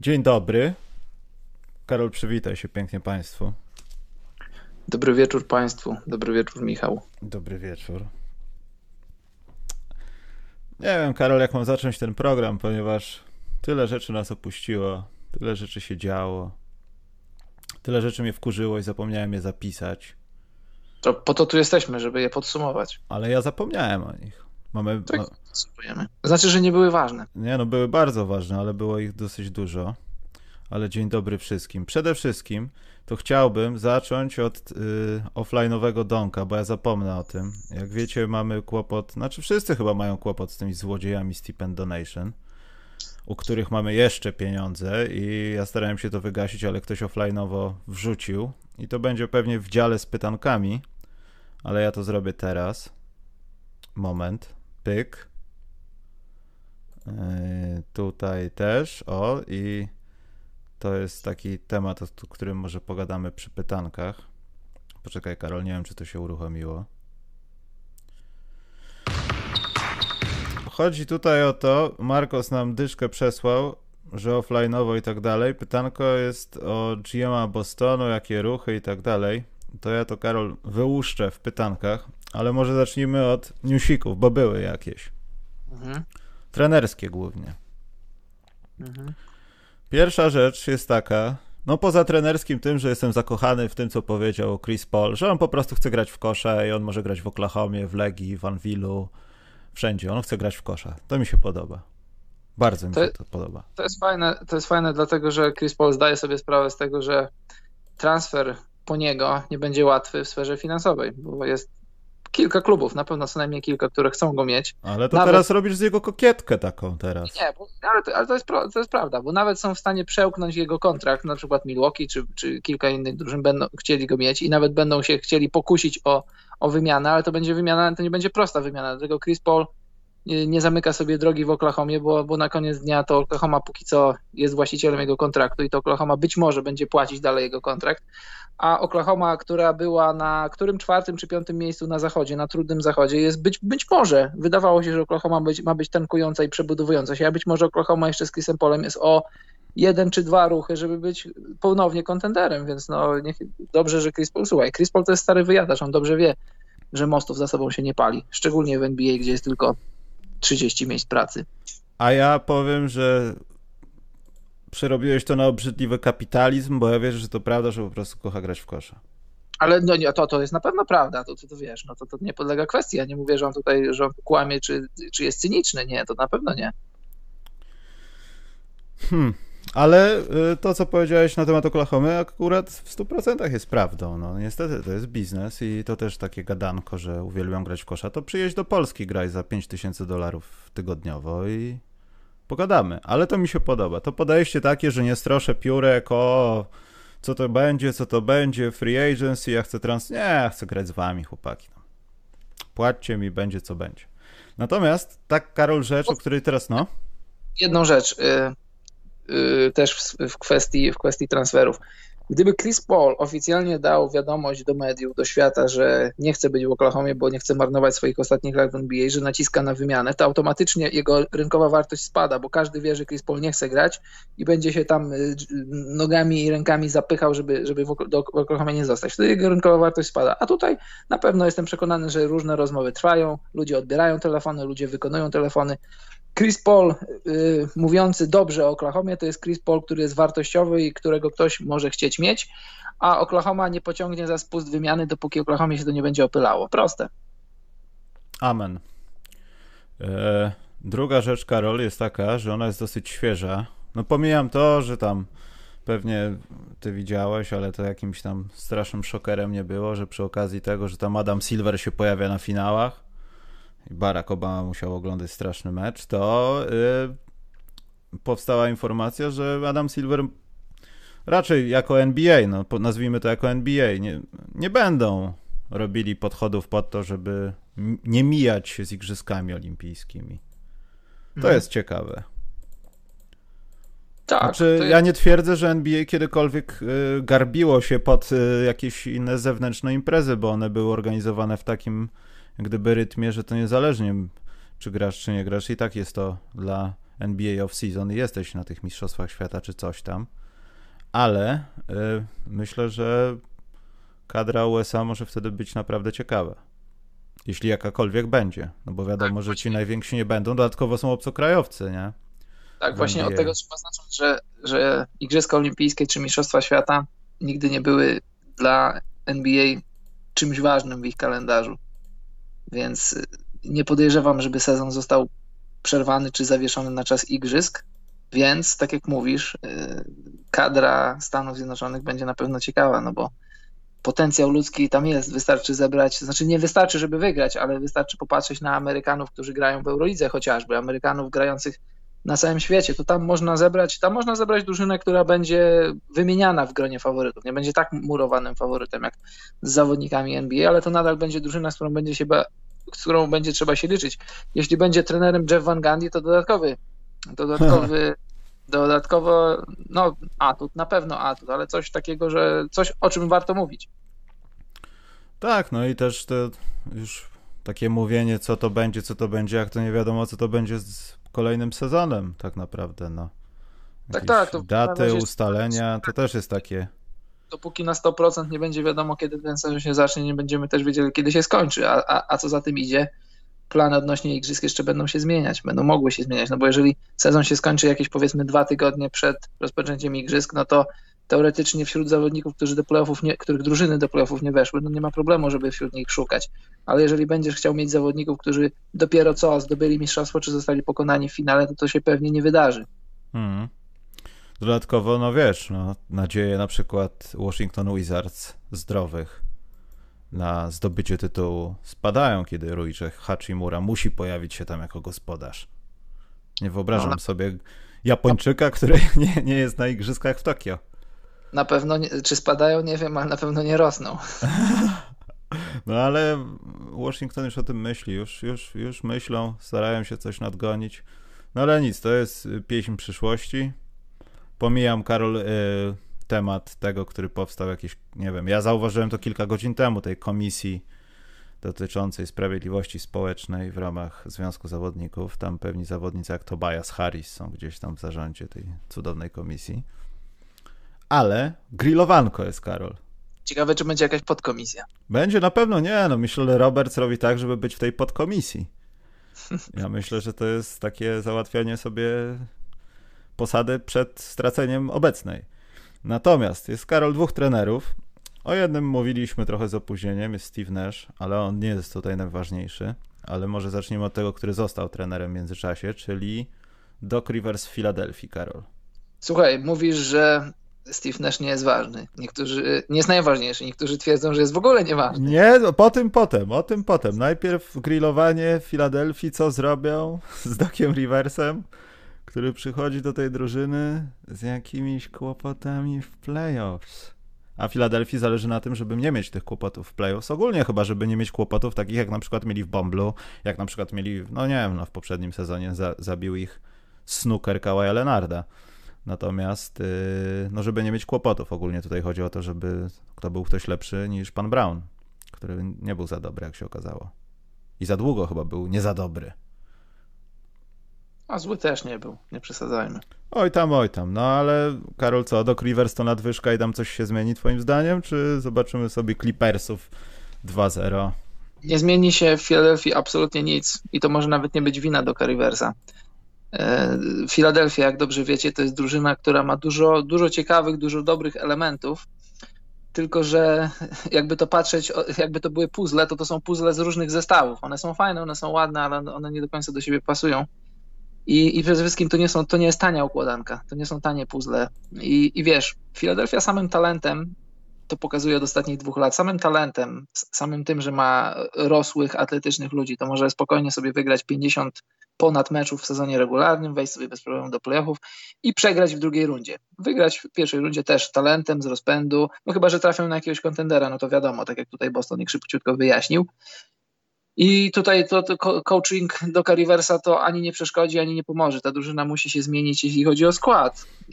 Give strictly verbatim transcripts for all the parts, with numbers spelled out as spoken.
Dzień dobry. Karol, przywitaj się pięknie Państwu. Dobry wieczór Państwu. Dobry wieczór, Michał. Dobry wieczór. Nie wiem, Karol, jak mam zacząć ten program, ponieważ tyle rzeczy nas opuściło, tyle rzeczy się działo, tyle rzeczy mnie wkurzyło i zapomniałem je zapisać. To po to tu jesteśmy, żeby je podsumować. Ale ja zapomniałem o nich. Mamy... Tak, podsumujemy. Znaczy, że nie były ważne. Nie, no były bardzo ważne, ale było ich dosyć dużo. Ale dzień dobry wszystkim. Przede wszystkim to chciałbym zacząć od y, offline'owego donka, bo ja zapomnę o tym. Jak wiecie, mamy kłopot, znaczy wszyscy chyba mają kłopot z tymi złodziejami Stipend Donation, u których mamy jeszcze pieniądze i ja starałem się to wygasić, ale ktoś offline'owo wrzucił i to będzie pewnie w dziale z pytankami, ale ja to zrobię teraz. Moment. Pyk. Yy, tutaj też. O i... To jest taki temat, o którym może pogadamy przy pytankach. Poczekaj, Karol, nie wiem, czy to się uruchomiło. Chodzi tutaj o to, Marcos nam dyszkę przesłał, że offline'owo i tak dalej. Pytanko jest o G M a Bostonu, jakie ruchy i tak dalej. To ja to, Karol, wyłuszczę w pytankach, ale może zacznijmy od newsików, bo były jakieś. Mhm. Trenerskie głównie. Mhm. Pierwsza rzecz jest taka, no poza trenerskim tym, że jestem zakochany w tym, co powiedział Chris Paul, że on po prostu chce grać w kosza i on może grać w Oklahomie, w Legii, w Anwilu, wszędzie. On chce grać w kosza. To mi się podoba. Bardzo mi to, się to podoba. To jest fajne, to jest fajne dlatego, że Chris Paul zdaje sobie sprawę z tego, że transfer po niego nie będzie łatwy w sferze finansowej, bo jest kilka klubów, na pewno co najmniej kilka, które chcą go mieć. Ale to nawet... teraz robisz z jego kokietkę taką teraz. Nie, bo, ale, to, ale to, jest, to jest prawda, bo nawet są w stanie przełknąć jego kontrakt, na przykład Milwaukee czy, czy kilka innych drużyn będą chcieli go mieć i nawet będą się chcieli pokusić o, o wymianę, ale to będzie wymiana, to nie będzie prosta wymiana, dlatego Chris Paul nie, nie zamyka sobie drogi w Oklahomie, bo, bo na koniec dnia to Oklahoma póki co jest właścicielem jego kontraktu i to Oklahoma być może będzie płacić dalej jego kontrakt, a Oklahoma, która była na którym czwartym czy piątym miejscu na zachodzie, na trudnym zachodzie, jest być, być może, wydawało się, że Oklahoma być, ma być tankująca i przebudowująca się, a być może Oklahoma jeszcze z Chrisem Paulem jest o jeden czy dwa ruchy, żeby być ponownie kontenderem, więc no niech, dobrze, że Chris Paul, słuchaj, Chris Paul to jest stary wyjadacz, on dobrze wie, że mostów za sobą się nie pali, szczególnie w N B A, gdzie jest tylko trzydzieści miejsc pracy. A ja powiem, że przerobiłeś to na obrzydliwy kapitalizm, bo ja wierzę, że to prawda, że po prostu kocha grać w kosza. Ale no nie, to, to jest na pewno prawda, to, to, to wiesz, no to, to nie podlega kwestii. Ja nie mówię, że on tutaj, że on kłamie, czy, czy jest cyniczny. Nie, to na pewno nie. Hmm. Ale to, co powiedziałeś na temat Oklahomy, akurat w stu procentach jest prawdą. No, niestety to jest biznes i to też takie gadanko, że uwielbiam grać w kosza. To przyjedź do Polski, graj za pięć tysięcy dolarów tygodniowo i pogadamy. Ale to mi się podoba. To podejście takie, że nie stroszę piórek, o co to będzie, co to będzie, free agency, ja chcę trans... Nie, ja chcę grać z wami, chłopaki. No. Płaćcie mi, będzie co będzie. Natomiast tak, Karol, rzecz, o której teraz, no... Jedną rzecz... Y też w kwestii, w kwestii transferów. Gdyby Chris Paul oficjalnie dał wiadomość do mediów, do świata, że nie chce być w Oklahomie, bo nie chce marnować swoich ostatnich lat w N B A, że naciska na wymianę, to automatycznie jego rynkowa wartość spada, bo każdy wie, że Chris Paul nie chce grać i będzie się tam nogami i rękami zapychał, żeby, żeby w Oklahomie nie zostać. Wtedy jego rynkowa wartość spada. A tutaj na pewno jestem przekonany, że różne rozmowy trwają, ludzie odbierają telefony, ludzie wykonują telefony. Chris Paul y, mówiący dobrze o Oklahomie to jest Chris Paul, który jest wartościowy i którego ktoś może chcieć mieć, a Oklahoma nie pociągnie za spust wymiany, dopóki Oklahomie się to nie będzie opylało. Proste. Amen. E, druga rzecz, Karol, jest taka, że ona jest dosyć świeża. No pomijam to, że tam pewnie ty widziałeś, ale to jakimś tam strasznym szokerem nie było, że przy okazji tego, że tam Adam Silver się pojawia na finałach, i Barack Obama musiał oglądać straszny mecz, to yy, powstała informacja, że Adam Silver raczej jako N B A, no nazwijmy to jako N B A, nie, nie będą robili podchodów pod to, żeby nie mijać się z igrzyskami olimpijskimi. To mhm. jest ciekawe. Tak. Znaczy, jest... ja nie twierdzę, że N B A kiedykolwiek y, garbiło się pod y, jakieś inne zewnętrzne imprezy, bo one były organizowane w takim jak gdyby rytmie, że to niezależnie czy grasz, czy nie grasz, i tak jest to dla N B A off-season i jesteś na tych mistrzostwach świata czy coś tam, ale y, myślę, że kadra U S A może wtedy być naprawdę ciekawa. Jeśli jakakolwiek będzie, no bo wiadomo, tak, że ci najwięksi nie będą, dodatkowo są obcokrajowcy, nie? Tak, właśnie od tego trzeba zacząć, że, że Igrzyska Olimpijskie czy Mistrzostwa Świata nigdy nie były dla N B A czymś ważnym w ich kalendarzu, więc nie podejrzewam, żeby sezon został przerwany czy zawieszony na czas Igrzysk, więc tak jak mówisz, kadra Stanów Zjednoczonych będzie na pewno ciekawa, no bo potencjał ludzki tam jest, wystarczy zebrać, znaczy nie wystarczy, żeby wygrać, ale wystarczy popatrzeć na Amerykanów, którzy grają w Eurolidze chociażby, Amerykanów grających na całym świecie, to tam można zebrać, tam można zebrać drużynę, która będzie wymieniana w gronie faworytów, nie będzie tak murowanym faworytem jak z zawodnikami N B A, ale to nadal będzie drużyna, z którą będzie się, z którą będzie trzeba się liczyć. Jeśli będzie trenerem Jeff Van Gundy, to dodatkowy, dodatkowy dodatkowo, no atut, na pewno atut, ale coś takiego, że coś, o czym warto mówić. Tak, no i też to już takie mówienie, co to będzie, co to będzie, jak to nie wiadomo, co to będzie z kolejnym sezonem tak naprawdę, no. Tak, tak. To daty, ustalenia, to też jest takie. Dopóki na sto procent nie będzie wiadomo, kiedy ten sezon się zacznie, nie będziemy też wiedzieli, kiedy się skończy, a, a, a co za tym idzie, plany odnośnie igrzysk jeszcze będą się zmieniać, będą mogły się zmieniać, no bo jeżeli sezon się skończy jakieś powiedzmy dwa tygodnie przed rozpoczęciem igrzysk, no to teoretycznie wśród zawodników, którzy do playoffów nie, których drużyny do playoffów nie weszły, no nie ma problemu, żeby wśród nich szukać, ale jeżeli będziesz chciał mieć zawodników, którzy dopiero co zdobyli mistrzostwo, czy zostali pokonani w finale, to to się pewnie nie wydarzy. Hmm. Dodatkowo, no wiesz, no, nadzieje na przykład Washington Wizards zdrowych na zdobycie tytułu spadają, kiedy Rui Hachimura musi pojawić się tam jako gospodarz. Nie wyobrażam no, na... sobie Japończyka, który nie, nie jest na igrzyskach w Tokio. Na pewno, nie, czy spadają, nie wiem, ale na pewno nie rosną. No ale Washington już o tym myśli, już, już, już myślą, starają się coś nadgonić. No ale nic, to jest pieśń przyszłości. Pomijam, Karol, y, temat tego, który powstał jakiś, nie wiem, ja zauważyłem to kilka godzin temu, tej komisji dotyczącej sprawiedliwości społecznej w ramach Związku Zawodników. Tam pewni zawodnicy jak Tobias Harris są gdzieś tam w zarządzie tej cudownej komisji. Ale grillowanko jest, Karol. Ciekawe, czy będzie jakaś podkomisja. Będzie na pewno, nie, no Michelle Roberts robi tak, żeby być w tej podkomisji. Ja myślę, że to jest takie załatwianie sobie posady przed straceniem obecnej. Natomiast jest, Karol, dwóch trenerów. O jednym mówiliśmy trochę z opóźnieniem, jest Steve Nash, ale on nie jest tutaj najważniejszy. Ale może zaczniemy od tego, który został trenerem w międzyczasie, czyli Doc Rivers w Filadelfii, Karol. Słuchaj, mówisz, że Steve Nash nie jest ważny. Niektórzy, nie jest najważniejszy. Niektórzy twierdzą, że jest w ogóle nieważny. Nie, po tym potem, o tym potem. Najpierw grillowanie w Filadelfii, co zrobią z Dociem Riversem, który przychodzi do tej drużyny z jakimiś kłopotami w playoffs. A Filadelfii zależy na tym, żeby nie mieć tych kłopotów w playoffs. Ogólnie chyba, żeby nie mieć kłopotów takich, jak na przykład mieli w Bomblu, jak na przykład mieli, no nie wiem, no w poprzednim sezonie za, zabił ich snooker Kawaja Leonarda. Natomiast, yy, no żeby nie mieć kłopotów. Ogólnie tutaj chodzi o to, żeby kto był ktoś lepszy niż pan Brown, który nie był za dobry, jak się okazało. I za długo chyba był nie za dobry. A zły też nie był, nie przesadzajmy. Oj tam, oj tam. No ale Karol, co, Doc Rivers to nadwyżka i tam coś się zmieni twoim zdaniem? Czy zobaczymy sobie Clippersów dwa zero? Nie zmieni się w Filadelfii absolutnie nic i to może nawet nie być wina Doca Riversa. Filadelfia, jak dobrze wiecie, to jest drużyna, która ma dużo, dużo ciekawych, dużo dobrych elementów, tylko że jakby to patrzeć, jakby to były puzzle, to to są puzzle z różnych zestawów. One są fajne, one są ładne, ale one nie do końca do siebie pasują. I, i przede wszystkim to nie, są, to nie jest tania układanka, to nie są tanie puzzle. I, i wiesz, Filadelfia samym talentem, to pokazuje od ostatnich dwóch lat, samym talentem, samym tym, że ma rosłych, atletycznych ludzi, to może spokojnie sobie wygrać pięćdziesiąt ponad meczów w sezonie regularnym, wejść sobie bez problemu do playoffów i przegrać w drugiej rundzie. Wygrać w pierwszej rundzie też talentem, z rozpędu, no chyba że trafią na jakiegoś kontendera, no to wiadomo, tak jak tutaj Boston ich szybciutko wyjaśnił. I tutaj to, to coaching Doca Riversa to ani nie przeszkodzi, ani nie pomoże. Ta drużyna musi się zmienić, jeśli chodzi o skład.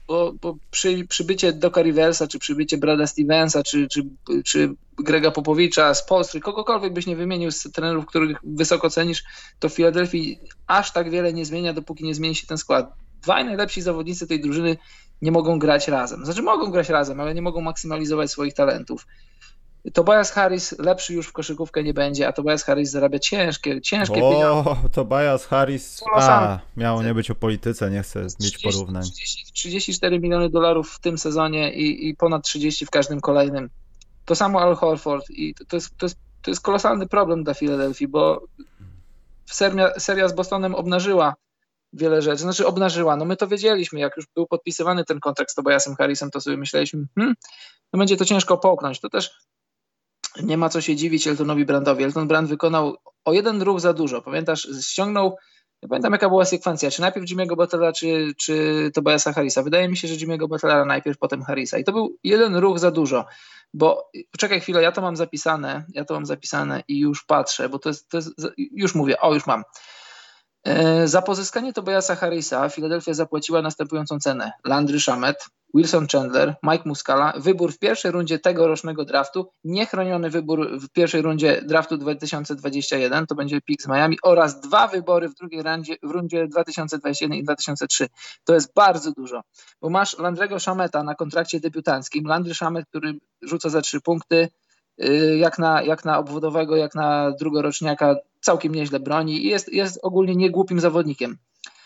bo, bo przy, przybycie Doka Riversa, czy przybycie Brada Stevensa, czy, czy, czy Grega Popowicza z Polski, kogokolwiek byś nie wymienił z trenerów, których wysoko cenisz, to w Filadelfii aż tak wiele nie zmienia, dopóki nie zmieni się ten skład. Dwaj najlepsi zawodnicy tej drużyny nie mogą grać razem. Znaczy mogą grać razem, ale nie mogą maksymalizować swoich talentów. Tobias Harris lepszy już w koszykówkę nie będzie, a Tobias Harris zarabia ciężkie, ciężkie o, pieniądze. O, Tobias Harris, a, miało nie być o polityce, nie chcę mieć porównań. trzydzieści, trzydzieści cztery miliony dolarów w tym sezonie i, i ponad trzydzieści w każdym kolejnym. To samo Al Horford i to, to, jest, to, jest, to jest kolosalny problem dla Filadelfii, bo seria, seria z Bostonem obnażyła wiele rzeczy, znaczy obnażyła, no my to wiedzieliśmy, jak już był podpisywany ten kontrakt z Tobiasem Harrisem, to sobie myśleliśmy, hmm, no będzie to ciężko połknąć, to też nie ma co się dziwić Eltonowi Brandowi. Elton Brand wykonał o jeden ruch za dużo. Pamiętasz, ściągnął, nie pamiętam jaka była sekwencja, czy najpierw Jimmy'ego Butlera, czy, czy Tobiasa Harrisa. Wydaje mi się, że Jimmy'ego Butlera najpierw, potem Harrisa. I to był jeden ruch za dużo, bo poczekaj chwilę, ja to mam zapisane, ja to mam zapisane i już patrzę, bo to jest, to jest już mówię, o już mam. Za pozyskanie Tobiasa Harrisa Philadelphia zapłaciła następującą cenę. Landry Shamet, Wilson Chandler, Mike Muscala, wybór w pierwszej rundzie tegorocznego draftu, niechroniony wybór w pierwszej rundzie draftu dwa tysiące dwudziestego pierwszego, to będzie pick z Miami, oraz dwa wybory w drugiej rundzie, w rundzie dwa tysiące dwudziestym pierwszym i dwa tysiące trzecim. To jest bardzo dużo, bo masz Landry'ego Shameta na kontrakcie debiutanckim. Landry Shamet, który rzuca za trzy punkty, jak na, jak na obwodowego, jak na drugoroczniaka, całkiem nieźle broni i jest, jest ogólnie niegłupim zawodnikiem.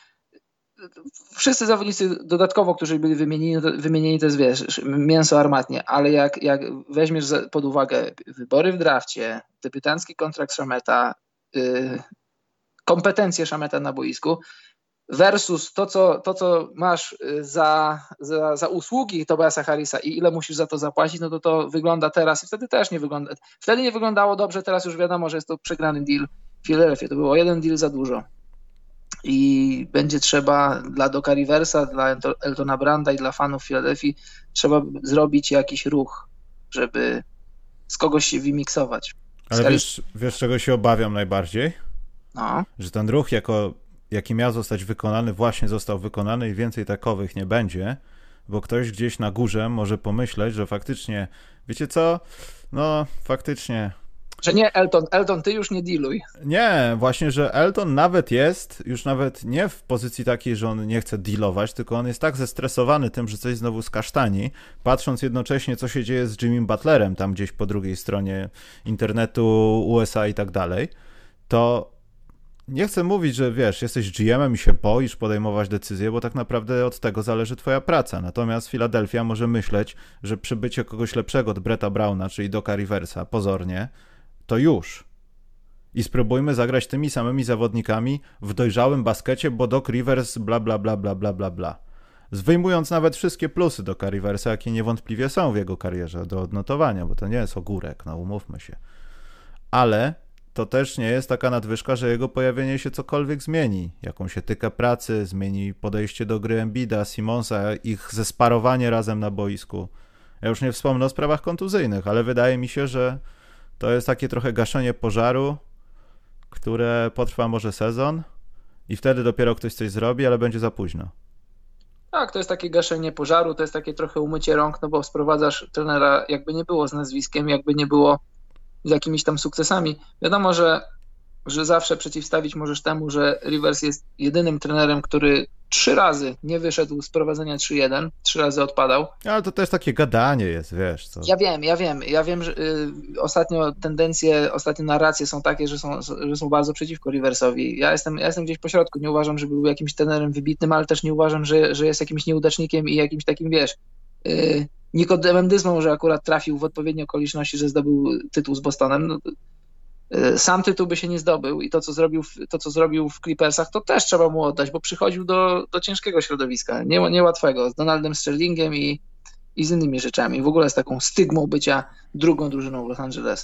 Wszyscy zawodnicy dodatkowo, którzy byli wymienieni, wymienieni to jest, wiesz, mięso armatnie, ale jak, jak weźmiesz pod uwagę wybory w drafcie, debiutancki kontrakt Shameta, yy, kompetencje Shameta na boisku versus to, co, to, co masz za, za, za usługi Tobiasa Harrisa i ile musisz za to zapłacić, no to to wygląda teraz i wtedy też nie wygląda. Wtedy nie wyglądało dobrze, teraz już wiadomo, że jest to przegrany deal Philadelphia. To było jeden deal za dużo. I będzie trzeba dla Doka Riversa, dla Eltona Branda i dla fanów Filadelfii trzeba zrobić jakiś ruch, żeby z kogoś się wymiksować. Ale wiesz, wiesz, czego się obawiam najbardziej? No. Że ten ruch, jako, jaki miał zostać wykonany, właśnie został wykonany i więcej takowych nie będzie, bo ktoś gdzieś na górze może pomyśleć, że faktycznie, wiecie co, no faktycznie... Że nie, Elton, Elton, ty już nie dealuj. Nie, właśnie, że Elton nawet jest, już nawet nie w pozycji takiej, że on nie chce dealować, tylko on jest tak zestresowany tym, że coś znowu skasztani, patrząc jednocześnie, co się dzieje z Jimmym Butlerem tam gdzieś po drugiej stronie internetu, U S A i tak dalej, to nie chcę mówić, że wiesz, jesteś G M em i się boisz podejmować decyzje, bo tak naprawdę od tego zależy twoja praca. Natomiast Philadelphia może myśleć, że przybycie kogoś lepszego od Bretta Browna, czyli Doka Riversa, pozornie, to już. I spróbujmy zagrać tymi samymi zawodnikami w dojrzałym baskecie, bo Doc Rivers bla bla bla bla bla bla bla. Wyjmując nawet wszystkie plusy Doka Riversa, jakie niewątpliwie są w jego karierze do odnotowania, bo to nie jest ogórek, no umówmy się. Ale to też nie jest taka nadwyżka, że jego pojawienie się cokolwiek zmieni. Jakąś etykę pracy, zmieni podejście do gry Embida, Simonsa, ich zesparowanie razem na boisku. Ja już nie wspomnę o sprawach kontuzyjnych, ale wydaje mi się, że to jest takie trochę gaszenie pożaru, które potrwa może sezon i wtedy dopiero ktoś coś zrobi, ale będzie za późno. Tak, to jest takie gaszenie pożaru, to jest takie trochę umycie rąk, no bo sprowadzasz trenera, jakby nie było z nazwiskiem, jakby nie było z jakimiś tam sukcesami. Wiadomo, że, że zawsze przeciwstawić możesz temu, że Rivers jest jedynym trenerem, który trzy razy nie wyszedł z prowadzenia trzy jeden, trzy razy odpadał. Ale to też takie gadanie jest, wiesz. Co... Ja wiem, ja wiem, ja wiem, że y, ostatnio tendencje, ostatnie narracje są takie, że są, że są bardzo przeciwko Riversowi. Ja jestem, ja jestem gdzieś po środku, nie uważam, że był jakimś trenerem wybitnym, ale też nie uważam, że, że jest jakimś nieudacznikiem i jakimś takim, wiesz, y, nikodemendyzmą, że akurat trafił w odpowiednie okoliczności, że zdobył tytuł z Bostonem. No, sam tytuł by się nie zdobył i to, co zrobił, to, co zrobił w Clippersach, to też trzeba mu oddać, bo przychodził do, do ciężkiego środowiska, nie, niełatwego, z Donaldem Sterlingiem i, i z innymi rzeczami. W ogóle z taką stygmą bycia drugą drużyną w Los Angeles.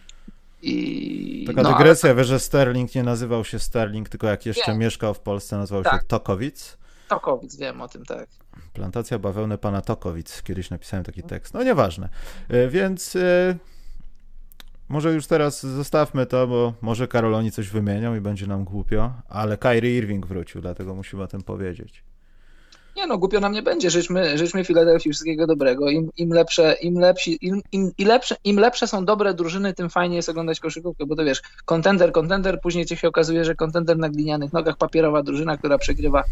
I, Taka no, dygresja, ale... wiesz, że Sterling nie nazywał się Sterling, tylko jak jeszcze wiem. mieszkał w Polsce, nazywał tak. się Tokowic. Tokowic, wiem o tym, tak. Plantacja bawełny pana Tokowic. Kiedyś napisałem taki tekst. No nieważne. Więc... Może już teraz zostawmy to, bo może Karol oni coś wymienią i będzie nam głupio, ale Kyrie Irving wrócił, dlatego musimy o tym powiedzieć. Nie no, głupio nam nie będzie. Życzmy, życzmy Filadelfii wszystkiego dobrego. Im, im lepsze, im lepsi, im, im, i lepsze, im lepsze są dobre drużyny, tym fajniej jest oglądać koszykówkę, bo to wiesz, kontender, kontender, później ci się okazuje, że kontender na glinianych nogach, papierowa drużyna, która przegrywa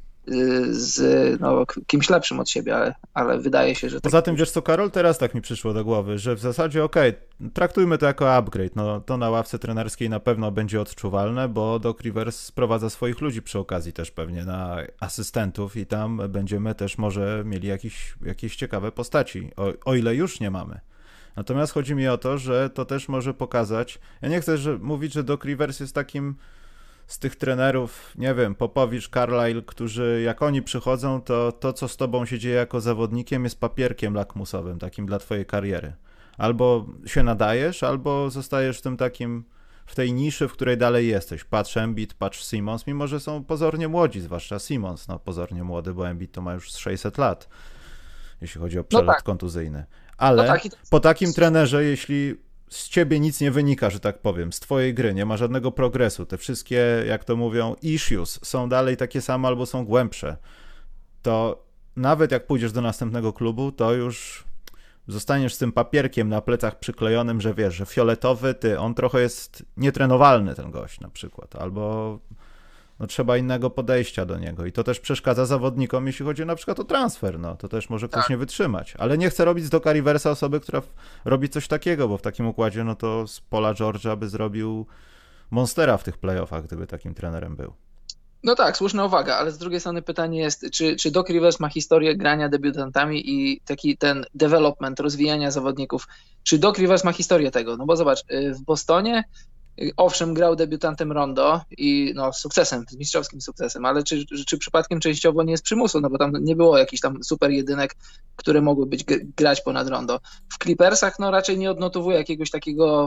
z no, kimś lepszym od siebie, ale, ale wydaje się, że... Poza tak... tym, wiesz co, Karol, teraz tak mi przyszło do głowy, że w zasadzie okej, okay, traktujmy to jako upgrade, no to na ławce trenerskiej na pewno będzie odczuwalne, bo Doc Rivers sprowadza swoich ludzi przy okazji też pewnie na asystentów i tam będziemy też może mieli jakieś, jakieś ciekawe postaci, o, o ile już nie mamy. Natomiast chodzi mi o to, że to też może pokazać, ja nie chcę że, mówić, że Doc Rivers jest takim z tych trenerów, nie wiem, Popowicz, Carlisle, którzy jak oni przychodzą, to to, co z tobą się dzieje jako zawodnikiem, jest papierkiem lakmusowym, takim dla twojej kariery. Albo się nadajesz, albo zostajesz w tym takim, w tej niszy, w której dalej jesteś. Patrz Embiid, patrz Simmons, mimo że są pozornie młodzi, zwłaszcza Simmons, no pozornie młody, bo Embiid to ma już sześćset lat, jeśli chodzi o przelot no tak. kontuzyjny. Ale no tak, to... po takim trenerze, jeśli z ciebie nic nie wynika, że tak powiem, z twojej gry, nie ma żadnego progresu, te wszystkie, jak to mówią, issues są dalej takie same albo są głębsze, to nawet jak pójdziesz do następnego klubu, to już zostaniesz z tym papierkiem na plecach przyklejonym, że wiesz, że fioletowy, ty, on trochę jest nietrenowalny, ten gość na przykład, albo no, trzeba innego podejścia do niego i to też przeszkadza zawodnikom, jeśli chodzi na przykład o transfer, no to też może ktoś tak. nie wytrzymać, ale nie chcę robić z Doca Riversa osoby, która robi coś takiego, bo w takim układzie, no to z Paula George'a by zrobił monstera w tych playoffach, gdyby takim trenerem był. No tak, słuszna uwaga, ale z drugiej strony pytanie jest, czy, czy Doc Rivers ma historię grania debiutantami i taki ten development, rozwijania zawodników, czy Doc Rivers ma historię tego, no bo zobacz, w Bostonie owszem, grał debiutantem Rondo i no, z sukcesem, z mistrzowskim sukcesem, ale czy, czy przypadkiem częściowo nie jest przymusu, no bo tam nie było jakichś tam super jedynek, które mogły być grać ponad Rondo. W Clippersach no raczej nie odnotowuje jakiegoś takiego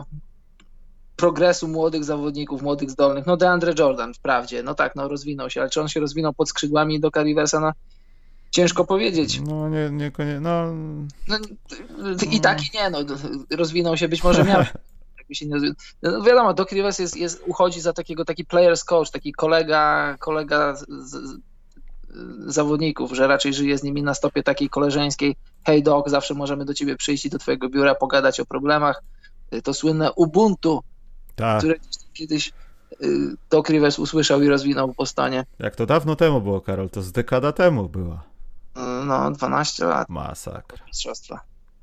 progresu młodych zawodników, młodych zdolnych. No DeAndre Jordan wprawdzie, no tak, no rozwinął się, ale czy on się rozwinął pod skrzydłami Doca Riversa, no ciężko powiedzieć. No nie, niekoniecznie, no... no... I tak i nie, no rozwinął się, być może miał... No wiadomo, Doc Rivers jest, jest, uchodzi za takiego taki players coach, taki kolega, kolega z, z, zawodników, że raczej żyje z nimi na stopie takiej koleżeńskiej. Hej Doc, zawsze możemy do ciebie przyjść i do twojego biura pogadać o problemach. To słynne Ubuntu, tak. które kiedyś Doc Rivers usłyszał i rozwinął w Bostonie. Jak to dawno temu było, Karol? To z dekada temu była. No, dwanaście lat. Masakra. Mistrzostwa.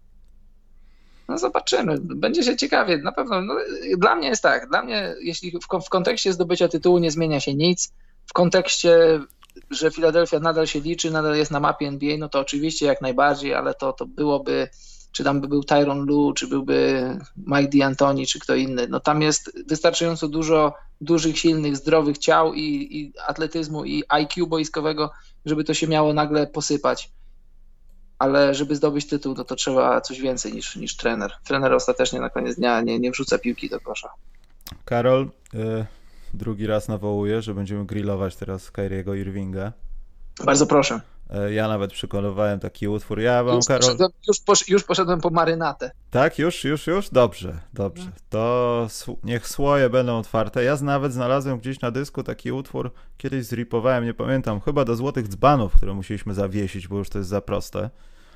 No zobaczymy, będzie się ciekawie, na pewno, no, dla mnie jest tak, dla mnie jeśli w, w kontekście zdobycia tytułu nie zmienia się nic, w kontekście, że Filadelfia nadal się liczy, nadal jest na mapie N B A, no to oczywiście jak najbardziej, ale to, to byłoby, czy tam by był Tyronn Lue, czy byłby Mike D'Antoni, czy kto inny, no tam jest wystarczająco dużo dużych, silnych, zdrowych ciał i, i atletyzmu i I Q boiskowego, żeby to się miało nagle posypać. Ale żeby zdobyć tytuł, no to trzeba coś więcej niż, niż trener. Trener ostatecznie na koniec dnia nie, nie wrzuca piłki do kosza. Karol, y, drugi raz nawołuję, że będziemy grillować teraz Kyriego Irvinga. Bardzo proszę. Y, ja nawet przykolowałem taki utwór. Ja wam, już, Karol... poszedłem, już, posz, już poszedłem po marynatę. Tak? Już, już, już? Dobrze, dobrze. To niech słoje będą otwarte. Ja nawet znalazłem gdzieś na dysku taki utwór, kiedyś zripowałem, nie pamiętam, chyba do Złotych Dzbanów, które musieliśmy zawiesić, bo już to jest za proste.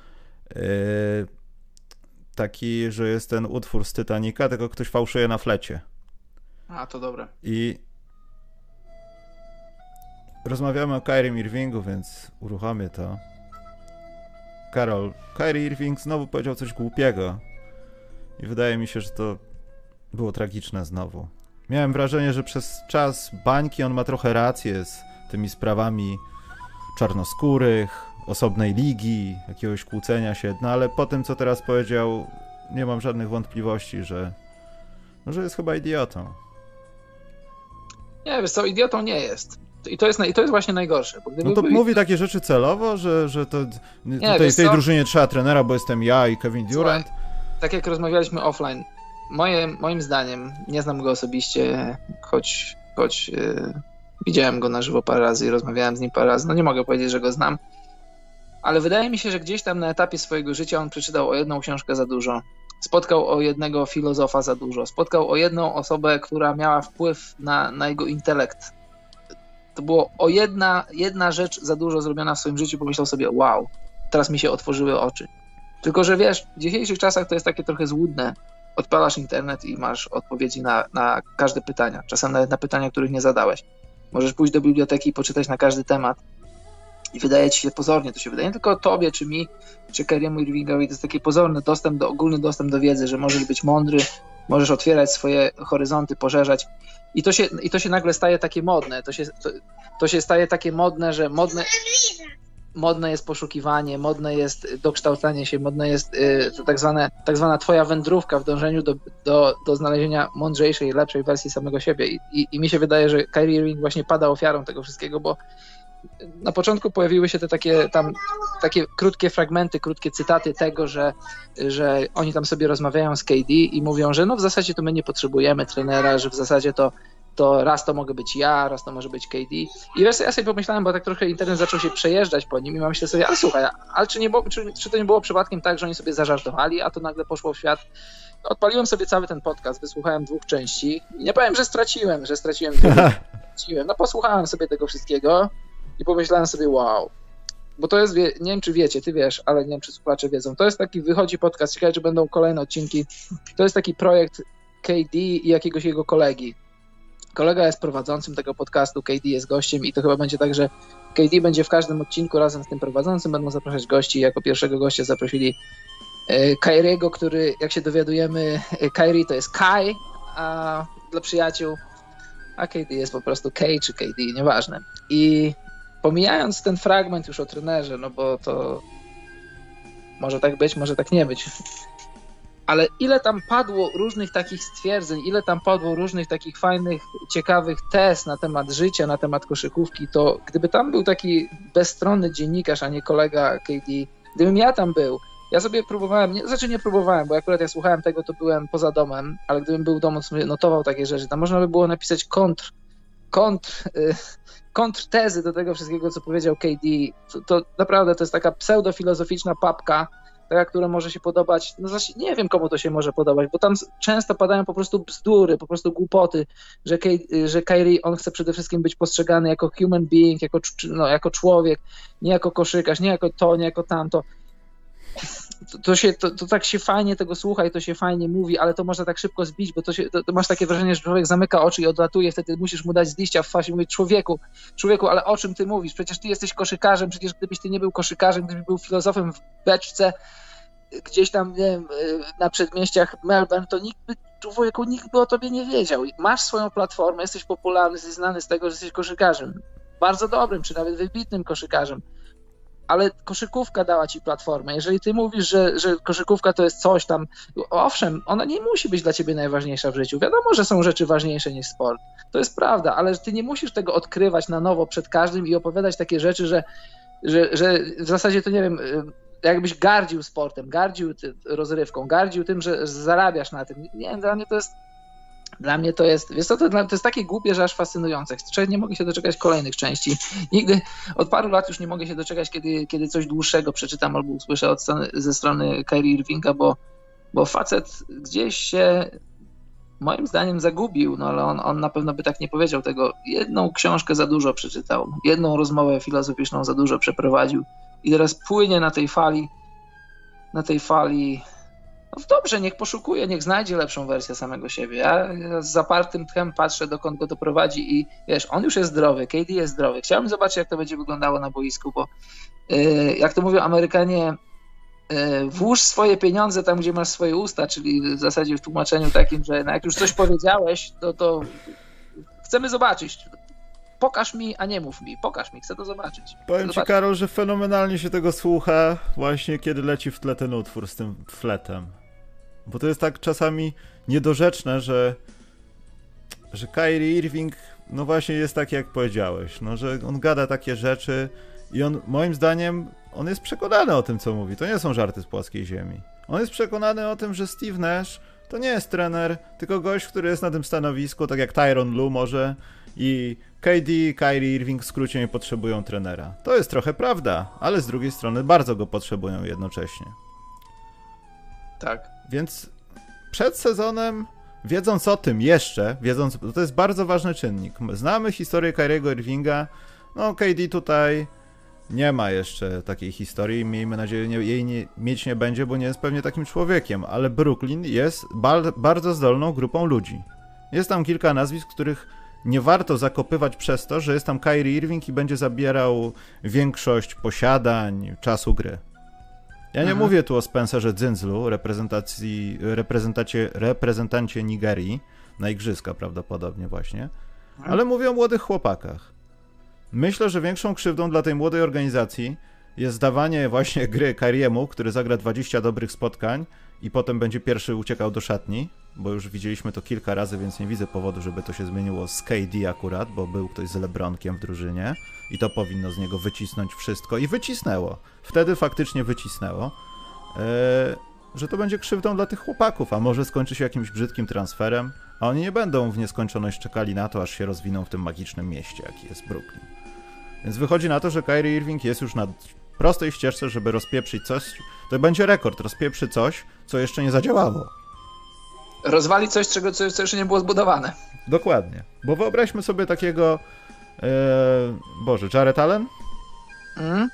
Yy, taki, że jest ten utwór z Titanica, tylko ktoś fałszuje na flecie. A, to dobre. I rozmawiamy o Kyrie Irvingu, więc uruchomię to. Karol, Kyrie Irving znowu powiedział coś głupiego i wydaje mi się, że to było tragiczne znowu. Miałem wrażenie, że przez czas bańki on ma trochę rację z tymi sprawami czarnoskórych, osobnej ligi, jakiegoś kłócenia się, no ale po tym, co teraz powiedział, nie mam żadnych wątpliwości, że, no, że jest chyba idiotą. Nie, wiesz co, idiotą nie jest. I to jest, I to jest właśnie najgorsze. Bo no to by... mówi takie rzeczy celowo, że, że to nie, tutaj w tej co? drużynie trzeba trenera, bo jestem ja i Kevin Durant. Słuchaj, tak jak rozmawialiśmy offline, moje, moim zdaniem, nie znam go osobiście, choć, choć yy, widziałem go na żywo parę razy i rozmawiałem z nim parę razy, no nie mogę powiedzieć, że go znam, ale wydaje mi się, że gdzieś tam na etapie swojego życia on przeczytał o jedną książkę za dużo, spotkał o jednego filozofa za dużo, spotkał o jedną osobę, która miała wpływ na, na jego intelekt To było o jedna, jedna rzecz za dużo zrobiona w swoim życiu, pomyślał sobie, wow, teraz mi się otworzyły oczy. Tylko że wiesz, w dzisiejszych czasach to jest takie trochę złudne. Odpalasz internet i masz odpowiedzi na, na każde pytania, czasem nawet na pytania, których nie zadałeś. Możesz pójść do biblioteki i poczytać na każdy temat. I wydaje ci się pozornie, to się wydaje nie tylko tobie, czy mi, czy Kyriemu Irvingowi, to jest taki pozorny dostęp do, ogólny dostęp do wiedzy, że możesz być mądry, możesz otwierać swoje horyzonty, poszerzać. I to się, i to się nagle staje takie modne. To się, to, to się staje takie modne, że modne, modne jest poszukiwanie, modne jest dokształcanie się, modne jest y, to tak, zwane, tak zwana twoja wędrówka w dążeniu do, do, do znalezienia mądrzejszej, lepszej wersji samego siebie. I, i, i mi się wydaje, że Kyrie Irving właśnie pada ofiarą tego wszystkiego, bo na początku pojawiły się te takie tam takie krótkie fragmenty, krótkie cytaty tego, że, że oni tam sobie rozmawiają z K D i mówią, że no w zasadzie to my nie potrzebujemy trenera, że w zasadzie to, to raz to mogę być ja, raz to może być K D. I wiesz, ja sobie pomyślałem, bo tak trochę internet zaczął się przejeżdżać po nim i mam myślę sobie, ale słuchaj, ale czy, nie było, czy, czy to nie było przypadkiem tak, że oni sobie zażartowali, a to nagle poszło w świat. Odpaliłem sobie cały ten podcast, wysłuchałem dwóch części i nie powiem, że straciłem, że straciłem, straciłem. No posłuchałem sobie tego wszystkiego i pomyślałem sobie, wow, bo to jest, nie wiem czy wiecie, ty wiesz, ale nie wiem czy słuchacze wiedzą, to jest taki, wychodzi podcast, ciekawe czy będą kolejne odcinki, to jest taki projekt K D i jakiegoś jego kolegi. Kolega jest prowadzącym tego podcastu, K D jest gościem i to chyba będzie tak, że K D będzie w każdym odcinku razem z tym prowadzącym, będą zapraszać gości. Jako pierwszego gościa zaprosili Kyriego, który, jak się dowiadujemy, Kyrie to jest Kai, a dla przyjaciół, a K D jest po prostu K czy K D, nieważne. I pomijając ten fragment już o trenerze, no bo to może tak być, może tak nie być, ale ile tam padło różnych takich stwierdzeń, ile tam padło różnych takich fajnych, ciekawych tez na temat życia, na temat koszykówki, to gdyby tam był taki bezstronny dziennikarz, a nie kolega K D, gdybym ja tam był, ja sobie próbowałem, nie, znaczy nie próbowałem, bo akurat jak słuchałem tego, to byłem poza domem, ale gdybym był w domu, to sobie notował takie rzeczy, tam można by było napisać kontr, kontr, y, kontrtezy do tego wszystkiego, co powiedział K D. To, to naprawdę to jest taka pseudofilozoficzna papka, taka, która może się podobać, no znaczy nie wiem komu to się może podobać, bo tam często padają po prostu bzdury, po prostu głupoty, że, K, że Kyrie, on chce przede wszystkim być postrzegany jako human being, jako, no, jako człowiek, nie jako koszykarz, nie jako to, nie jako tamto. To, to, się, to, to tak się fajnie tego słucha i to się fajnie mówi, ale to można tak szybko zbić, bo to, się, to, to masz takie wrażenie, że człowiek zamyka oczy i odlatuje, wtedy musisz mu dać z liścia w twarz i mówić, człowieku, człowieku, ale o czym ty mówisz? Przecież ty jesteś koszykarzem, przecież gdybyś ty nie był koszykarzem, gdybyś był filozofem w beczce, gdzieś tam, nie wiem, na przedmieściach Melbourne, to nikt by, człowieku, nikt by o tobie nie wiedział. Masz swoją platformę, jesteś popularny, jesteś znany z tego, że jesteś koszykarzem. Bardzo dobrym, czy nawet wybitnym koszykarzem. Ale koszykówka dała ci platformę. Jeżeli ty mówisz, że, że koszykówka to jest coś tam, owszem, ona nie musi być dla ciebie najważniejsza w życiu. Wiadomo, że są rzeczy ważniejsze niż sport. To jest prawda, ale ty nie musisz tego odkrywać na nowo przed każdym i opowiadać takie rzeczy, że, że, że w zasadzie to nie wiem, jakbyś gardził sportem, gardził rozrywką, gardził tym, że zarabiasz na tym. Nie wiem, dla mnie to jest Dla mnie to jest, wiesz co, to, to jest takie głupie, że aż fascynujące. Nie mogę się doczekać kolejnych części. Nigdy, od paru lat już nie mogę się doczekać, kiedy, kiedy coś dłuższego przeczytam albo usłyszę od strony, ze strony Kyrie Irvinga, bo, bo facet gdzieś się moim zdaniem zagubił, no ale on, on na pewno by tak nie powiedział tego. Jedną książkę za dużo przeczytał, jedną rozmowę filozoficzną za dużo przeprowadził i teraz płynie na tej fali, na tej fali. No dobrze, niech poszukuje, niech znajdzie lepszą wersję samego siebie. Ja, ja z zapartym tchem patrzę, dokąd go to prowadzi i wiesz, on już jest zdrowy, K D jest zdrowy. Chciałbym zobaczyć, jak to będzie wyglądało na boisku, bo yy, jak to mówią Amerykanie, yy, włóż swoje pieniądze tam, gdzie masz swoje usta, czyli w zasadzie w tłumaczeniu takim, że no jak już coś powiedziałeś, to, to chcemy zobaczyć. Pokaż mi, a nie mów mi. Pokaż mi, chcę to zobaczyć. Chcę Powiem zobaczyć. ci, Karol, że fenomenalnie się tego słucha właśnie kiedy leci w tle ten utwór z tym fletem. Bo to jest tak czasami niedorzeczne, że że Kyrie Irving no właśnie jest tak, jak powiedziałeś. No, że on gada takie rzeczy i on, moim zdaniem, on jest przekonany o tym, co mówi. To nie są żarty z płaskiej ziemi. On jest przekonany o tym, że Steve Nash to nie jest trener, tylko gość, który jest na tym stanowisku, tak jak Tyronn Lue może. I K D, Kyrie Irving w skrócie nie potrzebują trenera. To jest trochę prawda, ale z drugiej strony bardzo go potrzebują jednocześnie. Tak. Więc przed sezonem wiedząc o tym jeszcze, wiedząc, to jest bardzo ważny czynnik. Znamy historię Kyriego Irvinga, no K D tutaj nie ma jeszcze takiej historii, miejmy nadzieję, nie, jej nie, mieć nie będzie, bo nie jest pewnie takim człowiekiem, ale Brooklyn jest ba bardzo zdolną grupą ludzi. Jest tam kilka nazwisk, których nie warto zakopywać przez to, że jest tam Kyrie Irving i będzie zabierał większość posiadań, czasu gry. Ja nie Aha. mówię tu o Spencerze Dzyndzlu, reprezentacji, reprezentacie, reprezentancie Nigerii, na igrzyska prawdopodobnie właśnie, Aha. ale mówię o młodych chłopakach. Myślę, że większą krzywdą dla tej młodej organizacji jest dawanie właśnie gry Kyriemu, który zagra dwadzieścia dobrych spotkań i potem będzie pierwszy uciekał do szatni, bo już widzieliśmy to kilka razy, więc nie widzę powodu, żeby to się zmieniło z K D akurat, bo był ktoś z LeBronkiem w drużynie i to powinno z niego wycisnąć wszystko i wycisnęło. Wtedy faktycznie wycisnęło, yy, że to będzie krzywdą dla tych chłopaków, a może skończy się jakimś brzydkim transferem, a oni nie będą w nieskończoność czekali na to, aż się rozwiną w tym magicznym mieście, jaki jest Brooklyn. Więc wychodzi na to, że Kyrie Irving jest już na prostej ścieżce, żeby rozpieprzyć coś, to będzie rekord, rozpieprzy coś, co jeszcze nie zadziałało. Rozwali coś, czego co jeszcze nie było zbudowane. Dokładnie, bo wyobraźmy sobie takiego, e, Boże, Jarrett Allen? Mm?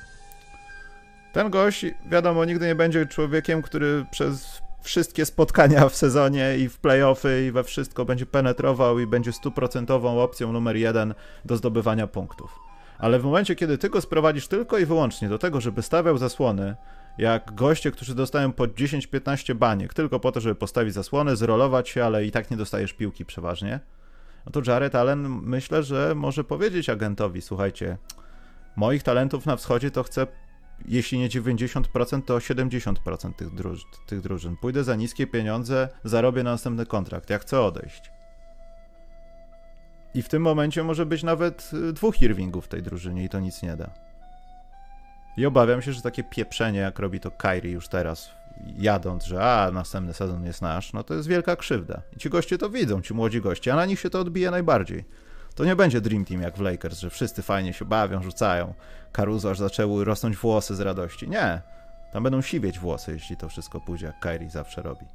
Ten gość, wiadomo, nigdy nie będzie człowiekiem, który przez wszystkie spotkania w sezonie i w play-offy i we wszystko będzie penetrował i będzie stuprocentową opcją numer jeden do zdobywania punktów. Ale w momencie, kiedy ty go sprowadzisz tylko i wyłącznie do tego, żeby stawiał zasłony, jak goście, którzy dostają po dziesięć piętnaście baniek, tylko po to, żeby postawić zasłony, zrolować się, ale i tak nie dostajesz piłki przeważnie, no to Jarrett Allen myślę, że może powiedzieć agentowi, słuchajcie, moich talentów na wschodzie to chcę, jeśli nie dziewięćdziesiąt procent, to siedemdziesiąt procent tych, druż tych drużyn. Pójdę za niskie pieniądze, zarobię na następny kontrakt, ja chcę odejść. I w tym momencie może być nawet dwóch Irvingów w tej drużynie i to nic nie da. I obawiam się, że takie pieprzenie, jak robi to Kyrie już teraz, jadąc, że a, następny sezon jest nasz, no to jest wielka krzywda. I ci goście to widzą, ci młodzi goście, a na nich się to odbije najbardziej. To nie będzie Dream Team jak w Lakers, że wszyscy fajnie się bawią, rzucają. Caruso aż zaczęły rosnąć włosy z radości. Nie. Tam będą siwieć włosy, jeśli to wszystko pójdzie, jak Kyrie zawsze robi.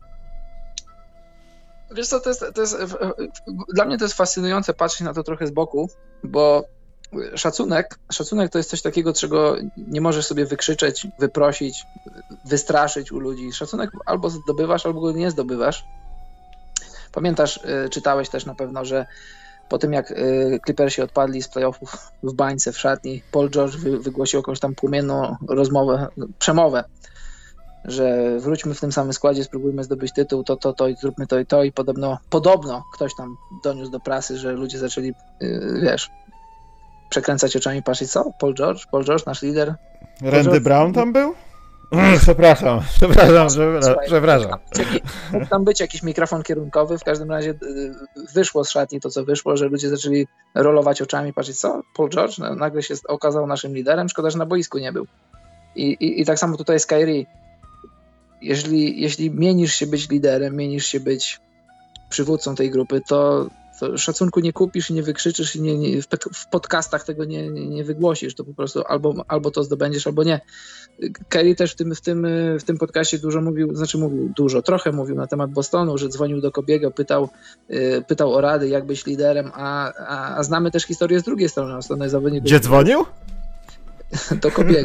Wiesz co, to jest, to jest, dla mnie to jest fascynujące patrzeć na to trochę z boku, bo szacunek, szacunek to jest coś takiego, czego nie możesz sobie wykrzyczeć, wyprosić, wystraszyć u ludzi. Szacunek albo zdobywasz, albo go nie zdobywasz. Pamiętasz, czytałeś też na pewno, że po tym jak Clippersi odpadli z playoffów w bańce w szatni, Paul George wygłosił jakąś tam płomienną rozmowę, przemowę, że wróćmy w tym samym składzie, spróbujmy zdobyć tytuł, to, to, to i zróbmy to i to i podobno, podobno ktoś tam doniósł do prasy, że ludzie zaczęli, yy, wiesz, przekręcać oczami, patrzeć, co? Paul George? Paul George, nasz lider? Paul Randy George? Brown tam był? Przepraszam, przepraszam, przepraszam. przepraszam. Mógł tam być jakiś mikrofon kierunkowy, w każdym razie yy, wyszło z szatni to, co wyszło, że ludzie zaczęli rolować oczami, patrzeć, co? Paul George nagle się okazał naszym liderem, szkoda, że na boisku nie był. I, i, i tak samo tutaj z Kyrie. Jeśli, jeśli mienisz się być liderem, mienisz się być przywódcą tej grupy, to, to szacunku nie kupisz i nie wykrzyczysz i nie, nie, w, w podcastach tego nie, nie, nie wygłosisz. To po prostu albo, albo to zdobędziesz, albo nie. Kyrie też w tym, w, tym, w tym podcaście dużo mówił, znaczy mówił dużo, trochę mówił na temat Bostonu, że dzwonił do Kobiego, pytał, pytał o rady, jak być liderem, a, a, a znamy też historię z drugiej strony. Gdzie dzwonił? Do Kobiego.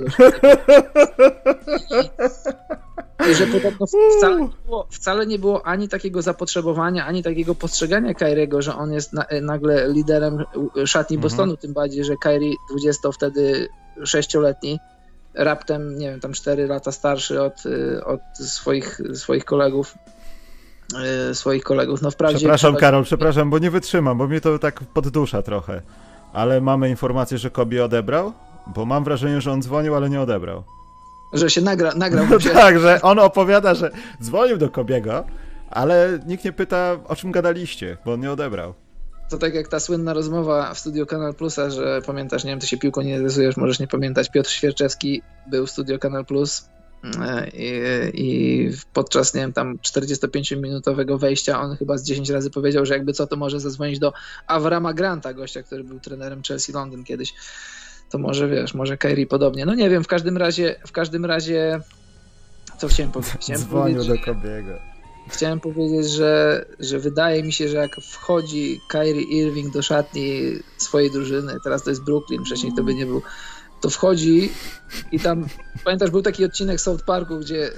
I że podobno wcale nie, było, wcale nie było ani takiego zapotrzebowania, ani takiego postrzegania Kyriego, że on jest na, nagle liderem szatni mhm. Bostonu, tym bardziej, że Kyrie dwudziesto wtedy sześcioletni, raptem, nie wiem, tam cztery lata starszy od, od swoich, swoich kolegów, swoich kolegów. No wprawdzie... Przepraszam Karol, przepraszam, bo nie wytrzymam, bo mnie to tak poddusza trochę. Ale mamy informację, że Kobe odebrał? Bo mam wrażenie, że on dzwonił, ale nie odebrał. Że się nagra, nagrał. No się... Tak, że on opowiada, że dzwonił do Kobiego, ale nikt nie pyta, o czym gadaliście, bo on nie odebrał. To tak jak ta słynna rozmowa w studiu Kanal Plusa, że pamiętasz, nie wiem, ty się piłką nie interesujesz, możesz nie pamiętać. Piotr Świerczewski był w studiu Kanal Plus i, i podczas, nie wiem, tam czterdziestopięciominutowego wejścia on chyba z dziesięć razy powiedział, że jakby co, to może zadzwonić do Avrama Granta, gościa, który był trenerem Chelsea Londyn kiedyś. To może, wiesz, może Kyrie podobnie. No nie wiem, w każdym razie, w każdym razie, co chciałem powiedzieć? Dzwonił do Kobiego. chciałem powiedzieć, że, że wydaje mi się, że jak wchodzi Kyrie Irving do szatni swojej drużyny, teraz to jest Brooklyn, wcześniej to by nie był, to wchodzi i tam, pamiętasz, był taki odcinek South Parku, gdzie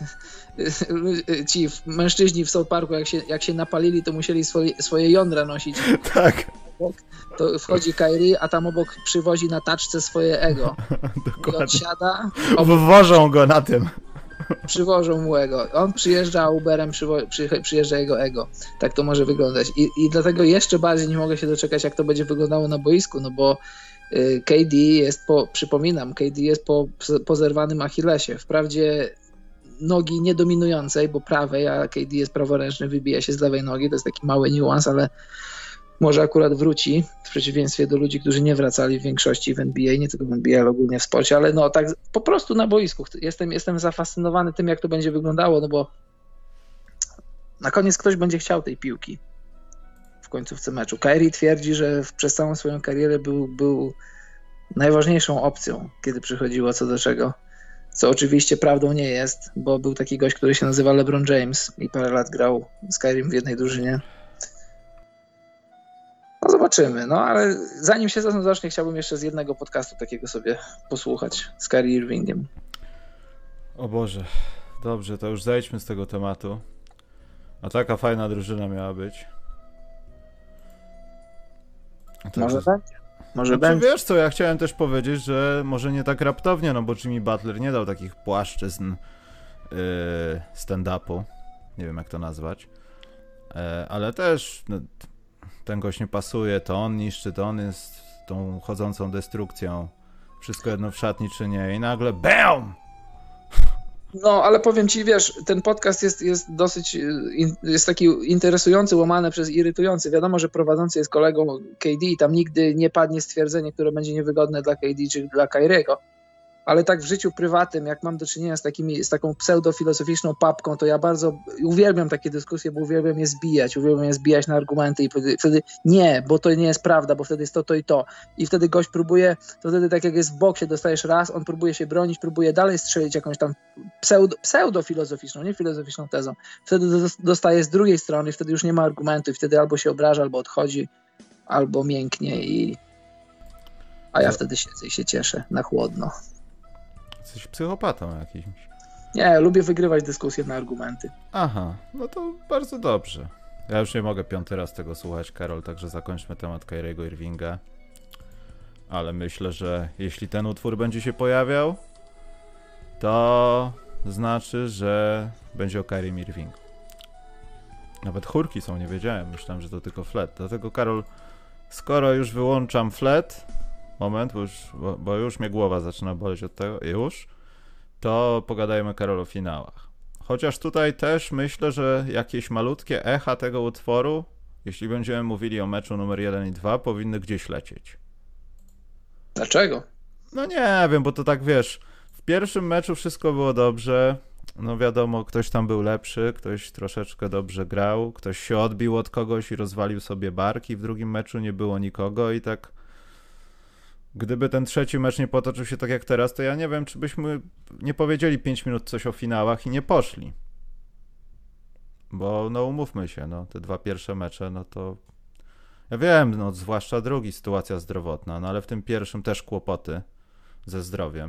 ci mężczyźni w South Parku, jak się, jak się napalili, to musieli swoje, swoje jądra nosić. Tak. To wchodzi Kyrie, a tam obok przywozi na taczce swoje ego. I on siada. Obwożą go na tym. Przywożą mu ego. On przyjeżdża, a Uberem przywo- przy, przyjeżdża jego ego. Tak to może wyglądać. I, I dlatego jeszcze bardziej nie mogę się doczekać, jak to będzie wyglądało na boisku, no bo y, K D jest po, przypominam, K D jest po, po zerwanym Achillesie. Wprawdzie nogi niedominującej, bo prawej, a K D jest praworęczny, wybija się z lewej nogi. To jest taki mały niuans, ale może akurat wróci, w przeciwieństwie do ludzi, którzy nie wracali w większości w N B A, nie tylko w N B A, ale ogólnie w sporcie, ale no tak po prostu na boisku. Jestem, jestem zafascynowany tym, jak to będzie wyglądało, no bo na koniec ktoś będzie chciał tej piłki w końcówce meczu. Kyrie twierdzi, że przez całą swoją karierę był, był najważniejszą opcją, kiedy przychodziło co do czego. Co oczywiście prawdą nie jest, bo był taki gość, który się nazywa LeBron James i parę lat grał z Kyriem w jednej drużynie. No zobaczymy, no ale zanim się zacznie, chciałbym jeszcze z jednego podcastu takiego sobie posłuchać z Kyrie Irvingiem. O Boże, dobrze, to już zejdźmy z tego tematu. A taka fajna drużyna miała być. To może jest... będzie. Może znaczy, będzie. Wiesz co, ja chciałem też powiedzieć, że może nie tak raptownie, no bo Jimmy Butler nie dał takich płaszczyzn yy, stand-upu, nie wiem jak to nazwać, yy, ale też no, ten gość nie pasuje, to on niszczy, to on jest tą chodzącą destrukcją, wszystko jedno w szatni czy nie i nagle BAM! No, ale powiem ci, wiesz, ten podcast jest, jest dosyć, jest taki interesujący, łamany przez irytujący. Wiadomo, że prowadzący jest kolegą K D i tam nigdy nie padnie stwierdzenie, które będzie niewygodne dla K D czy dla Kyriego. Ale tak w życiu prywatnym, jak mam do czynienia z, takimi, z taką pseudofilozoficzną papką, to ja bardzo uwielbiam takie dyskusje, bo uwielbiam je zbijać, uwielbiam je zbijać na argumenty i wtedy, wtedy nie, bo to nie jest prawda, bo wtedy jest to, to i to. I wtedy gość próbuje, to wtedy tak jak jest w boksie, dostajesz raz, on próbuje się bronić, próbuje dalej strzelić jakąś tam pseudo, pseudofilozoficzną, nie filozoficzną tezą. Wtedy dostaje z drugiej strony, wtedy już nie ma argumentu i wtedy albo się obraża, albo odchodzi, albo mięknie i... A ja wtedy siedzę i się cieszę na chłodno. Jesteś psychopatą jakimś. Nie, lubię wygrywać dyskusje na argumenty. Aha, no to bardzo dobrze. Ja już nie mogę piąty raz tego słuchać, Karol, także zakończmy temat Kyriego Irvinga. Ale myślę, że jeśli ten utwór będzie się pojawiał, to znaczy, że będzie o Kyrie Irvingu. Nawet chórki są, nie wiedziałem, myślałem, że to tylko flet. Dlatego, Karol, skoro już wyłączam flet, moment, bo już, bo, bo już mnie głowa zaczyna boleć od tego, już, to pogadajmy, Karol, o finałach. Chociaż tutaj też myślę, że jakieś malutkie echa tego utworu, jeśli będziemy mówili o meczu numer jeden i dwa, powinny gdzieś lecieć. Dlaczego? No nie wiem, bo to tak, wiesz, w pierwszym meczu wszystko było dobrze, no wiadomo, ktoś tam był lepszy, ktoś troszeczkę dobrze grał, ktoś się odbił od kogoś i rozwalił sobie barki, w drugim meczu nie było nikogo i tak gdyby ten trzeci mecz nie potoczył się tak jak teraz, to ja nie wiem, czy byśmy nie powiedzieli pięć minut coś o finałach i nie poszli. Bo no umówmy się, no te dwa pierwsze mecze, no to ja wiem, no zwłaszcza drugi, sytuacja zdrowotna, no ale w tym pierwszym też kłopoty ze zdrowiem.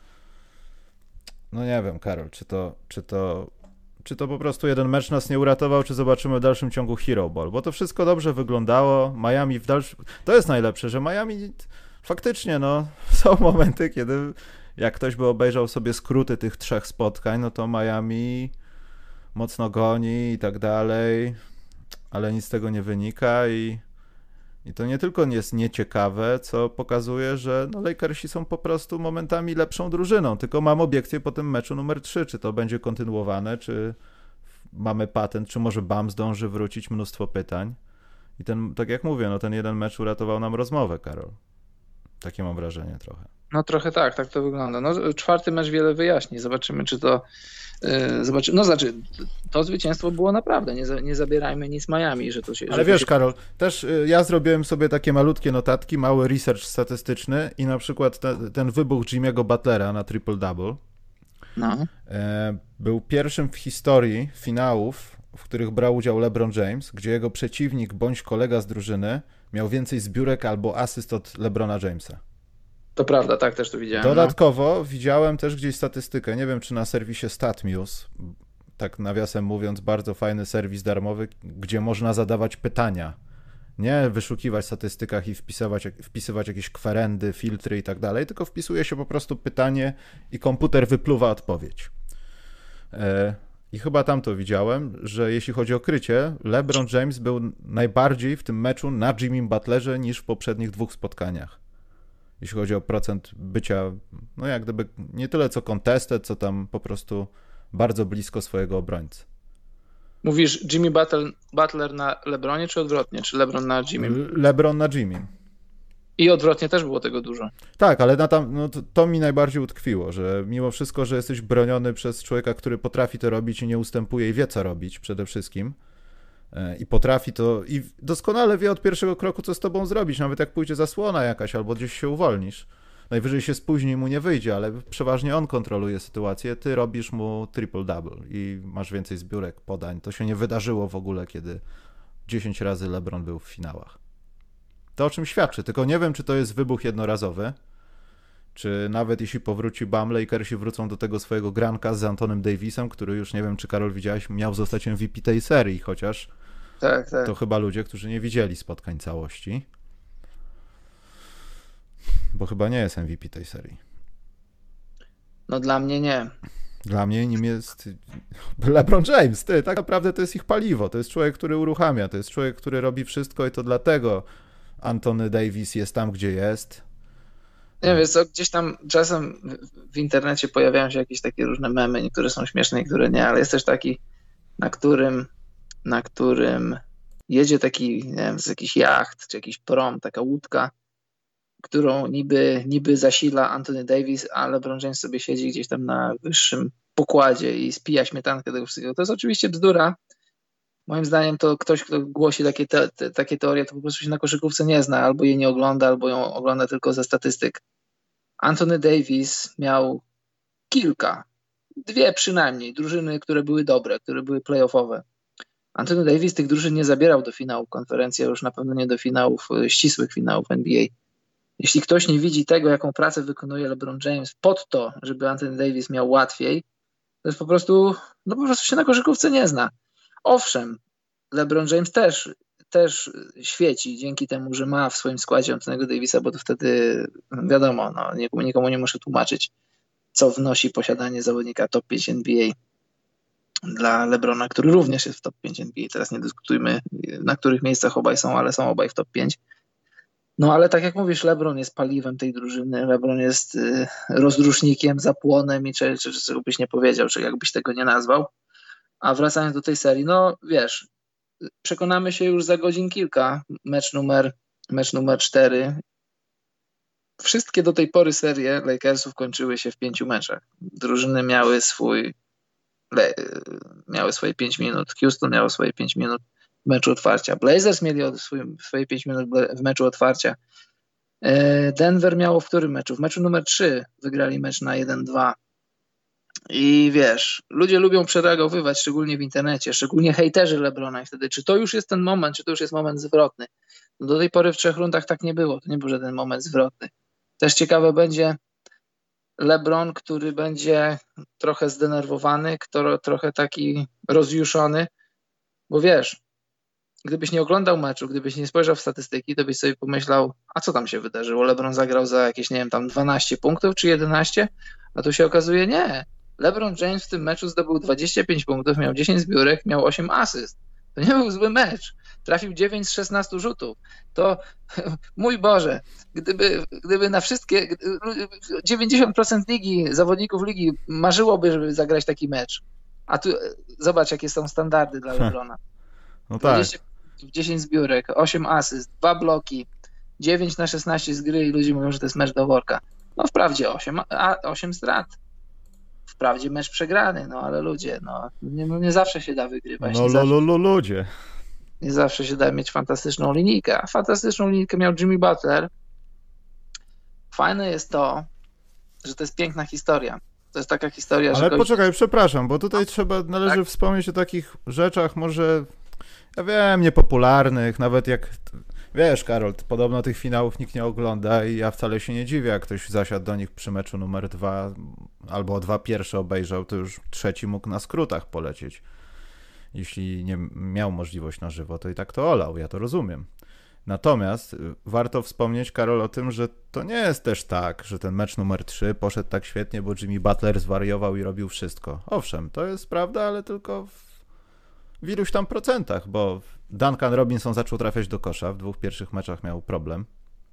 No nie wiem, Karol, czy to, czy to, czy to po prostu jeden mecz nas nie uratował, czy zobaczymy w dalszym ciągu Hero Ball, bo to wszystko dobrze wyglądało, Miami w dalszym... To jest najlepsze, że Miami faktycznie, no, są momenty, kiedy jak ktoś by obejrzał sobie skróty tych trzech spotkań, no to Miami mocno goni i tak dalej, ale nic z tego nie wynika i I to nie tylko jest nieciekawe, co pokazuje, że no Lakersi są po prostu momentami lepszą drużyną, tylko mam obiekcję po tym meczu numer trzy, czy to będzie kontynuowane, czy mamy patent, czy może Bam zdąży wrócić, mnóstwo pytań. I ten, tak jak mówię, no ten jeden mecz uratował nam rozmowę, Karol. Takie mam wrażenie trochę. No trochę tak, tak to wygląda. No czwarty mecz wiele wyjaśni, zobaczymy, czy to Yy, zobaczy, no znaczy, to zwycięstwo było naprawdę, nie, za, nie zabierajmy nic Miami, że to się... Ale że wiesz, to się... Karol, też y, ja zrobiłem sobie takie malutkie notatki, mały research statystyczny i na przykład te, ten wybuch Jimmy'ego Butlera na triple-double no. e, był pierwszym w historii finałów w których brał udział LeBron James, gdzie jego przeciwnik bądź kolega z drużyny miał więcej zbiórek albo asyst od LeBrona Jamesa. To prawda, tak też to widziałem. Dodatkowo no. widziałem też gdzieś statystykę, nie wiem czy na serwisie StatMuse, tak nawiasem mówiąc, bardzo fajny serwis darmowy, gdzie można zadawać pytania. Nie wyszukiwać w statystykach i wpisywać, wpisywać jakieś kwerendy, filtry i tak dalej, tylko wpisuje się po prostu pytanie i komputer wypluwa odpowiedź. I chyba tam to widziałem, że jeśli chodzi o krycie, LeBron James był najbardziej w tym meczu na Jimmym Butlerze niż w poprzednich dwóch spotkaniach. Jeśli chodzi o procent bycia, no jak gdyby nie tyle co contested, co tam po prostu bardzo blisko swojego obrońcy. Mówisz Jimmy Butler, Butler na LeBronie, czy odwrotnie? Czy LeBron na Jimmym? LeBron na Jimmym. I odwrotnie też było tego dużo. Tak, ale na tam, no to, to mi najbardziej utkwiło, że mimo wszystko, że jesteś broniony przez człowieka, który potrafi to robić i nie ustępuje i wie co robić przede wszystkim i potrafi to i doskonale wie od pierwszego kroku, co z tobą zrobić, nawet jak pójdzie zasłona jakaś albo gdzieś się uwolnisz. Najwyżej się spóźni i mu nie wyjdzie, ale przeważnie on kontroluje sytuację, ty robisz mu triple-double i masz więcej zbiórek, podań. To się nie wydarzyło w ogóle, kiedy dziesięć razy LeBron był w finałach. To o czym świadczy, tylko nie wiem, czy to jest wybuch jednorazowy, czy nawet jeśli powróci Bam, Lakersi wrócą do tego swojego granka z Antonym Davisem, który już, nie wiem, czy Karol widziałeś, miał zostać M V P tej serii, chociaż tak, tak. to chyba ludzie, którzy nie widzieli spotkań całości. Bo chyba nie jest M V P tej serii. No dla mnie nie. Dla mnie nim jest LeBron James. Ty, tak naprawdę to jest ich paliwo. To jest człowiek, który uruchamia. To jest człowiek, który robi wszystko i to dlatego Anthony Davis jest tam, gdzie jest. Nie wiem, co, gdzieś tam czasem w, w internecie pojawiają się jakieś takie różne memy, niektóre są śmieszne, niektóre nie, ale jest też taki, na którym na którym jedzie taki, nie wiem, z jakiś jacht, czy jakiś prom, taka łódka, którą niby, niby zasila Anthony Davis, a LeBron James sobie siedzi gdzieś tam na wyższym pokładzie i spija śmietankę tego wszystkiego. To jest oczywiście bzdura. Moim zdaniem to ktoś, kto głosi takie, te, te, takie teorie, to po prostu się na koszykówce nie zna, albo jej nie ogląda, albo ją ogląda tylko ze statystyk. Anthony Davis miał kilka, dwie przynajmniej, drużyny, które były dobre, które były playoffowe. Anthony Davis tych drużyn nie zabierał do finałów konferencji, a już na pewno nie do finałów, ścisłych finałów N B A. Jeśli ktoś nie widzi tego, jaką pracę wykonuje LeBron James pod to, żeby Anthony Davis miał łatwiej, to jest po prostu, no po prostu się na koszykówce nie zna. Owszem, LeBron James też, też świeci dzięki temu, że ma w swoim składzie Anthony'ego Davisa, bo to wtedy wiadomo, no, nikomu, nikomu nie muszę tłumaczyć, co wnosi posiadanie zawodnika top pięć N B A dla LeBrona, który również jest w top pięć N B A. Teraz nie dyskutujmy, na których miejscach obaj są, ale są obaj w top pięć. No ale tak jak mówisz, LeBron jest paliwem tej drużyny, LeBron jest y, rozrusznikiem, zapłonem i czy, czy, czy czego byś nie powiedział, czy jakbyś tego nie nazwał. A wracając do tej serii, no wiesz, przekonamy się już za godzin kilka, mecz numer, mecz numer cztery. Wszystkie do tej pory serie Lakersów kończyły się w pięciu meczach. Drużyny miały swój, le, miały swoje pięć minut, Houston miało swoje pięć minut w meczu otwarcia, Blazers mieli swój, swoje pięć minut w meczu otwarcia, Denver miało w którym meczu? W meczu numer trzy wygrali mecz na jeden dwa. I wiesz, ludzie lubią przereagowywać, szczególnie w internecie, szczególnie hejterzy LeBrona i wtedy, czy to już jest ten moment, czy to już jest moment zwrotny. No do tej pory w trzech rundach tak nie było, to nie był żaden moment zwrotny. Też ciekawe będzie LeBron, który będzie trochę zdenerwowany, który, trochę taki rozjuszony, bo wiesz, gdybyś nie oglądał meczu, gdybyś nie spojrzał w statystyki, to byś sobie pomyślał, a co tam się wydarzyło? LeBron zagrał za jakieś, nie wiem, tam dwanaście punktów czy jedenaście, a tu się okazuje nie. LeBron James w tym meczu zdobył dwadzieścia pięć punktów, miał dziesięć zbiórek, miał osiem asyst. To nie był zły mecz. Trafił dziewięć z szesnastu rzutów. To, mój Boże, gdyby, gdyby na wszystkie, dziewięćdziesiąt procent ligi, zawodników ligi marzyłoby, żeby zagrać taki mecz. A tu zobacz, jakie są standardy dla LeBrona. No tak. dziesięć zbiórek, osiem asyst, dwa bloki, dziewięć na szesnaście z gry i ludzie mówią, że to jest mecz do worka. No wprawdzie osiem, a osiem strat. Wprawdzie mecz przegrany, no ale ludzie, no nie, no nie zawsze się da wygrywać. No lo, lo, lo, ludzie. Nie zawsze się da mieć fantastyczną linijkę. Fantastyczną linijkę miał Jimmy Butler. Fajne jest to, że to jest piękna historia. To jest taka historia, Ale że... Ale poczekaj, przepraszam, bo tutaj trzeba, należy tak? wspomnieć o takich rzeczach może, ja wiem, niepopularnych, nawet jak, wiesz, Karol, podobno tych finałów nikt nie ogląda i ja wcale się nie dziwię, jak ktoś zasiadł do nich przy meczu numer dwa, albo dwa pierwsze obejrzał, to już trzeci mógł na skrótach polecieć. Jeśli nie miał możliwość na żywo, to i tak to olał, ja to rozumiem. Natomiast warto wspomnieć, Karol, o tym, że to nie jest też tak, że ten mecz numer trzy poszedł tak świetnie, bo Jimmy Butler zwariował i robił wszystko. Owszem, to jest prawda, ale tylko w, w iluś tam procentach, bo Duncan Robinson zaczął trafiać do kosza, w dwóch pierwszych meczach miał problem.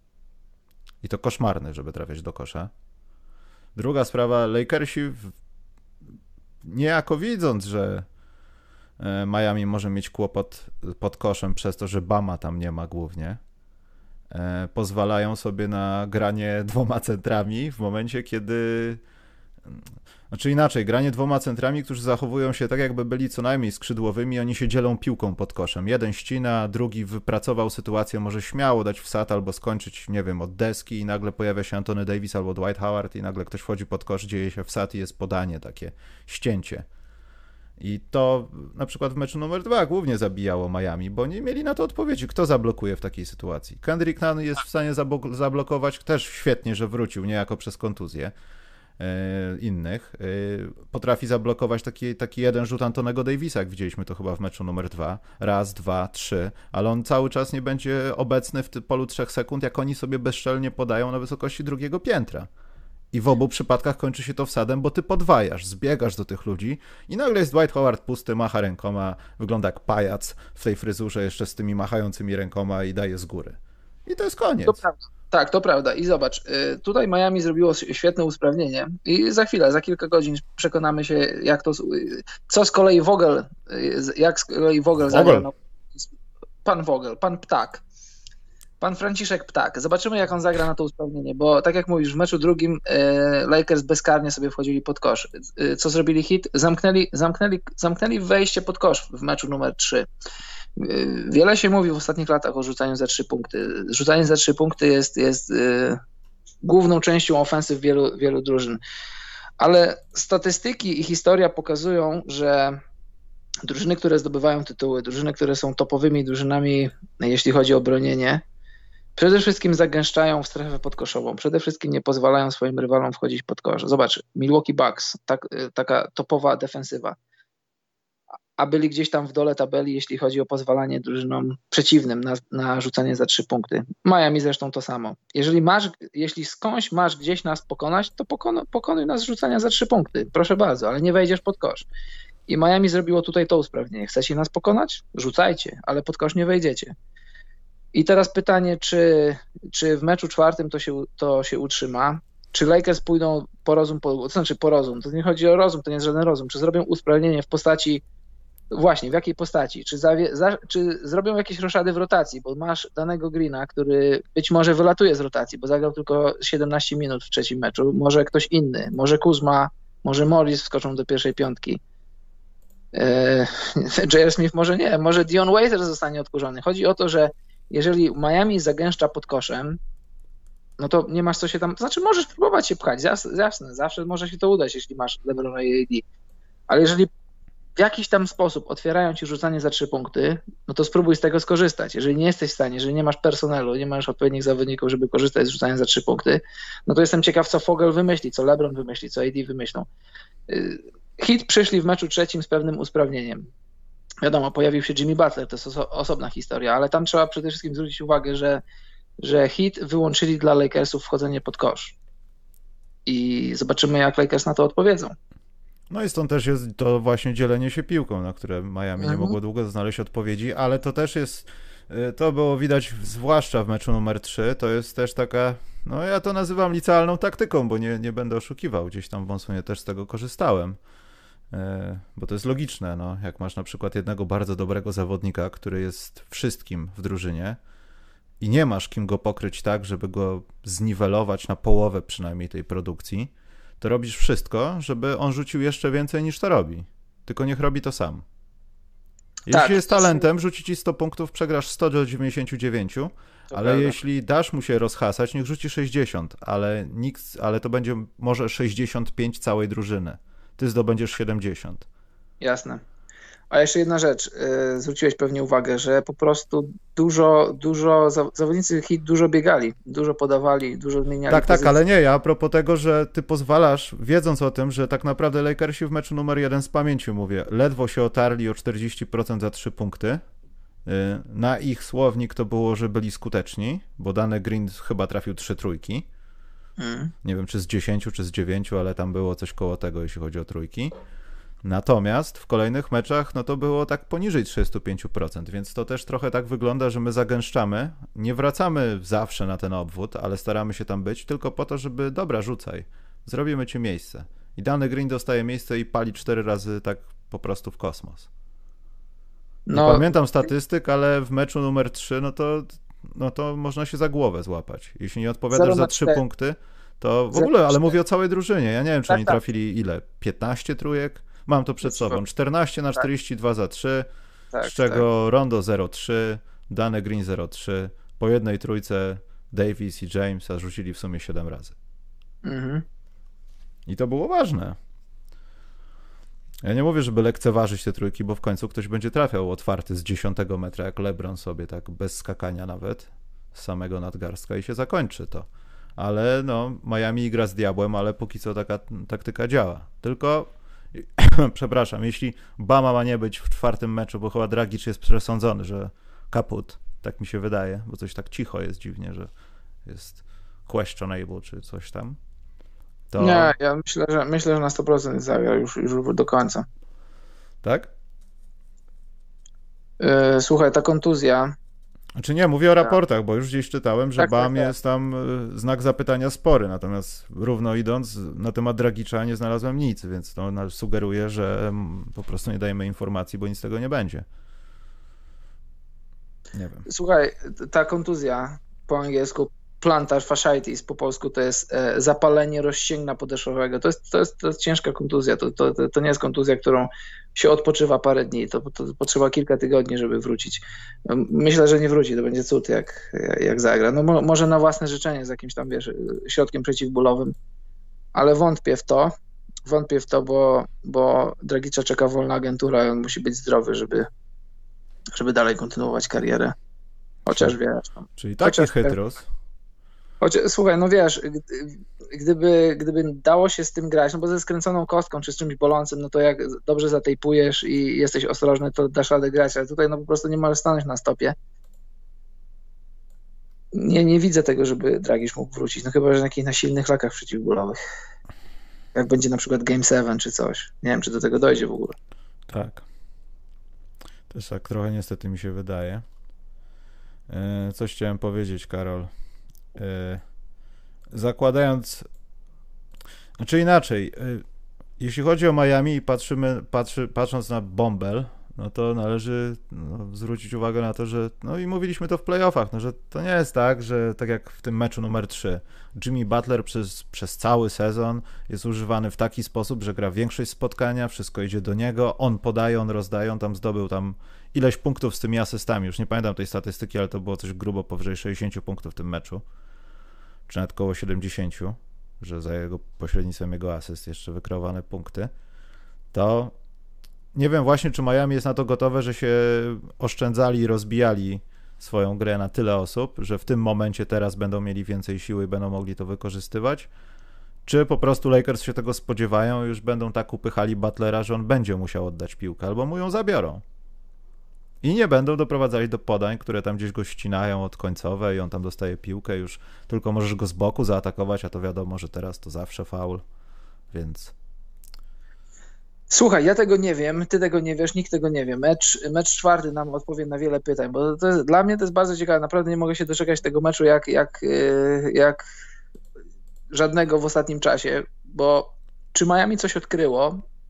I to koszmarny, żeby trafiać do kosza. Druga sprawa, Lakersi w... niejako widząc, że Miami może mieć kłopot pod koszem przez to, że Bama tam nie ma głównie. E, pozwalają sobie na granie dwoma centrami w momencie, kiedy... Znaczy inaczej, granie dwoma centrami, którzy zachowują się tak, jakby byli co najmniej skrzydłowymi, oni się dzielą piłką pod koszem. Jeden ścina, drugi wypracował sytuację, może śmiało dać wsad albo skończyć, nie wiem, od deski i nagle pojawia się Anthony Davis albo Dwight Howard i nagle ktoś wchodzi pod kosz, dzieje się wsad i jest podanie, takie ścięcie. I to na przykład w meczu numer dwa głównie zabijało Miami, bo nie mieli na to odpowiedzi. Kto zablokuje w takiej sytuacji? Kendrick Nunn jest w stanie zablokować, też świetnie, że wrócił, niejako przez kontuzję yy, innych. Yy, potrafi zablokować taki, taki jeden rzut Antonego Davisa, jak widzieliśmy to chyba w meczu numer dwa. Raz, dwa, trzy, ale on cały czas nie będzie obecny w polu trzech sekund, jak oni sobie bezczelnie podają na wysokości drugiego piętra. I w obu przypadkach kończy się to wsadem, bo ty podwajasz, zbiegasz do tych ludzi i nagle jest Dwight Howard pusty, macha rękoma, wygląda jak pajac w tej fryzurze jeszcze z tymi machającymi rękoma i daje z góry. I to jest koniec. To prawda. Tak, to prawda. I zobacz, tutaj Miami zrobiło świetne usprawnienie i za chwilę, za kilka godzin przekonamy się, jak to, co z kolei Vogel, jak z kolei Vogel zagrał. No, pan Vogel, pan Ptak. Pan Franciszek Ptak. Zobaczymy, jak on zagra na to usprawnienie, bo tak jak mówisz, w meczu drugim e, Lakers bezkarnie sobie wchodzili pod kosz. E, co zrobili Heat? Zamknęli, zamknęli, zamknęli wejście pod kosz w meczu numer trzy. E, wiele się mówi w ostatnich latach o rzucaniu za trzy punkty. Rzucanie za trzy punkty jest, jest e, główną częścią ofensyw wielu, wielu drużyn. Ale statystyki i historia pokazują, że drużyny, które zdobywają tytuły, drużyny, które są topowymi drużynami, jeśli chodzi o bronienie, przede wszystkim zagęszczają w strefę podkoszową. Przede wszystkim nie pozwalają swoim rywalom wchodzić pod kosz. Zobacz, Milwaukee Bucks, tak, taka topowa defensywa, a byli gdzieś tam w dole tabeli, jeśli chodzi o pozwalanie drużynom przeciwnym na, na rzucanie za trzy punkty. Miami zresztą to samo. Jeżeli masz, jeśli skądś masz gdzieś nas pokonać, to pokonuj, pokonuj nas z rzucania za trzy punkty. Proszę bardzo, ale nie wejdziesz pod kosz. I Miami zrobiło tutaj to usprawnienie. Chcecie nas pokonać? Rzucajcie, ale pod kosz nie wejdziecie. I teraz pytanie, czy, czy w meczu czwartym to się, to się utrzyma? Czy Lakers pójdą po rozum, po, to znaczy po rozum, to nie chodzi o rozum, to nie jest żaden rozum, czy zrobią usprawnienie w postaci, właśnie w jakiej postaci, czy, zawie, za, czy zrobią jakieś roszady w rotacji, bo masz danego Greena, który być może wylatuje z rotacji, bo zagrał tylko siedemnaście minut w trzecim meczu, może ktoś inny, może Kuzma, może Morris wskoczą do pierwszej piątki. J R. Smith może nie, może Dion Waiters zostanie odkurzony. Chodzi o to, że jeżeli Miami zagęszcza pod koszem, no to nie masz co się tam, to znaczy możesz próbować się pchać, jasne, zawsze może się to udać, jeśli masz LeBrona i A D, ale jeżeli w jakiś tam sposób otwierają ci rzucanie za trzy punkty, no to spróbuj z tego skorzystać. Jeżeli nie jesteś w stanie, jeżeli nie masz personelu, nie masz odpowiednich zawodników, żeby korzystać z rzucania za trzy punkty, no to jestem ciekaw, co Vogel wymyśli, co LeBron wymyśli, co A D wymyślą. Heat przyszli w meczu trzecim z pewnym usprawnieniem. Wiadomo, pojawił się Jimmy Butler, to jest oso- osobna historia, ale tam trzeba przede wszystkim zwrócić uwagę, że, że Heat wyłączyli dla Lakersów wchodzenie pod kosz. I zobaczymy, jak Lakers na to odpowiedzą. No i stąd też jest to właśnie dzielenie się piłką, na które Miami mhm. nie mogło długo znaleźć odpowiedzi, ale to też jest, to było widać zwłaszcza w meczu numer trzy, to jest też taka, no ja to nazywam licealną taktyką, bo nie, nie będę oszukiwał, gdzieś tam w Bonsonie też z tego korzystałem. Bo to jest logiczne, no, jak masz na przykład jednego bardzo dobrego zawodnika, który jest wszystkim w drużynie i nie masz kim go pokryć tak, żeby go zniwelować na połowę przynajmniej tej produkcji, to robisz wszystko, żeby on rzucił jeszcze więcej niż to robi. Tylko niech robi to sam. Jeśli tak, jest talentem, rzuci ci sto punktów, przegrasz sto do dziewięćdziesięciu dziewięciu, ale prawda. Jeśli dasz mu się rozhasać, niech rzuci sześćdziesiąt, ale nikt, ale to będzie może sześćdziesiąt pięć całej drużyny. Ty zdobędziesz siedemdziesiąt. Jasne. A jeszcze jedna rzecz, yy, zwróciłeś pewnie uwagę, że po prostu dużo, dużo zawodnicy Heat dużo biegali, dużo podawali, dużo zmieniali Tak, pozycję. tak, ale nie, ja a propos tego, że ty pozwalasz, wiedząc o tym, że tak naprawdę Lakersi w meczu numer jeden z pamięci mówię, ledwo się otarli o czterdzieści procent za trzy punkty. Yy, na ich słownik to było, że byli skuteczni, bo dany Green chyba trafił trzy trójki. Hmm. Nie wiem, czy z dziesięciu, czy z dziewięciu, ale tam było coś koło tego, jeśli chodzi o trójki. Natomiast w kolejnych meczach no to było tak poniżej trzydzieści pięć procent, więc to też trochę tak wygląda, że my zagęszczamy, nie wracamy zawsze na ten obwód, ale staramy się tam być tylko po to, żeby dobra, rzucaj, zrobimy ci miejsce. I dany Green dostaje miejsce i pali cztery razy tak po prostu w kosmos. Nie no, pamiętam statystyk, ale w meczu numer trzy no to, no to można się za głowę złapać. Jeśli nie odpowiadasz za trzy punkty, to w ogóle, ale mówię o całej drużynie. Ja nie wiem, czy tak, oni trafili ile? piętnaście trójek? Mam to przed sobą. czternaście na czterdzieści dwa za trzy, tak, z czego tak. Rondo zero trzy, Dany Green zero trzy, po jednej trójce Davis i James, a rzucili w sumie siedem razy. Mhm. I to było ważne. Ja nie mówię, żeby lekceważyć te trójki, bo w końcu ktoś będzie trafiał otwarty z dziesiątego metra, jak LeBron sobie, tak bez skakania nawet, z samego nadgarstka i się zakończy to. Ale no, Miami gra z diabłem, ale póki co taka taktyka działa. Tylko przepraszam, jeśli Bama ma nie być w czwartym meczu, bo chyba Dragic jest przesądzony, że kaput, tak mi się wydaje, bo coś tak cicho jest dziwnie, że jest questionable czy coś tam. To... Nie, ja myślę, że myślę, że na sto procent zagra już, już do końca. Tak? Yy, słuchaj, ta kontuzja... Znaczy nie, mówię o raportach, bo już gdzieś czytałem, że tak, Bam tak, tak. jest tam znak zapytania spory, natomiast równo idąc na temat Dragicza nie znalazłem nic, więc to sugeruje, że po prostu nie dajemy informacji, bo nic z tego nie będzie. Nie wiem. Słuchaj, ta kontuzja po angielsku plantar fasciitis, po polsku to jest zapalenie rozścięgna podeszwowego. To jest, to jest, to jest ciężka kontuzja, to, to, to nie jest kontuzja, którą się odpoczywa parę dni, to, to potrzeba kilka tygodni, żeby wrócić. Myślę, że nie wróci, to będzie cud, jak, jak zagra. No mo, może na własne życzenie z jakimś tam, wiesz, środkiem przeciwbólowym, ale wątpię w to, wątpię w to, bo, bo Dragicza czeka wolna agentura i on musi być zdrowy, żeby, żeby dalej kontynuować karierę. Chociaż wiesz... Tam, Czyli taki chociaż, chytrus. Choć, słuchaj, no wiesz, gdyby, gdyby dało się z tym grać, no bo ze skręconą kostką czy z czymś bolącym, no to jak dobrze zatejpujesz i jesteś ostrożny, to dasz radę grać, ale tutaj no po prostu nie możesz stanąć na stopie. Nie, nie widzę tego, żeby Dragic mógł wrócić, no chyba, że na jakichś na silnych lakach przeciwbólowych. Jak będzie na przykład Game siedem czy coś. Nie wiem, czy do tego dojdzie w ogóle. Tak. Też tak trochę niestety mi się wydaje. Coś chciałem powiedzieć, Karol. Zakładając, znaczy inaczej, jeśli chodzi o Miami i patrzymy, patrzy, patrząc na bąbel, no to należy no, zwrócić uwagę na to, że, no i mówiliśmy to w playoffach, no, że to nie jest tak, że tak jak w tym meczu numer trzy, Jimmy Butler przez, przez cały sezon jest używany w taki sposób, że gra większość spotkania, wszystko idzie do niego, on podaje, on rozdaje, on tam zdobył tam ileś punktów z tymi asystami, już nie pamiętam tej statystyki, ale to było coś grubo powyżej sześćdziesiąt punktów w tym meczu, czy nawet koło siedemdziesiąt, że za jego pośrednictwem jego asyst jeszcze wykreowane punkty, to nie wiem właśnie, czy Miami jest na to gotowe, że się oszczędzali i rozbijali swoją grę na tyle osób, że w tym momencie teraz będą mieli więcej siły i będą mogli to wykorzystywać, czy po prostu Lakers się tego spodziewają i już będą tak upychali Butlera, że on będzie musiał oddać piłkę, albo mu ją zabiorą. I nie będą doprowadzali do podań, które tam gdzieś go ścinają od końcowej i on tam dostaje piłkę, już tylko możesz go z boku zaatakować, a to wiadomo, że teraz to zawsze faul, więc... Słuchaj, ja tego nie wiem, ty tego nie wiesz, nikt tego nie wie. Mecz, mecz czwarty nam odpowie na wiele pytań, bo to jest, dla mnie to jest bardzo ciekawe. Naprawdę nie mogę się doczekać tego meczu jak, jak, jak żadnego w ostatnim czasie, bo czy Miami coś odkryło,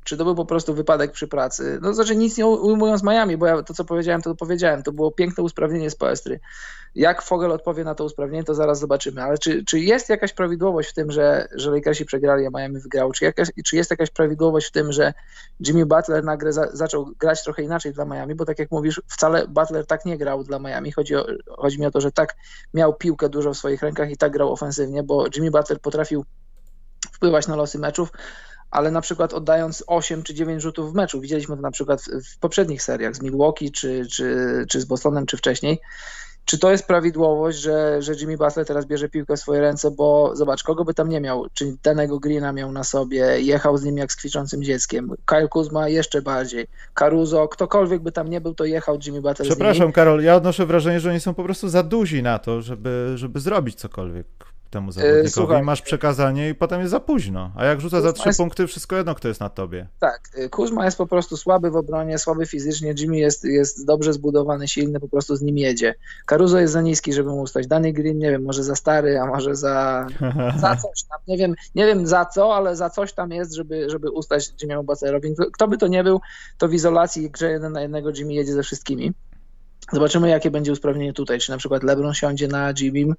czy to był po prostu wypadek przy pracy. No znaczy nic nie ujmując Miami, bo ja to co powiedziałem, to powiedziałem, to było piękne usprawnienie z Spoelstry. Jak Vogel odpowie na to usprawnienie, to zaraz zobaczymy, ale czy, czy jest jakaś prawidłowość w tym, że, że Lakersi przegrali, a Miami wygrał? Czy, jakaś, czy jest jakaś prawidłowość w tym, że Jimmy Butler nagle za, zaczął grać trochę inaczej dla Miami, bo tak jak mówisz, wcale Butler tak nie grał dla Miami. Chodzi, o, chodzi mi o to, że tak miał piłkę dużo w swoich rękach i tak grał ofensywnie, bo Jimmy Butler potrafił wpływać na losy meczów, ale na przykład oddając osiem czy dziewięć rzutów w meczu. Widzieliśmy to na przykład w poprzednich seriach z Milwaukee, czy, czy, czy z Bostonem, czy wcześniej. Czy to jest prawidłowość, że, że Jimmy Butler teraz bierze piłkę w swoje ręce, bo zobacz, kogo by tam nie miał, czy danego Greena miał na sobie, jechał z nim jak z kwiczącym dzieckiem, Kyle Kuzma jeszcze bardziej, Caruso, ktokolwiek by tam nie był, to jechał Jimmy Butler z nimi. Przepraszam, Karol, ja odnoszę wrażenie, że oni są po prostu za duzi na to, żeby, żeby zrobić cokolwiek temu zawodnikowi. Słuchaj, masz przekazanie i potem jest za późno. A jak rzuca za trzy jest... punkty, wszystko jedno, kto jest nad tobie. Tak, Kuzma jest po prostu słaby w obronie, słaby fizycznie, Jimmy jest, jest dobrze zbudowany, silny, po prostu z nim jedzie. Caruso jest za niski, żeby mu ustać. Danny Green, nie wiem, może za stary, a może za, za coś tam. Nie wiem, nie wiem za co, ale za coś tam jest, żeby, żeby ustać Jimmy'emu Butlerowi. Kto by to nie był, to w izolacji grze jeden na jednego Jimmy jedzie ze wszystkimi. Zobaczymy, jakie będzie usprawnienie tutaj. Czy na przykład LeBron siądzie na Jimmym.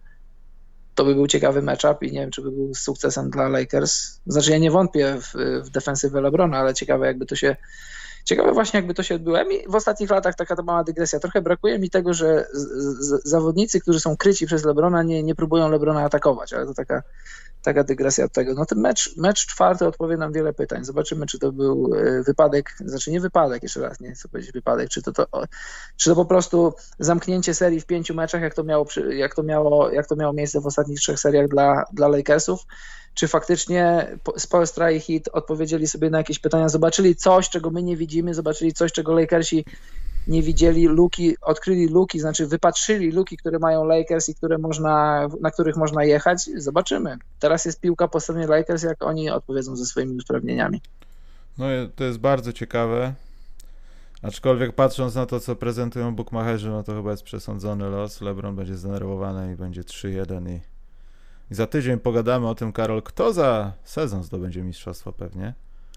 To by był ciekawy matchup i nie wiem, czy by był sukcesem dla Lakers. Znaczy ja nie wątpię w, w defensywę LeBrona, ale ciekawe jakby to się ciekawe właśnie jakby to się odbyło. Mi w ostatnich latach taka to mała dygresja. Trochę brakuje mi tego, że z, z, zawodnicy, którzy są kryci przez LeBrona, nie, nie próbują LeBrona atakować, ale to taka, taka dygresja od tego. No ten mecz, mecz czwarty odpowie nam wiele pytań. Zobaczymy, czy to był wypadek, znaczy nie wypadek, jeszcze raz, nie chcę powiedzieć wypadek, czy to, to, czy to po prostu zamknięcie serii w pięciu meczach, jak to miało, jak to miało, jak to miało miejsce w ostatnich trzech seriach dla, dla Lakersów, czy faktycznie Spoelstra i Heat odpowiedzieli sobie na jakieś pytania, zobaczyli coś, czego my nie widzimy, zobaczyli coś, czego Lakersi nie widzieli, luki, odkryli luki, znaczy wypatrzyli luki, które mają Lakers i które można, na których można jechać. Zobaczymy. Teraz jest piłka po stronie Lakers, jak oni odpowiedzą ze swoimi usprawnieniami. No to jest bardzo ciekawe. Aczkolwiek patrząc na to, co prezentują bookmacherzy, no to chyba jest przesądzony los. LeBron będzie zdenerwowany i będzie trzy jeden i, i za tydzień pogadamy o tym, Karol, kto za sezon zdobędzie mistrzostwo pewnie.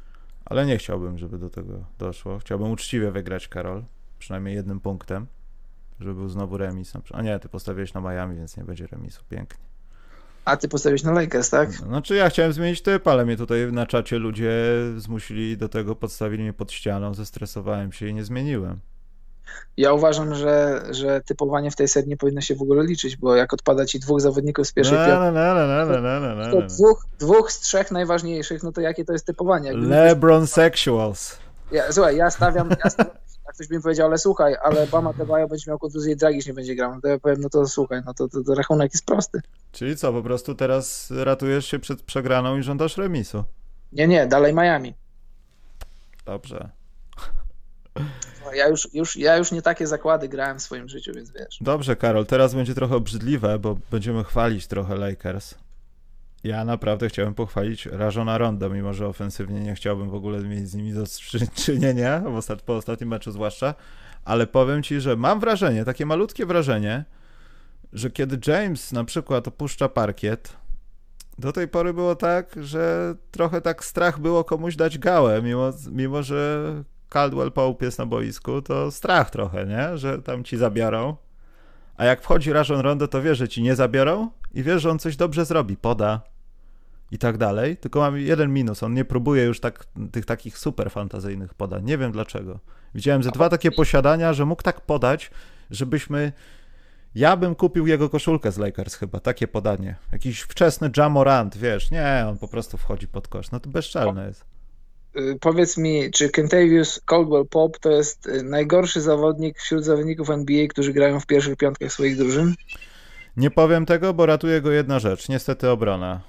Ale nie chciałbym, żeby do tego doszło. Chciałbym uczciwie wygrać, Karol. Przynajmniej jednym punktem, żeby był znowu remis. A nie, ty postawiłeś na Miami, więc nie będzie remisu. Pięknie. A ty postawiłeś na Lakers, tak? Znaczy ja chciałem zmienić typ, ale mnie tutaj na czacie ludzie zmusili do tego, podstawili mnie pod ścianą, zestresowałem się i nie zmieniłem. Ja uważam, że, że typowanie w tej serii nie powinno się w ogóle liczyć, bo jak odpada ci dwóch zawodników z pierwszej piątki, to dwóch, dwóch z trzech najważniejszych, no to jakie to jest typowanie? Jakby LeBron sexuals. Ja, słuchaj, ja stawiam, ja stawiam jak ktoś by mi powiedział, ale słuchaj, ale Bam Adebayo będzie miał kontuzję i Dragic nie będzie grał. No to ja powiem, no to słuchaj, no to, to, to rachunek jest prosty. Czyli co, po prostu teraz ratujesz się przed przegraną i żądasz remisu? Nie, nie, dalej Miami. Dobrze. Ja już, już, ja już nie takie zakłady grałem w swoim życiu, więc wiesz. Dobrze, Karol, teraz będzie trochę obrzydliwe, bo będziemy chwalić trochę Lakers. Ja naprawdę chciałem pochwalić Rajona Ronda, mimo że ofensywnie nie chciałbym w ogóle mieć z nimi do czynienia, po ostatnim meczu zwłaszcza, ale powiem ci, że mam wrażenie, takie malutkie wrażenie, że kiedy James na przykład opuszcza parkiet, do tej pory było tak, że trochę tak strach było komuś dać gałę, mimo, mimo że Caldwell Pope jest na boisku, to strach trochę, nie? Że tam ci zabiorą. A jak wchodzi Rajon Rondo, to wie, że ci nie zabiorą i wie, że on coś dobrze zrobi, poda i tak dalej. Tylko mam jeden minus, on nie próbuje już tak, tych takich super fantazyjnych podań. Nie wiem dlaczego. Widziałem ze dwa takie posiadania, że mógł tak podać, żebyśmy... Ja bym kupił jego koszulkę z Lakers chyba, takie podanie. Jakiś wczesny Ja Morant, wiesz, nie, on po prostu wchodzi pod kosz. No to bezczelne jest. Powiedz mi, czy Kentavious Caldwell-Pope to jest najgorszy zawodnik wśród zawodników N B A, którzy grają w pierwszych piątkach swoich drużyn? Nie powiem tego, bo ratuje go jedna rzecz, niestety obrona.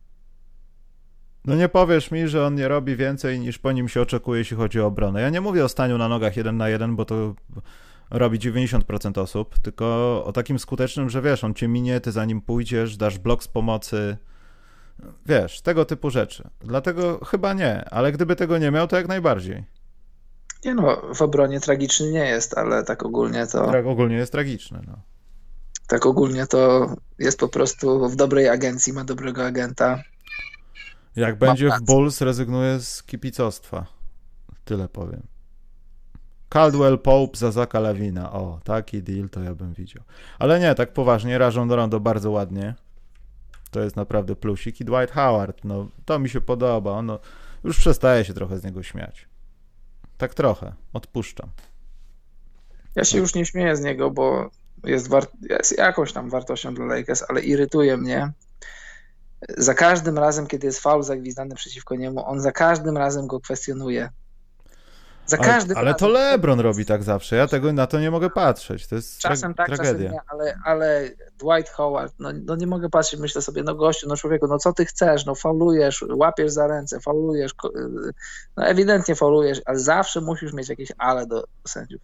No nie powiesz mi, że on nie robi więcej niż po nim się oczekuje, jeśli chodzi o obronę. Ja nie mówię o staniu na nogach jeden na jeden, bo to robi dziewięćdziesiąt procent osób, tylko o takim skutecznym, że wiesz, on cię minie, ty za nim pójdziesz, dasz blok z pomocy, wiesz, tego typu rzeczy. Dlatego chyba nie, ale gdyby tego nie miał, to jak najbardziej. Nie no, w obronie tragiczny nie jest, ale tak ogólnie to... Tak ogólnie jest tragiczny, no. Tak ogólnie to jest po prostu w dobrej agencji, ma dobrego agenta. Jak będzie w Bulls, rezygnuje z kibicostwa. Tyle powiem. Caldwell Pope za Zaka Lavina. O, taki deal to ja bym widział. Ale nie, tak poważnie, Rajon Rondo bardzo ładnie. To jest naprawdę plusik. I Dwight Howard, no to mi się podoba. On już przestaje się trochę z niego śmiać. Tak trochę. Odpuszczam. Ja się już nie śmieję z niego, bo jest, war- jest jakąś tam wartością dla Lakers, ale irytuje mnie. Za każdym razem, kiedy jest faul zagwizdany przeciwko niemu, on za każdym razem go kwestionuje. Za ale, każdym ale razem. to LeBron robi tak zawsze. Ja tego na to nie mogę patrzeć. To jest Czasem tra- tak, tragedia. czasem nie, ale, ale Dwight Howard, no, no nie mogę patrzeć, myślę sobie, no gościu, no człowieku, no co ty chcesz, no faulujesz, łapiesz za ręce, faulujesz, no ewidentnie faulujesz, ale zawsze musisz mieć jakieś ale do sędziów.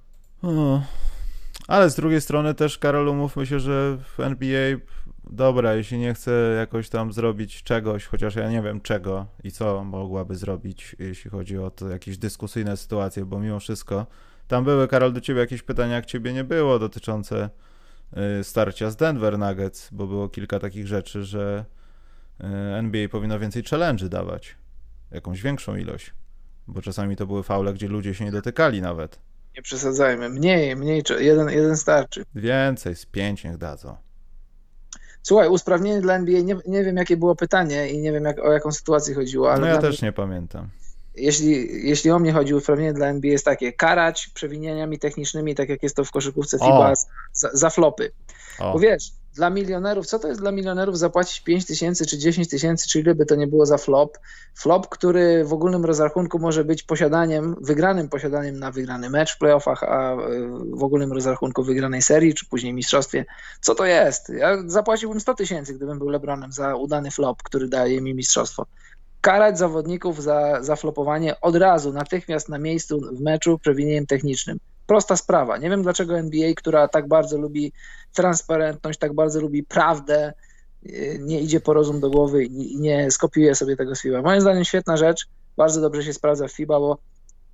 O, ale z drugiej strony też, Karol, umówmy się, że w N B A, dobra, jeśli nie chce jakoś tam zrobić czegoś, chociaż ja nie wiem czego i co mogłaby zrobić, jeśli chodzi o to jakieś dyskusyjne sytuacje, bo mimo wszystko tam były, Karol, do ciebie jakieś pytania, jak ciebie nie było, dotyczące y, starcia z Denver Nuggets, bo było kilka takich rzeczy, że y, N B A powinno więcej challenge'y dawać, jakąś większą ilość, bo czasami to były faule, gdzie ludzie się nie dotykali nawet. Nie przesadzajmy, mniej, mniej, jeden, jeden starczy. Więcej, z pięć niech dadzą. Słuchaj, usprawnienie dla N B A, nie, nie wiem jakie było pytanie i nie wiem jak, o jaką sytuację chodziło, ale No ja dla też mnie, nie pamiętam. jeśli, jeśli o mnie chodzi, usprawnienie dla N B A jest takie, karać przewinieniami technicznymi, tak jak jest to w koszykówce FIBA, za, za flopy. O. Bo wiesz, dla milionerów, co to jest dla milionerów zapłacić pięć tysięcy czy dziesięć tysięcy, czy ile by to nie było za flop? Flop, który w ogólnym rozrachunku może być posiadaniem, wygranym posiadaniem na wygrany mecz w playoffach, a w ogólnym rozrachunku wygranej serii, czy później mistrzostwie. Co to jest? Ja zapłaciłbym sto tysięcy, gdybym był LeBronem za udany flop, który daje mi mistrzostwo. Karać zawodników za, za flopowanie od razu, natychmiast na miejscu w meczu przewinieniem technicznym. Prosta sprawa. Nie wiem dlaczego N B A, która tak bardzo lubi transparentność, tak bardzo lubi prawdę, nie idzie po rozum do głowy i nie skopiuje sobie tego z FIBA. Moim zdaniem świetna rzecz, bardzo dobrze się sprawdza w FIBA, bo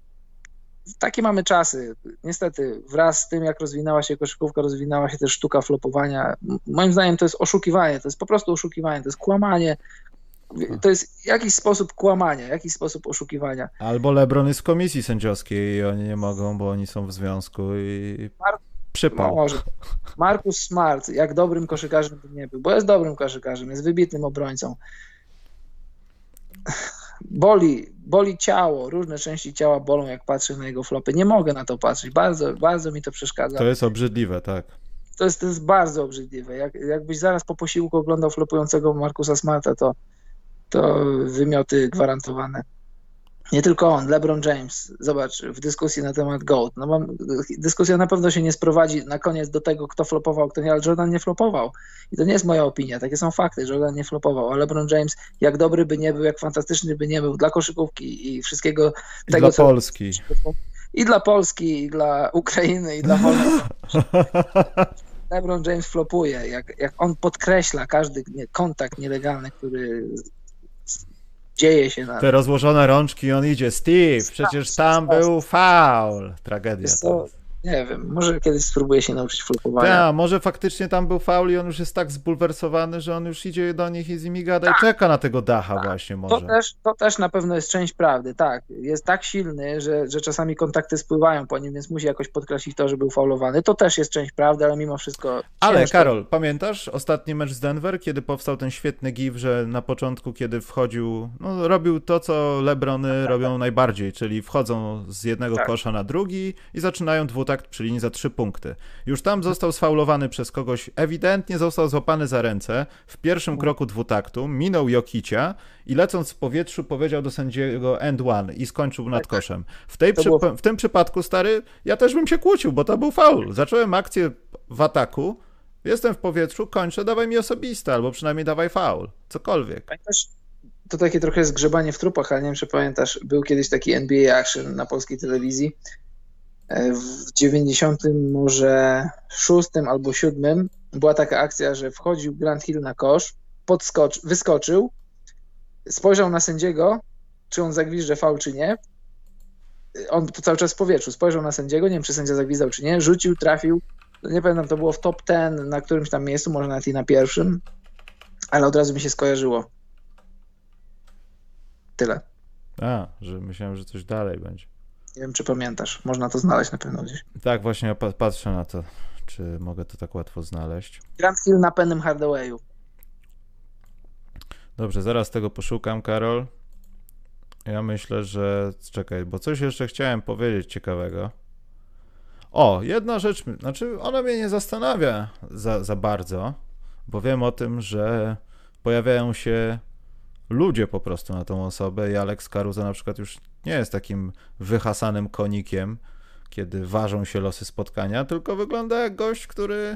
takie mamy czasy. Niestety wraz z tym, jak rozwinęła się koszykówka, rozwinęła się też sztuka flopowania. Moim zdaniem to jest oszukiwanie, to jest po prostu oszukiwanie, to jest kłamanie. To jest jakiś sposób kłamania, jakiś sposób oszukiwania. Albo LeBron jest w komisji sędziowskiej i oni nie mogą, bo oni są w związku i Mar- przypał. No może. Marcus Smart, jak dobrym koszykarzem by nie był, bo jest dobrym koszykarzem, jest wybitnym obrońcą. Boli, boli ciało, różne części ciała bolą, jak patrzę na jego flopy. Nie mogę na to patrzeć, bardzo, bardzo mi to przeszkadza. To jest obrzydliwe, tak. To jest, to jest bardzo obrzydliwe. Jak, jakbyś zaraz po posiłku oglądał flopującego Marcusa Smarta, to to wymioty gwarantowane. Nie tylko on, LeBron James, zobacz, w dyskusji na temat GOAT, no mam, dyskusja na pewno się nie sprowadzi na koniec do tego, kto flopował, kto nie, ale Jordan nie flopował. I to nie jest moja opinia, takie są fakty, Jordan nie flopował, a LeBron James, jak dobry by nie był, jak fantastyczny by nie był dla koszykówki i wszystkiego I tego, dla co... Polski. I dla Polski, i dla Ukrainy, i dla Polski. LeBron James flopuje, jak, jak on podkreśla każdy kontakt nielegalny, który dzieje się na... Te rozłożone rączki, on idzie, Steve, przecież tam był faul. Tragedia to jest. Nie wiem, może kiedyś spróbuję się nauczyć flopowania. Tak, może faktycznie tam był faul i on już jest tak zbulwersowany, że on już idzie do nich i z nimi gada tak. i czeka na tego dacha tak. właśnie może. To też, to też na pewno jest część prawdy, tak. Jest tak silny, że, że czasami kontakty spływają po nim, więc musi jakoś podkreślić to, że był faulowany. To też jest część prawdy, ale mimo wszystko... Ale ciężko. Karol, pamiętasz ostatni mecz z Denver, kiedy powstał ten świetny gif, że na początku, kiedy wchodził, no robił to, co LeBrony tak, robią tak. najbardziej, czyli wchodzą z jednego tak. kosza na drugi i zaczynają dwutakt przy linii za trzy punkty. Już tam został sfaulowany przez kogoś, ewidentnie został złapany za ręce w pierwszym mm. kroku dwutaktu, minął Jokicia i lecąc w powietrzu powiedział do sędziego end one i skończył nad koszem. W, tej przy... było... w tym przypadku, stary, ja też bym się kłócił, bo to był faul. Zacząłem akcję w ataku, jestem w powietrzu, kończę, dawaj mi osobiste, albo przynajmniej dawaj faul. Cokolwiek. Pamiętasz, to takie trochę zgrzebanie w trupach, ale nie wiem, czy pamiętasz, był kiedyś taki N B A Action na polskiej telewizji. W dziewięćdziesiątym może szóstym albo siódmym była taka akcja, że wchodził Grant Hill na kosz, podskocz, wyskoczył, spojrzał na sędziego, czy on zagwizdże faul, czy nie. On to cały czas w powietrzu. Spojrzał na sędziego, nie wiem, czy sędzia zagwizdał, czy nie. Rzucił, trafił. Nie pamiętam, to było w top dziesięć na którymś tam miejscu, może nawet i na pierwszym, ale od razu mi się skojarzyło. Tyle. A, że myślałem, że coś dalej będzie. Nie wiem, czy pamiętasz. Można to znaleźć na pewno gdzieś. Tak, właśnie ja patrzę na to, czy mogę to tak łatwo znaleźć. Grant Hill na Pennym Hardawayu. Dobrze, zaraz tego poszukam, Karol. Ja myślę, że... Czekaj, bo coś jeszcze chciałem powiedzieć ciekawego. O, jedna rzecz, znaczy ona mnie nie zastanawia za, za bardzo, bo wiem o tym, że pojawiają się ludzie po prostu na tą osobę i Alex Caruso na przykład już nie jest takim wyhasanym konikiem, kiedy ważą się losy spotkania, tylko wygląda jak gość, który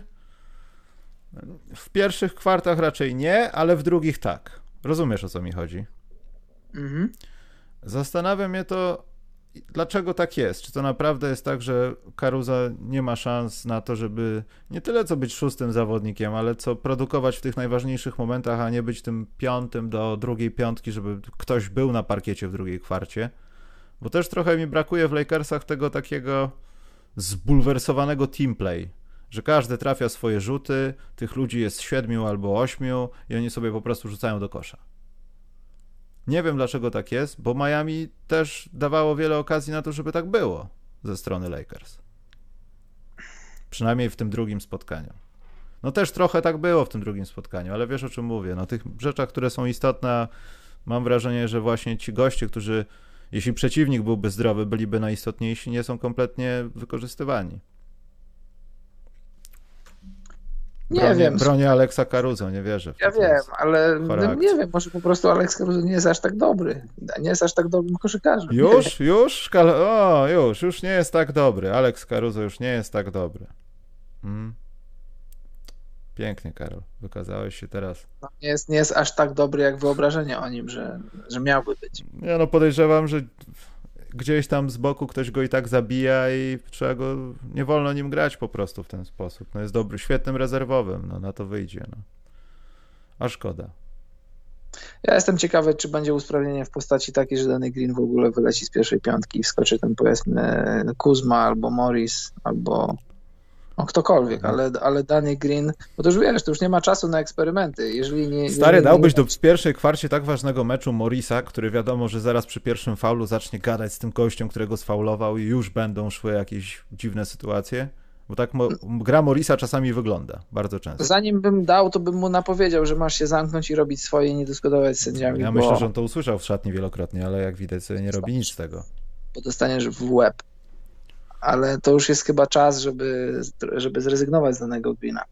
w pierwszych kwartach raczej nie, ale w drugich tak. Rozumiesz, o co mi chodzi? Mhm. Zastanawia mnie to, dlaczego tak jest. Czy to naprawdę jest tak, że Caruso nie ma szans na to, żeby nie tyle co być szóstym zawodnikiem, ale co produkować w tych najważniejszych momentach, a nie być tym piątym do drugiej piątki, żeby ktoś był na parkiecie w drugiej kwarcie. Bo też trochę mi brakuje w Lakersach tego takiego zbulwersowanego teamplay, że każdy trafia swoje rzuty, tych ludzi jest siedmiu albo ośmiu i oni sobie po prostu rzucają do kosza. Nie wiem, dlaczego tak jest, bo Miami też dawało wiele okazji na to, żeby tak było ze strony Lakers. Przynajmniej w tym drugim spotkaniu. No też trochę tak było w tym drugim spotkaniu, ale wiesz, o czym mówię. No tych rzeczach, które są istotne, mam wrażenie, że właśnie ci goście, którzy, jeśli przeciwnik byłby zdrowy, byliby najistotniejsi, nie są kompletnie wykorzystywani. Nie bronię, wiem. Bronię Alexa Caruso, nie wierzę w to. Ja wiem, ale no, nie akcja. wiem, może po prostu Alex Caruso nie jest aż tak dobry. Nie jest aż tak dobrym koszykarzem. Już? Już? O, już. Już nie jest tak dobry. Alex Caruso już nie jest tak dobry. Mm. Pięknie, Karol. Wykazałeś się teraz. No, nie, jest, nie jest aż tak dobry, jak wyobrażenie o nim, że, że miałby być. Ja no podejrzewam, że gdzieś tam z boku ktoś go i tak zabija i trzeba go, nie wolno nim grać po prostu w ten sposób. No jest dobry, świetnym rezerwowym, no na to wyjdzie, no. A szkoda. Ja jestem ciekawy, czy będzie usprawnienie w postaci takiej, że Danny Green w ogóle wyleci z pierwszej piątki i wskoczy ten, powiedzmy, Kuzma albo Morris, albo no, ktokolwiek, ale, ale Danny Green, bo to już wiesz, to już nie ma czasu na eksperymenty. Jeżeli nie, Stary, jeżeli dałbyś nie... do w pierwszej kwarcie tak ważnego meczu Morrisa, który wiadomo, że zaraz przy pierwszym faulu zacznie gadać z tym gościem, którego sfaulował i już będą szły jakieś dziwne sytuacje? Bo tak mo- gra Morrisa czasami wygląda, bardzo często. Zanim bym dał, to bym mu napowiedział, że masz się zamknąć i robić swoje i nie dyskutować z sędziami. Ja bo... myślę, że on to usłyszał w szatni wielokrotnie, ale jak widać sobie nie robi nic z tego. Bo dostaniesz w łeb. Ale to już jest chyba czas, żeby, żeby zrezygnować z danego Greena.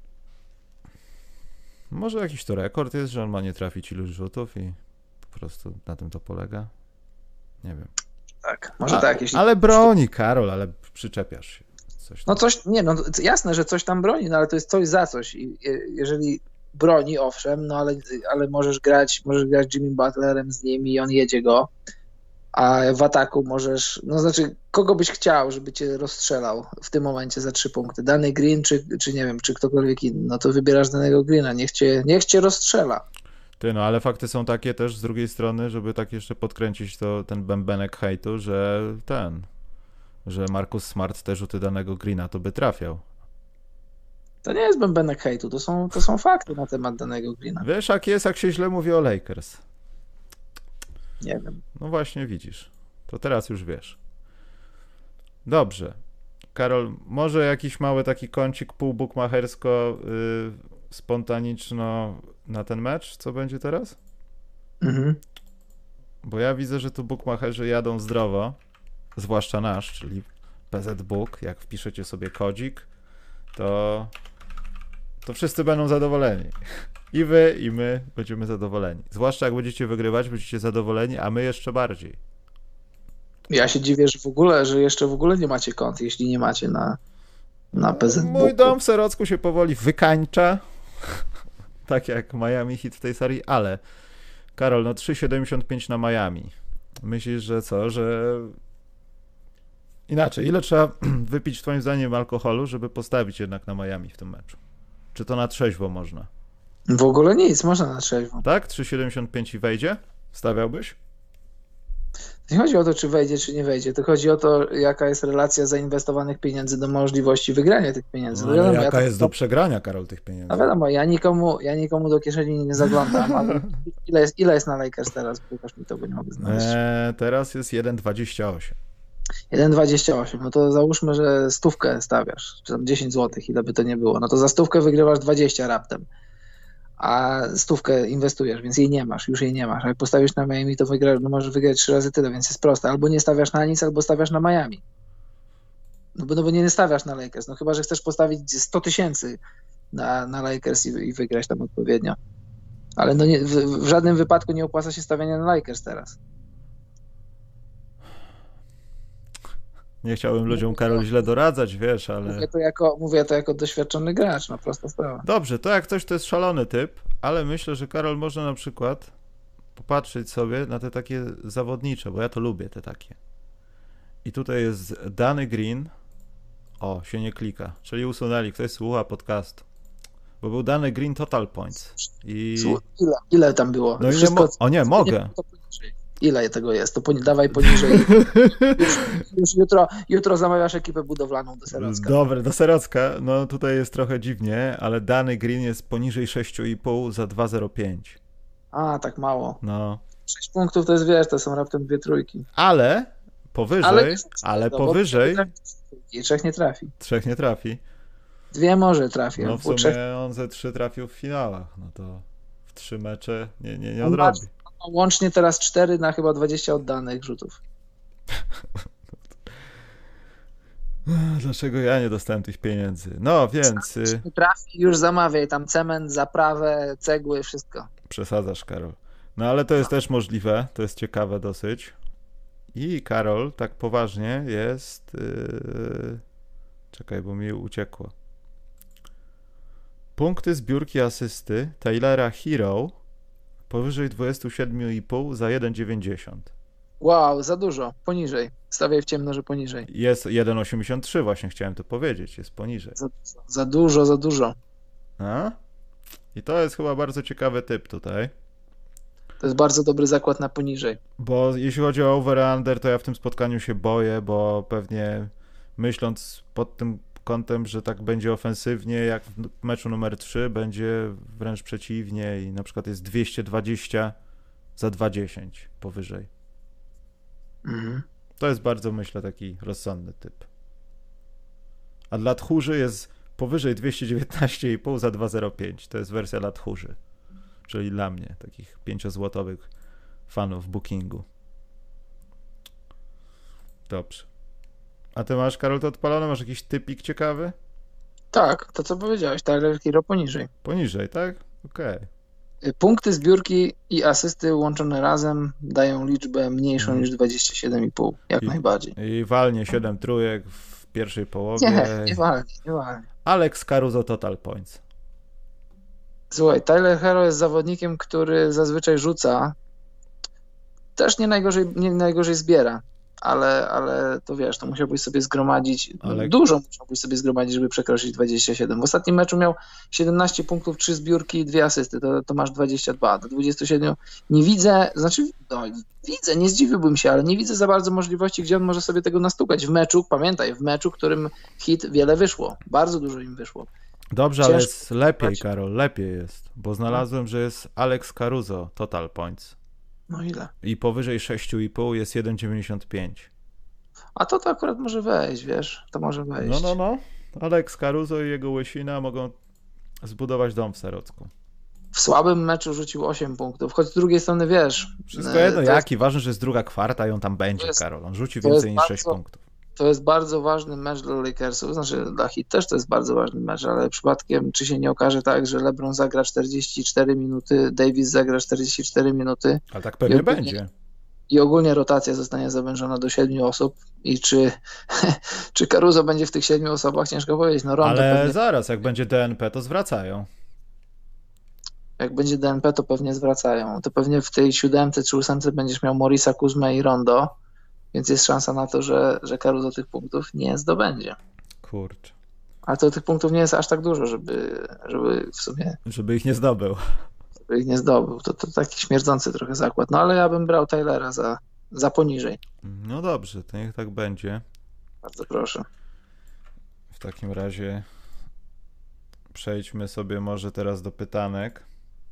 Może jakiś to rekord jest, że on ma nie trafić iluś rzutów i po prostu na tym to polega? Nie wiem. Tak, może A, tak. Jeśli... Ale broni, Karol, ale przyczepiasz się. Coś no coś, nie, no jasne, że coś tam broni, no ale to jest coś za coś. I jeżeli broni, owszem, no ale, ale możesz grać, możesz grać Jimmy Butlerem z nim i on jedzie go, a w ataku możesz, no znaczy, kogo byś chciał, żeby cię rozstrzelał w tym momencie za trzy punkty? Danny Green, czy, czy nie wiem, czy ktokolwiek inny, no to wybierasz danego Greena, niech cię, niech cię rozstrzela. Ty, no ale fakty są takie też z drugiej strony, żeby tak jeszcze podkręcić to, ten bębenek hejtu, że ten, że Marcus Smart te rzuty danego Greena to by trafiał. To nie jest bębenek hejtu, to są, to są fakty na temat danego Greena. Wiesz, jak jest, jak się źle mówi o Lakers? Nie wiem. No właśnie, widzisz. To teraz już wiesz. Dobrze. Karol, może jakiś mały taki kącik półbukmachersko yy, spontaniczno na ten mecz? Co będzie teraz? Mhm. Bo ja widzę, że tu bukmacherzy jadą zdrowo, zwłaszcza nasz, czyli P Z Book. Jak wpiszecie sobie kodzik, to, to wszyscy będą zadowoleni. I wy, i my będziemy zadowoleni. Zwłaszcza jak będziecie wygrywać, będziecie zadowoleni, a my jeszcze bardziej. Ja się dziwię, że w ogóle, że jeszcze w ogóle nie macie kont, jeśli nie macie na, na P Z Booku. Mój dom w Serocku się powoli wykańcza, tak jak Miami Heat w tej serii, ale Karol, no trzy siedemdziesiąt pięć na Miami. Myślisz, że co, że inaczej, ile trzeba wypić twoim zdaniem alkoholu, żeby postawić jednak na Miami w tym meczu? Czy to na trzeźwo można? W ogóle nic, można na trzeźwo. Tak? trzy siedemdziesiąt pięć i wejdzie? Stawiałbyś? Nie chodzi o to, czy wejdzie, czy nie wejdzie. To chodzi o to, jaka jest relacja zainwestowanych pieniędzy do możliwości wygrania tych pieniędzy. No, No wiadomo, ale jaka ja to, jest do przegrania, Karol, tych pieniędzy? no wiadomo, ja nikomu, ja nikomu do kieszeni nie zaglądam, ale ile jest, ile jest na Lakers teraz? Pokaż mi to, bo nie mogę znaleźć. Eee, teraz jest jeden dwadzieścia osiem. jeden dwadzieścia osiem, no to załóżmy, że stówkę stawiasz, czy tam dziesięć złotych, ile by to nie było. No to za stówkę wygrywasz dwadzieścia raptem, a stówkę inwestujesz, więc jej nie masz, już jej nie masz. A jak postawisz na Miami, to wygrasz, no możesz wygrać trzy razy tyle, więc jest proste. Albo nie stawiasz na nic, albo stawiasz na Miami. No bo, no bo nie stawiasz na Lakers, no chyba, że chcesz postawić sto tysięcy na, na Lakers i, i wygrać tam odpowiednio. Ale no nie, w, w żadnym wypadku nie opłaca się stawiania na Lakers teraz. Nie chciałbym ludziom, Karol, źle doradzać, wiesz, ale... Mówię to jako, mówię to jako doświadczony gracz, no prosta sprawa. Dobrze, to jak coś to jest szalony typ, ale myślę, że Karol można na przykład popatrzeć sobie na te takie zawodnicze, bo ja to lubię, te takie. I tutaj jest Danny Green. O, się nie klika, czyli usunęli, ktoś słucha podcastu. Bo był Danny Green Total Points. I... Ile, ile tam było? No Wszystko, ile mo- o nie, mogę. Ile tego jest? To poni- dawaj poniżej. Już, już jutro, jutro zamawiasz ekipę budowlaną do Serocka. Dobre, do Serocka. No tutaj jest trochę dziwnie, ale Danny Green jest poniżej sześć i pół za dwa zero pięć. A, tak mało. No. sześć punktów to jest, wiesz, to są raptem dwie trójki. Ale powyżej, ale, ale no, powyżej... I trzech nie trafi. Trzech nie trafi. Dwie może trafi. No w sumie trzech... on ze trzy trafił w finałach. No to w trzy mecze nie, nie, nie odrobi. Łącznie teraz cztery na chyba dwadzieścia oddanych rzutów. Dlaczego ja nie dostałem tych pieniędzy? No więc... Nie trafi, już zamawiaj tam cement, zaprawę, cegły, wszystko. Przesadzasz, Karol. No ale to jest też możliwe, to jest ciekawe dosyć. I Karol, tak poważnie, jest... Yy... Czekaj, bo mi uciekło. Punkty, zbiórki, asysty Taylora Hero powyżej dwadzieścia siedem i pół za jeden dziewięćdziesiąt. Wow, za dużo. Poniżej. Stawiaj w ciemno, że poniżej. Jest jeden osiemdziesiąt trzy, właśnie chciałem to powiedzieć. Jest poniżej. Za, za dużo, za dużo. A? I to jest chyba bardzo ciekawy typ tutaj. To jest bardzo dobry zakład na poniżej. Bo jeśli chodzi o over-under, to ja w tym spotkaniu się boję, bo pewnie myśląc pod tym kątem, że tak będzie ofensywnie, jak w meczu numer trzy, będzie wręcz przeciwnie i na przykład jest dwieście dwadzieścia za dwadzieścia powyżej. Mhm. To jest bardzo, myślę, taki rozsądny typ. A dla tchórzy jest powyżej dwieście dziewiętnaście i pół za dwa zero pięć. To jest wersja dla tchórzy. Czyli dla mnie, takich pięciozłotowych fanów bookingu. Dobrze. A ty masz, Karol, to odpalone? Masz jakiś typik ciekawy? Tak, to co powiedziałeś, Tyler Hero poniżej. Poniżej, tak? Okej. Okay. Punkty, zbiórki i asysty łączone razem dają liczbę mniejszą hmm. niż dwadzieścia siedem i pół, jak I, najbardziej. I walnie siedem trójek w pierwszej połowie. Nie, nie walnie, nie walnie. Alex Caruso Total Points. Słuchaj, Tyler Hero jest zawodnikiem, który zazwyczaj rzuca, też nie najgorzej, nie najgorzej zbiera, ale, ale to wiesz, to musiałbyś sobie zgromadzić, ale... dużo musiałbyś sobie zgromadzić, żeby przekroczyć dwadzieścia siedem. W ostatnim meczu miał siedemnaście punktów, trzy zbiórki i dwie asysty, to, to masz dwadzieścia dwa. Do dwudziestu siedmiu nie widzę, znaczy no, widzę, nie zdziwiłbym się, ale nie widzę za bardzo możliwości, gdzie on może sobie tego nastukać. W meczu, pamiętaj, w meczu, którym hit wiele wyszło, bardzo dużo im wyszło. Dobrze, Ciężko ale jest lepiej, Karol, lepiej jest, bo znalazłem, że jest Alex Caruso Total Points. No ile? I powyżej sześć i pół jest jeden dziewięćdziesiąt pięć. A to to akurat może wejść, wiesz, to może wejść. No, no, no. Alex Caruso i jego łysina mogą zbudować dom w Serocku. W słabym meczu rzucił osiem punktów, choć z drugiej strony, wiesz... Wszystko jedno, jaki, jest... ważne, że jest druga kwarta i on tam będzie, jest... Karol. On rzuci więcej niż bardzo... sześć punktów. To jest bardzo ważny mecz dla Lakersów, znaczy dla Heat też to jest bardzo ważny mecz, ale przypadkiem czy się nie okaże tak, że LeBron zagra czterdzieści cztery minuty, Davis zagra czterdzieści cztery minuty. Ale tak pewnie ogólnie, będzie. I ogólnie rotacja zostanie zawężona do siedmiu osób i czy, czy Caruso będzie w tych siedmiu osobach, ciężko powiedzieć. No, Rondo ale pewnie... zaraz, jak będzie D N P, to zwracają. Jak będzie D N P, to pewnie zwracają. To pewnie w tej siódemce czy ósemce będziesz miał Morisa, Kuzmę i Rondo. Więc jest szansa na to, że, że Caruso tych punktów nie zdobędzie. Kurczę. Ale to tych punktów nie jest aż tak dużo, żeby, żeby w sumie... Żeby ich nie zdobył. Żeby ich nie zdobył. To, to taki śmierdzący trochę zakład. No ale ja bym brał Tylera za, za poniżej. No dobrze, to niech tak będzie. Bardzo proszę. W takim razie przejdźmy sobie może teraz do pytanek.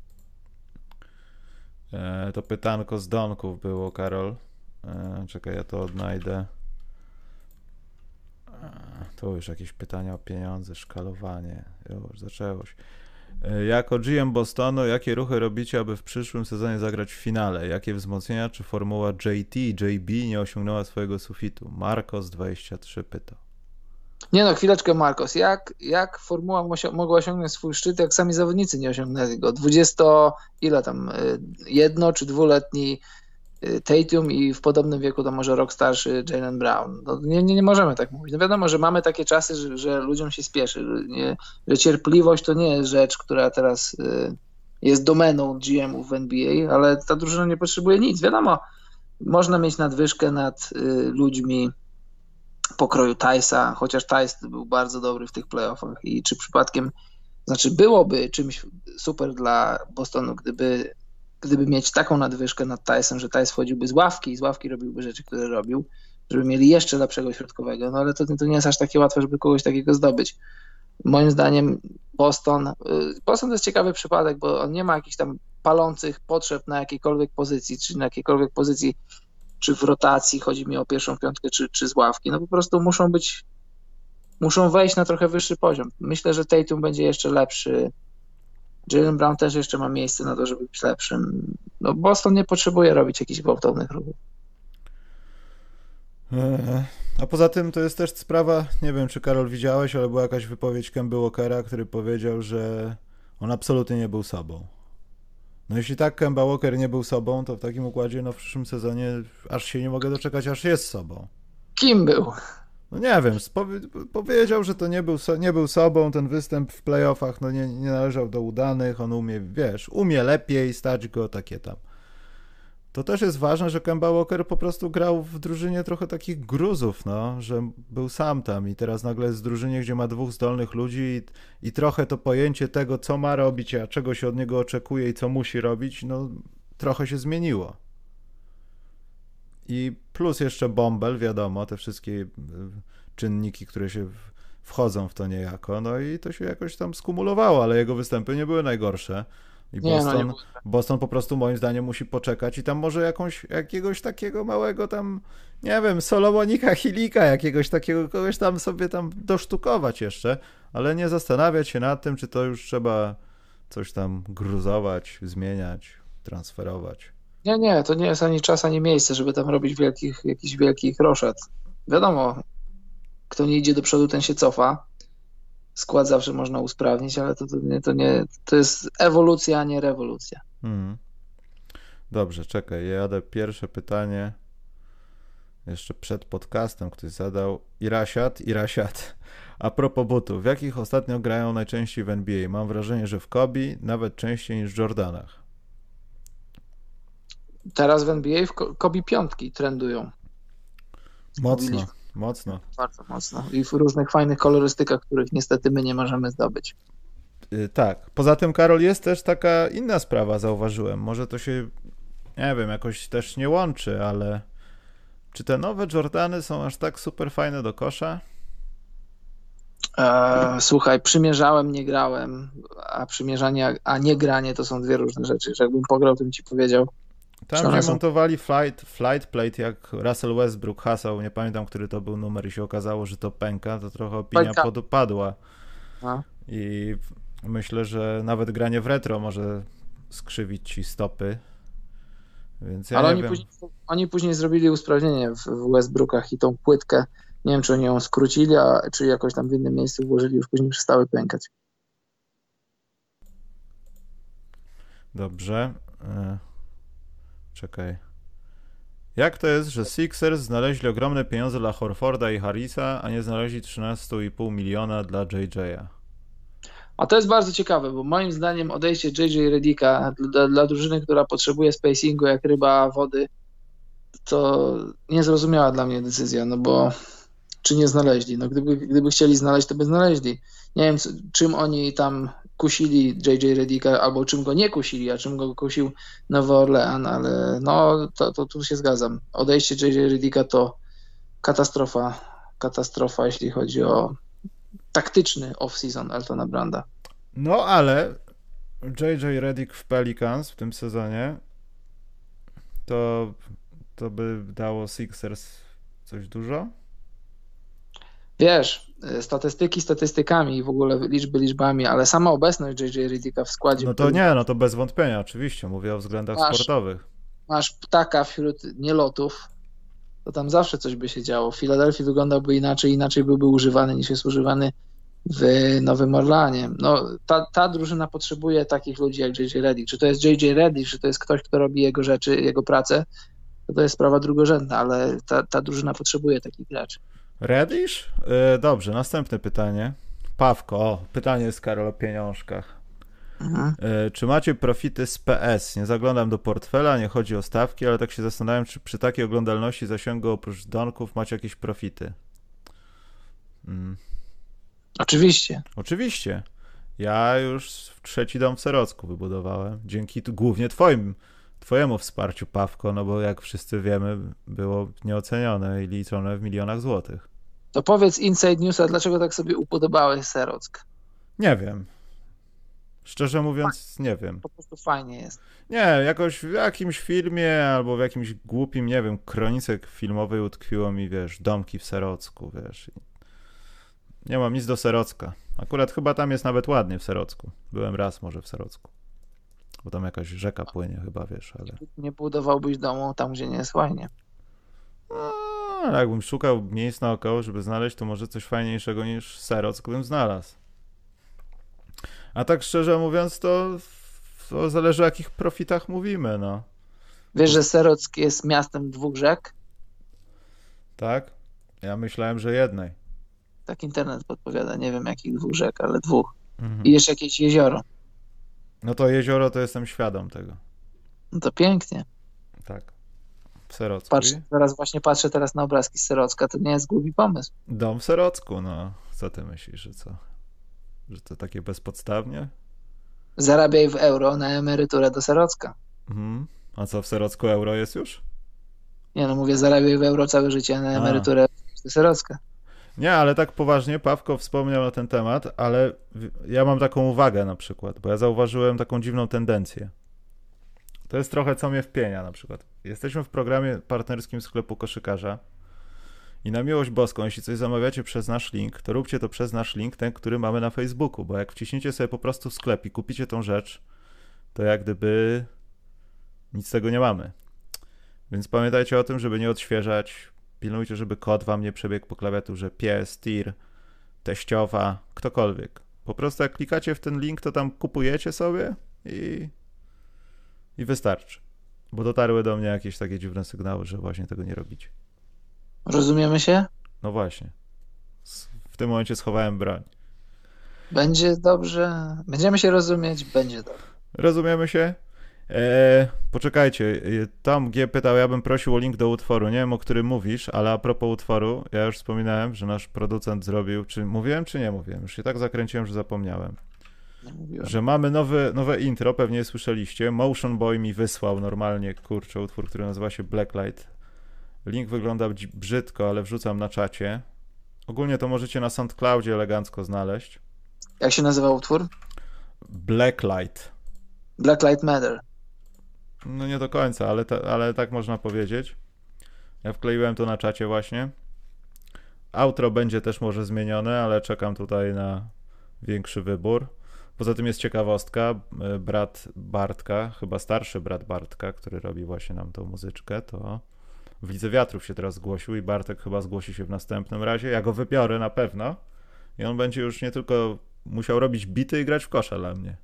E, to pytanko z donków było, Karol. E, czekaj, ja to odnajdę. E, to już jakieś pytania o pieniądze, szkalowanie. Już zaczęło się. E, jako G M Bostonu, jakie ruchy robicie, aby w przyszłym sezonie zagrać w finale? Jakie wzmocnienia, czy formuła J T, J B nie osiągnęła swojego sufitu? Marcos dwadzieścia trzy pyta. Nie no, chwileczkę, Marcos. Jak, jak formuła osią- mogła osiągnąć swój szczyt, jak sami zawodnicy nie osiągnęli go? dwudziesto, ile tam, y, jedno czy dwuletni y, Tatum i w podobnym wieku to może rok starszy Jaylen Brown. No, nie, nie, nie możemy tak mówić. No wiadomo, że mamy takie czasy, że, że ludziom się spieszy, że, nie, że cierpliwość to nie jest rzecz, która teraz y, jest domeną G M-ów w N B A, ale ta drużyna nie potrzebuje nic. Wiadomo, można mieć nadwyżkę nad y, ludźmi pokroju Tysa, chociaż Tys był bardzo dobry w tych playoffach i czy przypadkiem, znaczy byłoby czymś super dla Bostonu, gdyby, gdyby mieć taką nadwyżkę nad Tysem, że Tys wchodziłby z ławki i z ławki robiłby rzeczy, które robił, żeby mieli jeszcze lepszego środkowego, no ale to, to nie jest aż takie łatwe, żeby kogoś takiego zdobyć. Moim zdaniem Boston, Boston to jest ciekawy przypadek, bo on nie ma jakichś tam palących potrzeb na jakiejkolwiek pozycji, czy na jakiejkolwiek pozycji czy w rotacji, chodzi mi o pierwszą piątkę, czy, czy z ławki, no po prostu muszą być, muszą wejść na trochę wyższy poziom. Myślę, że Tatum będzie jeszcze lepszy, Jaylen Brown też jeszcze ma miejsce na to, żeby być lepszym. No Boston nie potrzebuje robić jakichś gwałtownych ruchów. A poza tym to jest też sprawa, nie wiem czy Karol widziałeś, ale była jakaś wypowiedź Kemby Walkera, który powiedział, że on absolutnie nie był sobą. No jeśli tak Kemba Walker nie był sobą, to w takim układzie no w przyszłym sezonie aż się nie mogę doczekać, aż jest sobą. Kim był? No nie wiem, spowie- powiedział, że to nie był, so- nie był sobą, ten występ w playoffach no nie, nie należał do udanych, on umie, wiesz, umie lepiej, stać go, takie tam. To też jest ważne, że Kemba Walker po prostu grał w drużynie trochę takich gruzów, no, że był sam tam i teraz nagle jest w drużynie, gdzie ma dwóch zdolnych ludzi i, i trochę to pojęcie tego, co ma robić, a czego się od niego oczekuje i co musi robić, no trochę się zmieniło. I plus jeszcze bąbel, wiadomo, te wszystkie czynniki, które się w, wchodzą w to niejako, no i to się jakoś tam skumulowało, ale jego występy nie były najgorsze. I Nie, Boston, no nie Boston po prostu moim zdaniem musi poczekać i tam może jakąś, jakiegoś takiego małego tam, nie wiem, Solomonika Hilika, jakiegoś takiego kogoś tam sobie tam dosztukować jeszcze, ale nie zastanawiać się nad tym, czy to już trzeba coś tam gruzować, zmieniać, transferować. Nie, nie, to nie jest ani czas, ani miejsce, żeby tam robić wielkich, jakichś wielkich roszad. Wiadomo, kto nie idzie do przodu, ten się cofa. Skład zawsze można usprawnić, ale to, to, nie, to, nie, to jest ewolucja, a nie rewolucja. Hmm. Dobrze, czekaj, ja jadę pierwsze pytanie jeszcze przed podcastem, ktoś zadał. Irasiat, Irasiat. A propos butów, w jakich ostatnio grają najczęściej w N B A? Mam wrażenie, że w Kobe nawet częściej niż w Jordanach. Teraz w N B A w Kobe piątki trendują. Mocno, mocno. Bardzo mocno. I w różnych fajnych kolorystykach, których niestety my nie możemy zdobyć. Yy, tak. Poza tym, Karol, jest też taka inna sprawa, zauważyłem. Może to się, nie wiem, jakoś też nie łączy, ale czy te nowe Jordany są aż tak super fajne do kosza? Eee, słuchaj, przymierzałem, nie grałem, a przymierzanie, a nie granie to są dwie różne rzeczy. Że jakbym pograł, to bym ci powiedział. Tam gdzie są... montowali flight, flight plate, jak Russell Westbrook hasał, nie pamiętam, który to był numer i się okazało, że to pęka, to trochę opinia podpadła. A? I myślę, że nawet granie w retro może skrzywić ci stopy. Więc ja Ale nie oni, wiem. Później, oni później zrobili usprawnienie w, w Westbrookach i tą płytkę, nie wiem, czy oni ją skrócili, a czy jakoś tam w innym miejscu włożyli, już później przestały pękać. Dobrze. Czekaj. Jak to jest, że Sixers znaleźli ogromne pieniądze dla Horforda i Harrisa, a nie znaleźli trzynaście i pół miliona dla J J a? A to jest bardzo ciekawe, bo moim zdaniem odejście J J Redicka dla, dla drużyny, która potrzebuje spacingu jak ryba wody, to niezrozumiała dla mnie decyzja, no bo czy nie znaleźli? No gdyby, gdyby chcieli znaleźć, to by znaleźli. Nie wiem, czym oni tam kusili J J Redicka, albo czym go nie kusili, a czym go kusił Nowy Orlean, ale no to, to tu się zgadzam. Odejście J J Redicka to katastrofa, katastrofa, jeśli chodzi o taktyczny off-season Eltona Branda. No ale J J Redick w Pelicans w tym sezonie to, to by dało Sixers coś dużo? Wiesz, statystyki statystykami i w ogóle liczby liczbami, ale sama obecność J J Redicka w składzie... No to nie, no to bez wątpienia, oczywiście, mówię o względach masz, sportowych. Masz ptaka wśród nielotów, to tam zawsze coś by się działo. W Filadelfii wyglądałby inaczej, inaczej byłby używany niż jest używany w Nowym Orleanie. No, ta, ta drużyna potrzebuje takich ludzi jak J J Redick. Czy to jest J J Redick, czy to jest ktoś, kto robi jego rzeczy, jego pracę, to, to jest sprawa drugorzędna, ale ta, ta drużyna potrzebuje takich graczy. Reddish? Yy, dobrze, następne pytanie. Pawko, o, pytanie z Karol o pieniążkach. Mhm. Yy, czy macie profity z P S? Nie zaglądam do portfela, nie chodzi o stawki, ale tak się zastanawiam, czy przy takiej oglądalności zasięgu oprócz donków macie jakieś profity? Hmm. Oczywiście. Oczywiście. Ja już trzeci dom w Serocku wybudowałem. Dzięki tu, głównie twoim, twojemu wsparciu, Pawko, no bo jak wszyscy wiemy, było nieocenione i liczone w milionach złotych. To powiedz Inside Newsa, dlaczego tak sobie upodobałeś Serock? Nie wiem. Szczerze mówiąc, nie wiem. Po prostu fajnie jest. Nie, jakoś w jakimś filmie albo w jakimś głupim, nie wiem, kronice filmowej utkwiło mi, wiesz, domki w Serocku, wiesz. Nie mam nic do Serocka. Akurat chyba tam jest nawet ładnie w Serocku. Byłem raz może w Serocku. Bo tam jakaś rzeka płynie chyba, wiesz, ale... Nie budowałbyś domu tam, gdzie nie jest fajnie. No, ale jakbym szukał miejsc naokoło, żeby znaleźć, to może coś fajniejszego niż Serock bym znalazł. A tak szczerze mówiąc, to, to zależy o jakich profitach mówimy, no. Wiesz, że Serock jest miastem dwóch rzek? Tak? Ja myślałem, że jednej. Tak internet podpowiada, nie wiem jakich dwóch rzek, ale dwóch. Mhm. I jeszcze jakieś jezioro. No to jezioro, to jestem świadom tego. No to pięknie. Tak. W Serocku. Patrz, teraz właśnie patrzę teraz na obrazki z Serocka, to nie jest głupi pomysł. Dom w Serocku, no. Co ty myślisz, że co? Że to takie bezpodstawnie? Zarabiaj w euro na emeryturę do Serocka. Mhm. A co, w Serocku euro jest już? Nie no, mówię, zarabiaj w euro całe życie na emeryturę A. do Serocka. Nie, ale tak poważnie, Pawko wspomniał na ten temat, ale ja mam taką uwagę na przykład, bo ja zauważyłem taką dziwną tendencję. To jest trochę co mnie wpienia na przykład. Jesteśmy w programie partnerskim sklepu koszykarza i na miłość boską, jeśli coś zamawiacie przez nasz link, to róbcie to przez nasz link, ten, który mamy na Facebooku, bo jak wciśniecie sobie po prostu w sklep i kupicie tą rzecz, to jak gdyby nic z tego nie mamy. Więc pamiętajcie o tym, żeby nie odświeżać. Pilnujcie, żeby kod wam nie przebiegł po klawiaturze, pies, tir, teściowa, ktokolwiek. Po prostu jak klikacie w ten link, to tam kupujecie sobie i, i wystarczy. Bo dotarły do mnie jakieś takie dziwne sygnały, że właśnie tego nie robicie. Rozumiemy się? No właśnie. W tym momencie schowałem broń. Będzie dobrze. Będziemy się rozumieć, będzie dobrze. Rozumiemy się? Eee, poczekajcie, Tom G pytał, ja bym prosił o link do utworu, nie wiem o którym mówisz, ale a propos utworu, ja już wspominałem, że nasz producent zrobił, czy mówiłem, czy nie mówiłem, już się tak zakręciłem, że zapomniałem, że mamy nowy, nowe intro, pewnie słyszeliście, Motion Boy mi wysłał normalnie, kurczę, utwór, który nazywa się Blacklight, link wygląda brzydko, ale wrzucam na czacie, ogólnie to możecie na SoundCloudzie elegancko znaleźć. Jak się nazywa utwór? Blacklight. Black Lives Matter. No nie do końca, ale, ta, ale tak można powiedzieć. Ja wkleiłem to na czacie właśnie. Outro będzie też może zmienione, ale czekam tutaj na większy wybór. Poza tym jest ciekawostka, brat Bartka, chyba starszy brat Bartka, który robi właśnie nam tą muzyczkę, to w Lidze Wiatrów się teraz zgłosił i Bartek chyba zgłosi się w następnym razie. Ja go wybiorę na pewno i on będzie już nie tylko musiał robić bity i grać w kosza dla mnie.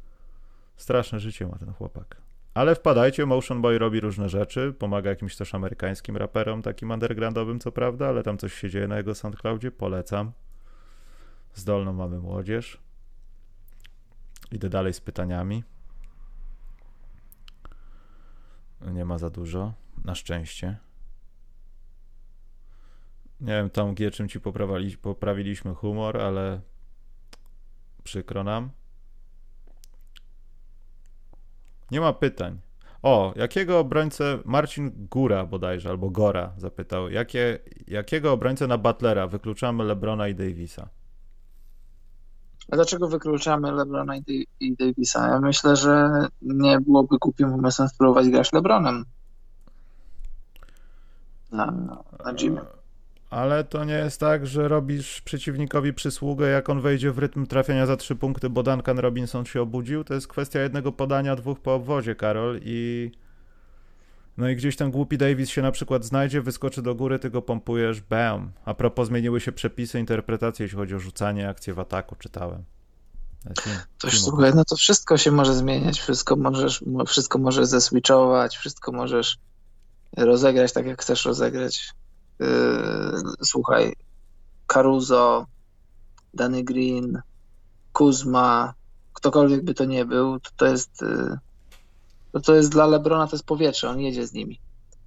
Straszne życie ma ten chłopak. Ale wpadajcie, Motion Boy robi różne rzeczy, pomaga jakimś też amerykańskim raperom, takim undergroundowym co prawda, ale tam coś się dzieje na jego SoundCloudzie, polecam. Zdolną mamy młodzież. Idę dalej z pytaniami. Nie ma za dużo, na szczęście. Nie wiem, Tom G, czym ci poprawili, poprawiliśmy humor, ale przykro nam. Nie ma pytań. O, jakiego obrońcę, Marcin Góra bodajże, albo Gora zapytał, jakie, jakiego obrońcę na Butlera wykluczamy LeBrona i Davisa? A dlaczego wykluczamy LeBrona i, i Davisa? Ja myślę, że nie byłoby głupim pomysłem spróbować grać LeBronem na, na gymie. Ale to nie jest tak, że robisz przeciwnikowi przysługę, jak on wejdzie w rytm trafiania za trzy punkty, bo Duncan Robinson się obudził. To jest kwestia jednego podania, dwóch po obwodzie, Karol. I no i gdzieś ten głupi Davis się na przykład znajdzie, wyskoczy do góry, ty go pompujesz, bam. A propos, zmieniły się przepisy, interpretacje, jeśli chodzi o rzucanie, akcje w ataku, czytałem. To słuchaj, no to wszystko się może zmieniać, wszystko możesz, wszystko możesz zeswitchować, wszystko możesz rozegrać tak, jak chcesz rozegrać. Słuchaj, Caruso, Danny Green, Kuzma, ktokolwiek by to nie był, to, to jest to, to jest dla LeBrona, to jest powietrze, on jedzie z nimi.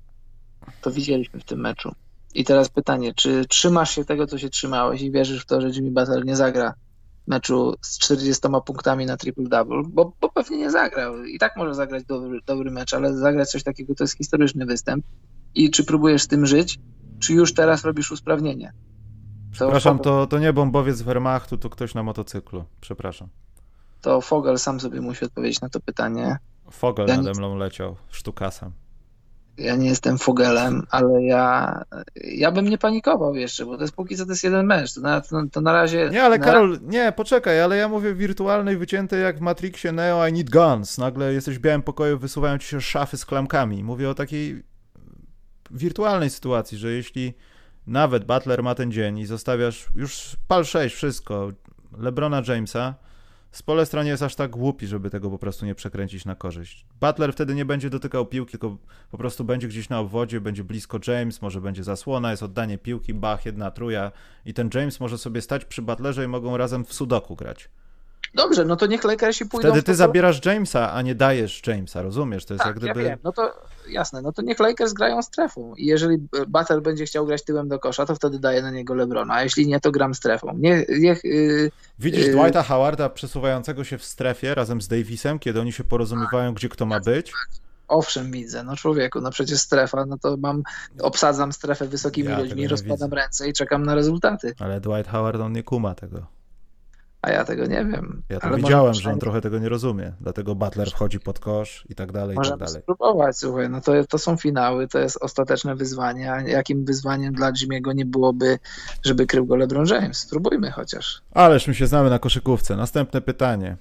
To widzieliśmy w tym meczu. I teraz pytanie, czy trzymasz się tego, co się trzymałeś i wierzysz w to, że Jimmy Butler nie zagra meczu z czterdziestoma punktami na triple-double, bo, bo pewnie nie zagrał. I tak może zagrać dobry, dobry mecz, ale zagrać coś takiego to jest historyczny występ. I czy próbujesz z tym żyć, czy już teraz robisz usprawnienie? To Przepraszam, Fogel, to, to nie bombowiec z Wehrmachtu, to ktoś na motocyklu. Przepraszam. To Fogel sam sobie musi odpowiedzieć na to pytanie. Fogel ja nade nie, mną leciał, sztukasem. Ja nie jestem Fogelem, ale ja, ja bym nie panikował jeszcze, bo to jest póki co to jest jeden mecz. To na, to, to na razie... Nie, ale na... Karol, nie, poczekaj, ale ja mówię wirtualnej, wyciętej jak w Matrixie Neo, I need guns. Nagle jesteś w białym pokoju, wysuwają ci się szafy z klamkami. Mówię o takiej wirtualnej sytuacji, że jeśli nawet Butler ma ten dzień i zostawiasz już pal sześć, wszystko, LeBrona Jamesa, Spoelstra nie jest aż tak głupi, żeby tego po prostu nie przekręcić na korzyść. Butler wtedy nie będzie dotykał piłki, tylko po prostu będzie gdzieś na obwodzie, będzie blisko James, może będzie zasłona, jest oddanie piłki, bach, jedna truja i ten James może sobie stać przy Butlerze i mogą razem w sudoku grać. Dobrze, no to niech Lakersi pójdą... Wtedy ty to, zabierasz Jamesa, a nie dajesz Jamesa, rozumiesz? To jest tak, jak gdyby... ja wiem. No to jasne, no to niech Lakers grają strefą i jeżeli Butler będzie chciał grać tyłem do kosza, to wtedy daję na niego LeBrona, a jeśli nie, to gram strefą. Nie, niech, yy, Widzisz yy... Dwighta Howarda przesuwającego się w strefie razem z Davisem, kiedy oni się porozumiewają, gdzie kto ma być? Owszem, widzę. No człowieku, no przecież strefa, no to mam, obsadzam strefę wysokimi Ja ludźmi, rozkładam widzę. ręce i czekam na rezultaty. Ale Dwight Howard, on nie kuma tego. A ja tego nie wiem. Ja to ale widziałem, że on trochę tego nie rozumie. Dlatego Butler wchodzi pod kosz i tak dalej, i tak Możemy dalej. spróbować, słuchaj, no to, to są finały, to jest ostateczne wyzwanie, a jakim wyzwaniem dla Jimmy'ego nie byłoby, żeby krył go LeBron James? Spróbujmy chociaż. Ależ my się znamy na koszykówce. Następne pytanie.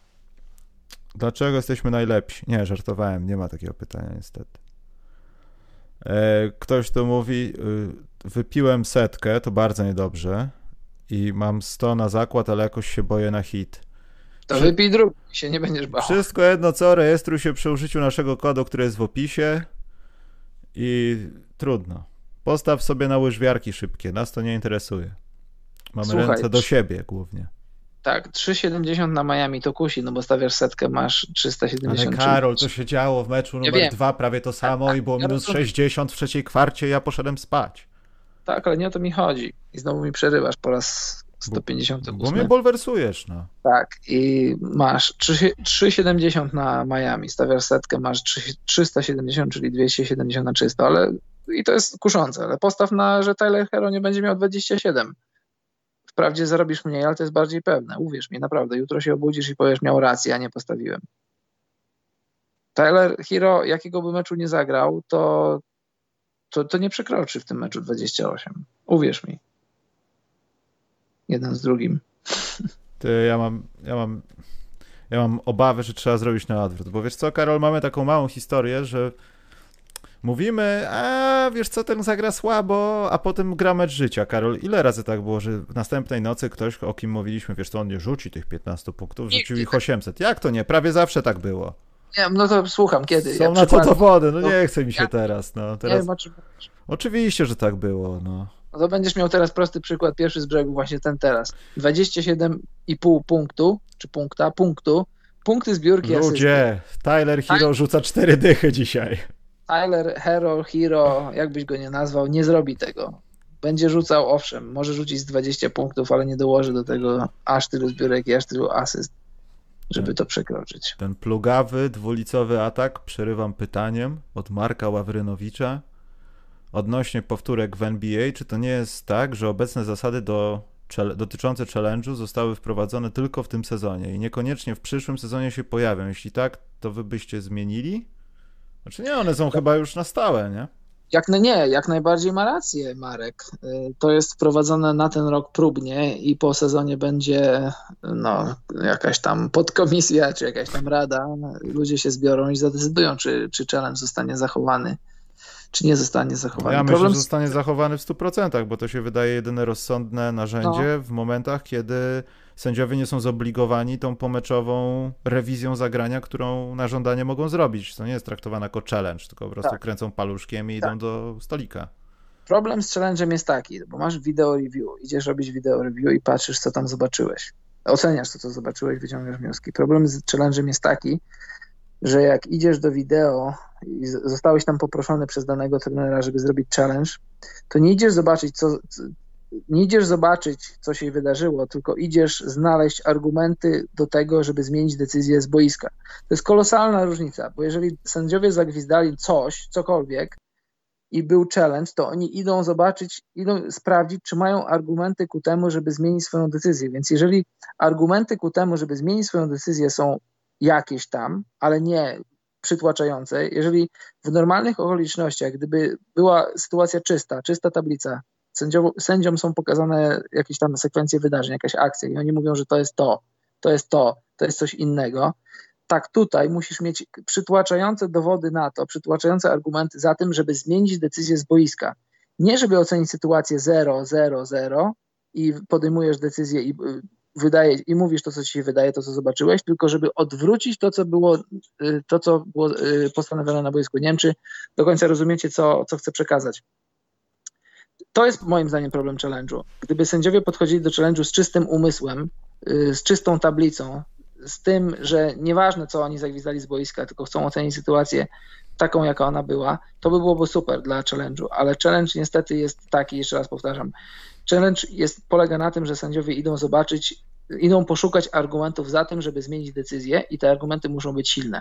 Dlaczego jesteśmy najlepsi? Nie, żartowałem, nie ma takiego pytania niestety. E, ktoś tu mówi, y, wypiłem setkę, to bardzo niedobrze i mam sto na zakład, ale jakoś się boję na hit. To Wszy... wypij drugi, się nie będziesz bał. Wszystko jedno co, rejestruj się przy użyciu naszego kodu, który jest w opisie i trudno. Postaw sobie na łyżwiarki szybkie, nas to nie interesuje. Mamy Słuchaj, ręce do siebie głównie. Tak, trzy siedemdziesiąt na Miami to kusi, no bo stawiasz setkę, masz trzysta siedemdziesiąt. Ale Karol, to się działo w meczu numer ja dwa, prawie to samo i było minus sześćdziesiąt w trzeciej kwarcie, ja poszedłem spać. Tak, ale nie o to mi chodzi. I znowu mi przerywasz po raz sto pięćdziesiąty ósmy. Bo mnie bulwersujesz, no. Tak, i masz trzy siedemdziesiąt na Miami, stawiasz setkę, masz trzysta siedemdziesiąt, czyli dwieście siedemdziesiąt na czysto, ale i to jest kuszące, ale postaw na, że Tyler Hero nie będzie miał dwadzieścia siedem. Wprawdzie zarobisz mniej, ale to jest bardziej pewne. Uwierz mi, naprawdę. Jutro się obudzisz i powiesz, miał rację, a nie postawiłem. Tyler Hero, jakiego by meczu nie zagrał, to, to, to nie przekroczy w tym meczu dwadzieścia osiem. Uwierz mi. Jeden z drugim. Ty, ja mam, ja mam, ja mam obawy, że trzeba zrobić na odwrót. Bo wiesz co, Karol, mamy taką małą historię, że mówimy, a wiesz co, ten zagra słabo, a potem gra mecz życia. Karol, ile razy tak było, że w następnej nocy ktoś, o kim mówiliśmy, wiesz co, on nie rzuci tych piętnastu punktów, rzucił ich osiemset. Jak to nie? Prawie zawsze tak było. Nie, no to słucham, kiedy? Są ja na to dowody, no nie chce mi się ja... teraz. No, teraz... Nie wiem, o czym... Oczywiście, że tak było, no. No to będziesz miał teraz prosty przykład, pierwszy z brzegu, właśnie ten teraz. dwadzieścia siedem i pół punktu, czy punkta, punktu, punkty zbiórki asysty. Ludzie, Tyler Hero rzuca cztery dychy dzisiaj. Tyler Hero, Hero, jakbyś go nie nazwał, nie zrobi tego. Będzie rzucał, owszem, może rzucić z dwadzieścia punktów, ale nie dołoży do tego aż tylu zbiórek i aż tylu asyst. żeby to przekroczyć. Ten plugawy, dwulicowy atak przerywam pytaniem od Marka Ławrynowicza odnośnie powtórek w N B A. Czy to nie jest tak, że obecne zasady do, dotyczące challenge'u zostały wprowadzone tylko w tym sezonie i niekoniecznie w przyszłym sezonie się pojawią? Jeśli tak, to wy byście zmienili? Znaczy nie, one są chyba już na stałe, nie? Jak na nie, jak najbardziej ma rację Marek. To jest wprowadzone na ten rok próbnie i po sezonie będzie no, jakaś tam podkomisja, czy jakaś tam rada. Ludzie się zbiorą i zadecydują, czy, czy challenge zostanie zachowany, czy nie zostanie zachowany. Ja Problem... myślę, że zostanie zachowany w stu procentach, bo to się wydaje jedyne rozsądne narzędzie no. w momentach, kiedy sędziowie nie są zobligowani tą pomeczową rewizją zagrania, którą na żądanie mogą zrobić. To nie jest traktowane jako challenge, tylko po prostu tak. kręcą paluszkiem i tak. idą do stolika. Problem z challenge'em jest taki, bo masz video review, idziesz robić video review i patrzysz, co tam zobaczyłeś. Oceniasz to, co zobaczyłeś, wyciągasz wnioski. Problem z challenge'em jest taki, że jak idziesz do wideo i zostałeś tam poproszony przez danego trenera, żeby zrobić challenge, to nie idziesz zobaczyć, co, nie idziesz zobaczyć, co się wydarzyło, tylko idziesz znaleźć argumenty do tego, żeby zmienić decyzję z boiska. To jest kolosalna różnica, bo jeżeli sędziowie zagwizdali coś, cokolwiek i był challenge, to oni idą zobaczyć, idą sprawdzić, czy mają argumenty ku temu, żeby zmienić swoją decyzję. Więc jeżeli argumenty ku temu, żeby zmienić swoją decyzję są jakieś tam, ale nie przytłaczające. Jeżeli w normalnych okolicznościach, gdyby była sytuacja czysta, czysta tablica, sędzio, sędziom są pokazane jakieś tam sekwencje wydarzeń, jakaś akcja i oni mówią, że to jest to, to jest to, to jest coś innego, tak tutaj musisz mieć przytłaczające dowody na to, przytłaczające argumenty za tym, żeby zmienić decyzję z boiska. Nie żeby ocenić sytuację zero, zero, zero i podejmujesz decyzję i wydaje, i mówisz to, co ci się wydaje, to, co zobaczyłeś, tylko żeby odwrócić to, co było, to, co było postanowione na boisku. Nie wiem, czy do końca rozumiecie, co, co chcę przekazać. To jest moim zdaniem problem challenge'u. Gdyby sędziowie podchodzili do challenge'u z czystym umysłem, z czystą tablicą, z tym, że nieważne, co oni zagwizdali z boiska, tylko chcą ocenić sytuację taką, jaka ona była, to by byłoby super dla challenge'u, ale challenge niestety jest taki, jeszcze raz powtarzam, challenge jest, polega na tym, że sędziowie idą zobaczyć, idą poszukać argumentów za tym, żeby zmienić decyzję i te argumenty muszą być silne.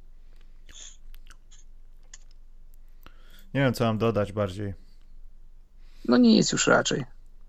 Nie wiem, co mam dodać bardziej. No nie jest już raczej.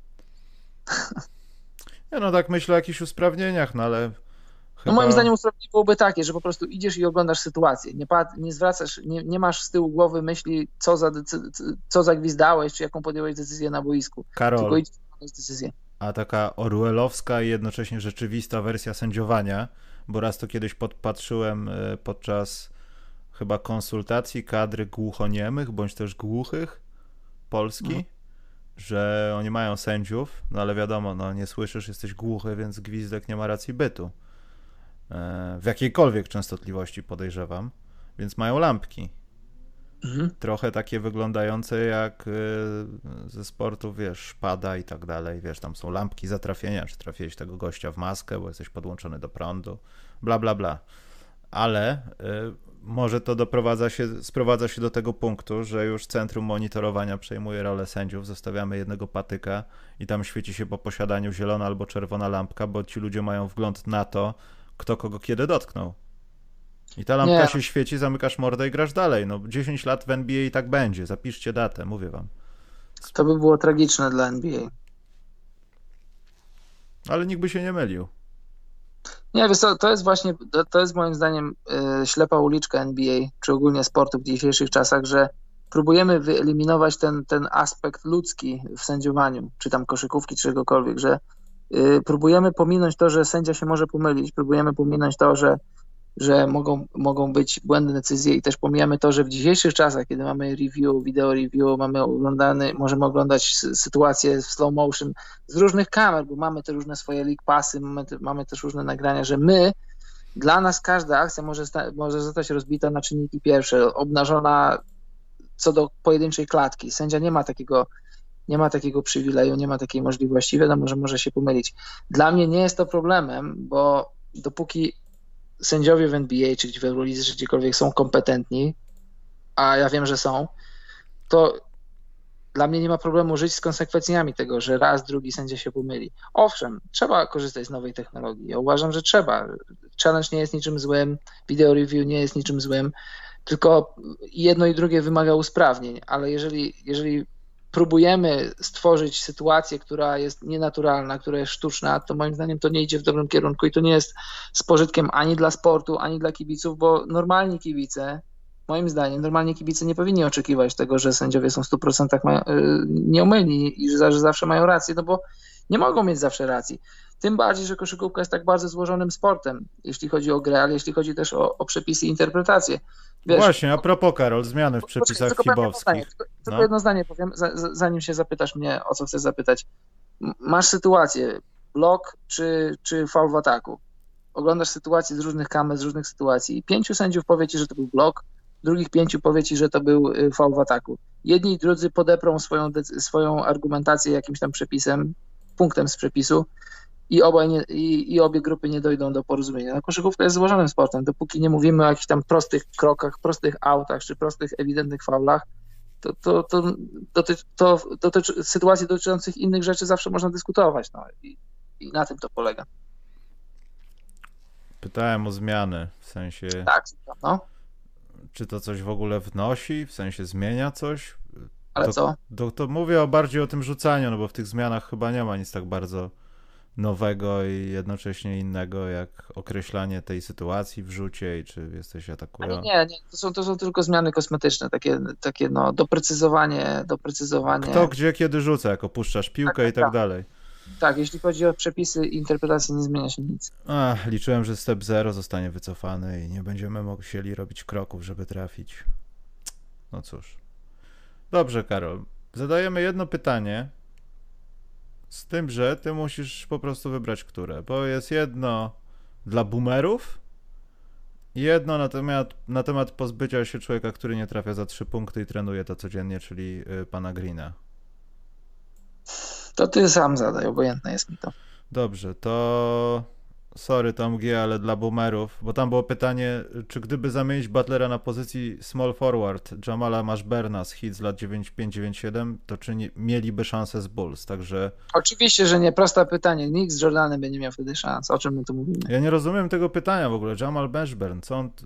Ja no tak myślę o jakichś usprawnieniach, no ale chyba... No moim zdaniem usprawnienie byłoby takie, że po prostu idziesz i oglądasz sytuację, nie, pat, nie zwracasz, nie, nie masz z tyłu głowy myśli, co, za decy- co zagwizdałeś, czy jaką podjąłeś decyzję na boisku. Karol, tylko idziesz i podjąć decyzję. A taka orwellowska i jednocześnie rzeczywista wersja sędziowania, bo raz to kiedyś podpatrzyłem podczas chyba konsultacji kadry głuchoniemych, bądź też głuchych Polski, mhm. że oni mają sędziów, no ale wiadomo, no nie słyszysz, jesteś głuchy, więc gwizdek nie ma racji bytu. W jakiejkolwiek częstotliwości podejrzewam, więc mają lampki. Mhm. Trochę takie wyglądające jak ze sportu, wiesz, szpada i tak dalej, wiesz, tam są lampki zatrafienia, czy trafiłeś tego gościa w maskę, bo jesteś podłączony do prądu, bla, bla, bla. Ale y, może to doprowadza się, sprowadza się do tego punktu, że już centrum monitorowania przejmuje rolę sędziów, zostawiamy jednego patyka i tam świeci się po posiadaniu zielona albo czerwona lampka, bo ci ludzie mają wgląd na to, kto kogo kiedy dotknął. I ta lampka nie. się świeci, zamykasz mordę i grasz dalej. No dziesięć lat w N B A i tak będzie. Zapiszcie datę, mówię wam. To by było tragiczne dla N B A. Ale nikt by się nie mylił. Nie, wiesz co, to jest właśnie, to jest moim zdaniem yy, ślepa uliczka N B A, czy ogólnie sportu w dzisiejszych czasach, że próbujemy wyeliminować ten, ten aspekt ludzki w sędziowaniu, czy tam koszykówki, czy czegokolwiek, że yy, próbujemy pominąć to, że sędzia się może pomylić, próbujemy pominąć to, że że mogą, mogą być błędne decyzje i też pomijamy to, że w dzisiejszych czasach, kiedy mamy review, video review, mamy oglądany, możemy oglądać sytuacje w slow motion z różnych kamer, bo mamy te różne swoje league passy, mamy, te, mamy też różne nagrania, że my, dla nas każda akcja może, sta, może zostać rozbita na czynniki pierwsze, obnażona co do pojedynczej klatki. Sędzia nie ma takiego nie ma takiego przywileju, nie ma takiej możliwości, wiadomo, że może się pomylić. Dla mnie nie jest to problemem, bo dopóki sędziowie w N B A, czy w Eurolidze, czy gdziekolwiek są kompetentni, a ja wiem, że są, to dla mnie nie ma problemu żyć z konsekwencjami tego, że raz, drugi sędzia się pomyli. Owszem, trzeba korzystać z nowej technologii. Ja uważam, że trzeba. Challenge nie jest niczym złym, video review nie jest niczym złym, tylko jedno i drugie wymaga usprawnień, ale jeżeli, jeżeli próbujemy stworzyć sytuację, która jest nienaturalna, która jest sztuczna, to moim zdaniem to nie idzie w dobrym kierunku i to nie jest z pożytkiem ani dla sportu, ani dla kibiców, bo normalni kibice, moim zdaniem, normalni kibice nie powinni oczekiwać tego, że sędziowie są w stu procentach nieomylni i że zawsze mają rację, no bo nie mogą mieć zawsze racji. Tym bardziej, że koszykówka jest tak bardzo złożonym sportem, jeśli chodzi o grę, ale jeśli chodzi też o, o przepisy i interpretacje. Wiesz, właśnie, a propos, Karol, zmiany w przepisach tylko fibowskich. Zdanie, tylko tylko no. jedno zdanie powiem, za, za, zanim się zapytasz mnie, o co chcesz zapytać. Masz sytuację, blok czy, czy faul w ataku. Oglądasz sytuację z różnych kamer, z różnych sytuacji. Pięciu sędziów powie ci, że to był blok, drugich pięciu powie ci, że to był faul w ataku. Jedni i drudzy podeprą swoją, swoją argumentację jakimś tam przepisem, punktem z przepisu, i, obaj nie, i, i obie grupy nie dojdą do porozumienia. No, koszykówka jest złożonym sportem. Dopóki nie mówimy o jakichś tam prostych krokach, prostych autach, czy prostych, ewidentnych faulach, to, to, to, dotyczy, to dotyczy sytuacji dotyczących innych rzeczy zawsze można dyskutować. No, i, i na tym to polega. Pytałem o zmiany, w sensie... Tak, no. Czy to coś w ogóle wnosi, w sensie zmienia coś? Ale to, co? To, to mówię o bardziej o tym rzucaniu, no bo w tych zmianach chyba nie ma nic tak bardzo nowego i jednocześnie innego, jak określanie tej sytuacji w rzucie i czy jesteś atakujący. Nie, nie, to są, to są tylko zmiany kosmetyczne, takie, takie no, doprecyzowanie, doprecyzowanie. Kto, gdzie, kiedy rzuca, jak opuszczasz piłkę tak, i tak, tak dalej. Tak, jeśli chodzi o przepisy i interpretacje, nie zmienia się nic. Ach, liczyłem, że step zero zostanie wycofany i nie będziemy musieli robić kroków, żeby trafić. No cóż. Dobrze, Karol. Zadajemy jedno pytanie, z tym, że ty musisz po prostu wybrać które, bo jest jedno dla boomerów i jedno na temat, na temat pozbycia się człowieka, który nie trafia za trzy punkty i trenuje to codziennie, czyli y, pana Greena. To ty sam zadaj, obojętne jest mi to. Dobrze, to sorry Tom G, ale dla boomerów, bo tam było pytanie, czy gdyby zamienić Butlera na pozycji small forward Jamala Mashburna z Heat z lat dziewięćdziesiąt pięć dziewięćdziesiąt siedem, to czy nie, mieliby szansę z Bulls, także... Oczywiście, że nie, proste pytanie. Nikt z Jordanem będzie miał wtedy szans. O czym my tu mówimy? Ja nie rozumiem tego pytania w ogóle. Jamal Mashburn, co on...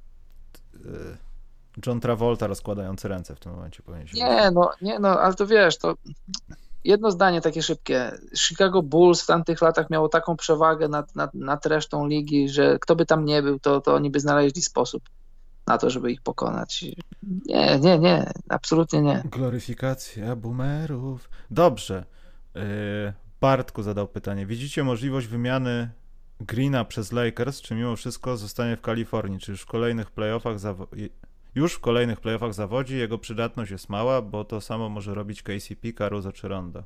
John Travolta rozkładający ręce w tym momencie powinien się... Nie, no, nie, no, ale to wiesz, to... Jedno zdanie takie szybkie. Chicago Bulls w tamtych latach miało taką przewagę nad, nad, nad resztą ligi, że kto by tam nie był, to, to oni by znaleźli sposób na to, żeby ich pokonać. Nie, nie, nie, absolutnie nie. Gloryfikacja boomerów. Dobrze. Bartku zadał pytanie. Widzicie możliwość wymiany Greena przez Lakers, czy mimo wszystko zostanie w Kalifornii? Czy już w kolejnych playoffach zawo- już w kolejnych playoffach zawodzi? Jego przydatność jest mała, bo to samo może robić K C P, Caruso czy Rondo.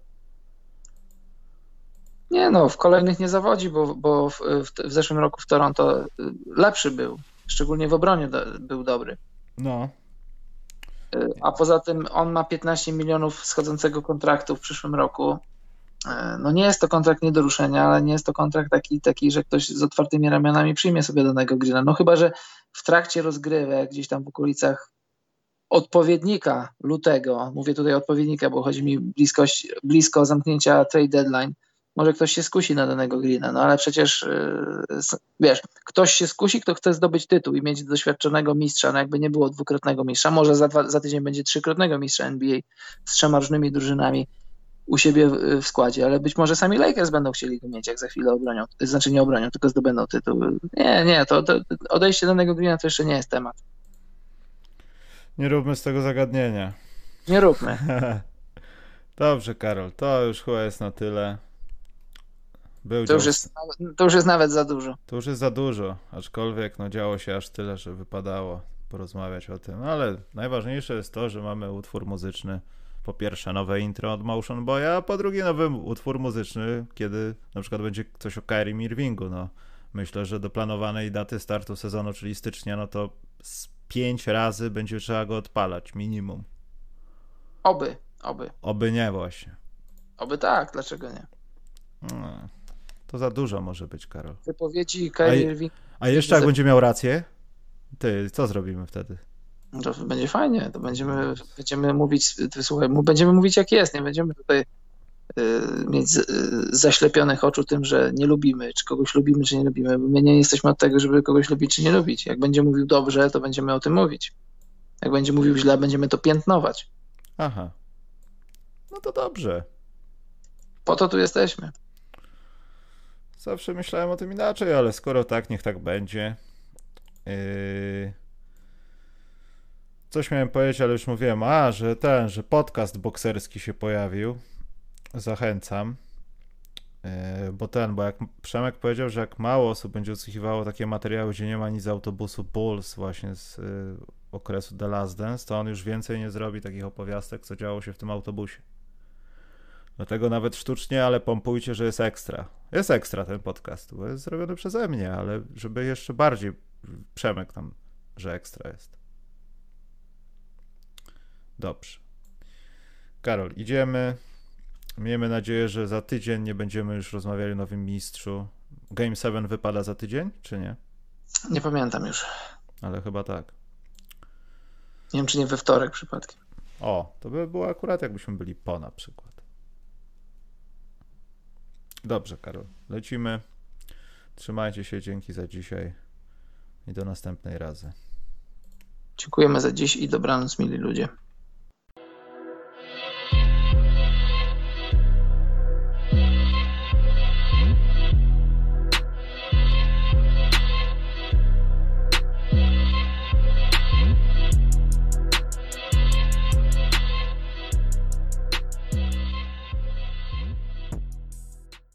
Nie no, w kolejnych nie zawodzi, bo, bo w, w, w zeszłym roku w Toronto lepszy był. Szczególnie w obronie do, był dobry. No. A poza tym on ma piętnaście milionów schodzącego kontraktu w przyszłym roku. No nie jest to kontrakt nie do ruszenia, ale nie jest to kontrakt taki, taki, że ktoś z otwartymi ramionami przyjmie sobie danego Greena. No chyba, że w trakcie rozgrywek, gdzieś tam w okolicach odpowiednika lutego, mówię tutaj odpowiednika, bo chodzi mi bliskość, blisko zamknięcia trade deadline, może ktoś się skusi na danego Greena, no ale przecież yy, wiesz, ktoś się skusi, kto chce zdobyć tytuł i mieć doświadczonego mistrza, no jakby nie było dwukrotnego mistrza, może za, dwa, za tydzień będzie trzykrotnego mistrza N B A z trzema różnymi drużynami u siebie w, w składzie, ale być może sami Lakers będą chcieli go mieć, jak za chwilę obronią, znaczy nie obronią, tylko zdobędą tytuł. Nie, nie, to, to odejście danego Greena to jeszcze nie jest temat. Nie róbmy z tego zagadnienia. Nie róbmy. Dobrze, Karol, to już chyba jest na tyle. Był to, już jest, to już jest nawet za dużo. To już jest za dużo, aczkolwiek no działo się aż tyle, że wypadało porozmawiać o tym, ale najważniejsze jest to, że mamy utwór muzyczny. Po pierwsze nowe intro od Motion Boya, a po drugie nowy utwór muzyczny, kiedy na przykład będzie coś o Kyrie Irvingu. No, myślę, że do planowanej daty startu sezonu, czyli stycznia, no to z pięć razy będzie trzeba go odpalać, minimum. Oby, oby. Oby nie właśnie. Oby tak, dlaczego nie? No, to za dużo może być, Karol. Wypowiedzi Kyrie Irvinga. A jeszcze jak będzie miał rację, ty, co zrobimy wtedy? To będzie fajnie, to będziemy, będziemy mówić, słuchaj, będziemy mówić jak jest, nie będziemy tutaj y, mieć z, y, zaślepionych oczu tym, że nie lubimy, czy kogoś lubimy, czy nie lubimy. My nie jesteśmy od tego, żeby kogoś lubić, czy nie lubić. Jak będzie mówił dobrze, to będziemy o tym mówić. Jak będzie mówił źle, będziemy to piętnować. Aha. No to dobrze. Po to tu jesteśmy. Zawsze myślałem o tym inaczej, ale skoro tak, niech tak będzie. Yy... Coś miałem powiedzieć, ale już mówiłem, a, że ten, że podcast bokserski się pojawił. Zachęcam. Yy, bo ten, bo jak Przemek powiedział, że jak mało osób będzie odsłuchiwało takie materiały, gdzie nie ma nic z autobusu Bulls właśnie z yy, okresu The Last Dance, to on już więcej nie zrobi takich opowiastek, co działo się w tym autobusie. Dlatego nawet sztucznie, ale pompujcie, że jest ekstra. Jest ekstra ten podcast, bo jest zrobiony przeze mnie, ale żeby jeszcze bardziej Przemek tam, że ekstra jest. Dobrze. Karol, idziemy. Miejmy nadzieję, że za tydzień nie będziemy już rozmawiali o nowym mistrzu. Game siedem wypada za tydzień, czy nie? Nie pamiętam już. Ale chyba tak. Nie wiem, czy nie we wtorek przypadkiem. O, to by było akurat jakbyśmy byli po na przykład. Dobrze, Karol. Lecimy. Trzymajcie się, dzięki za dzisiaj i do następnej razy. Dziękujemy za dziś i dobranoc, mili ludzie.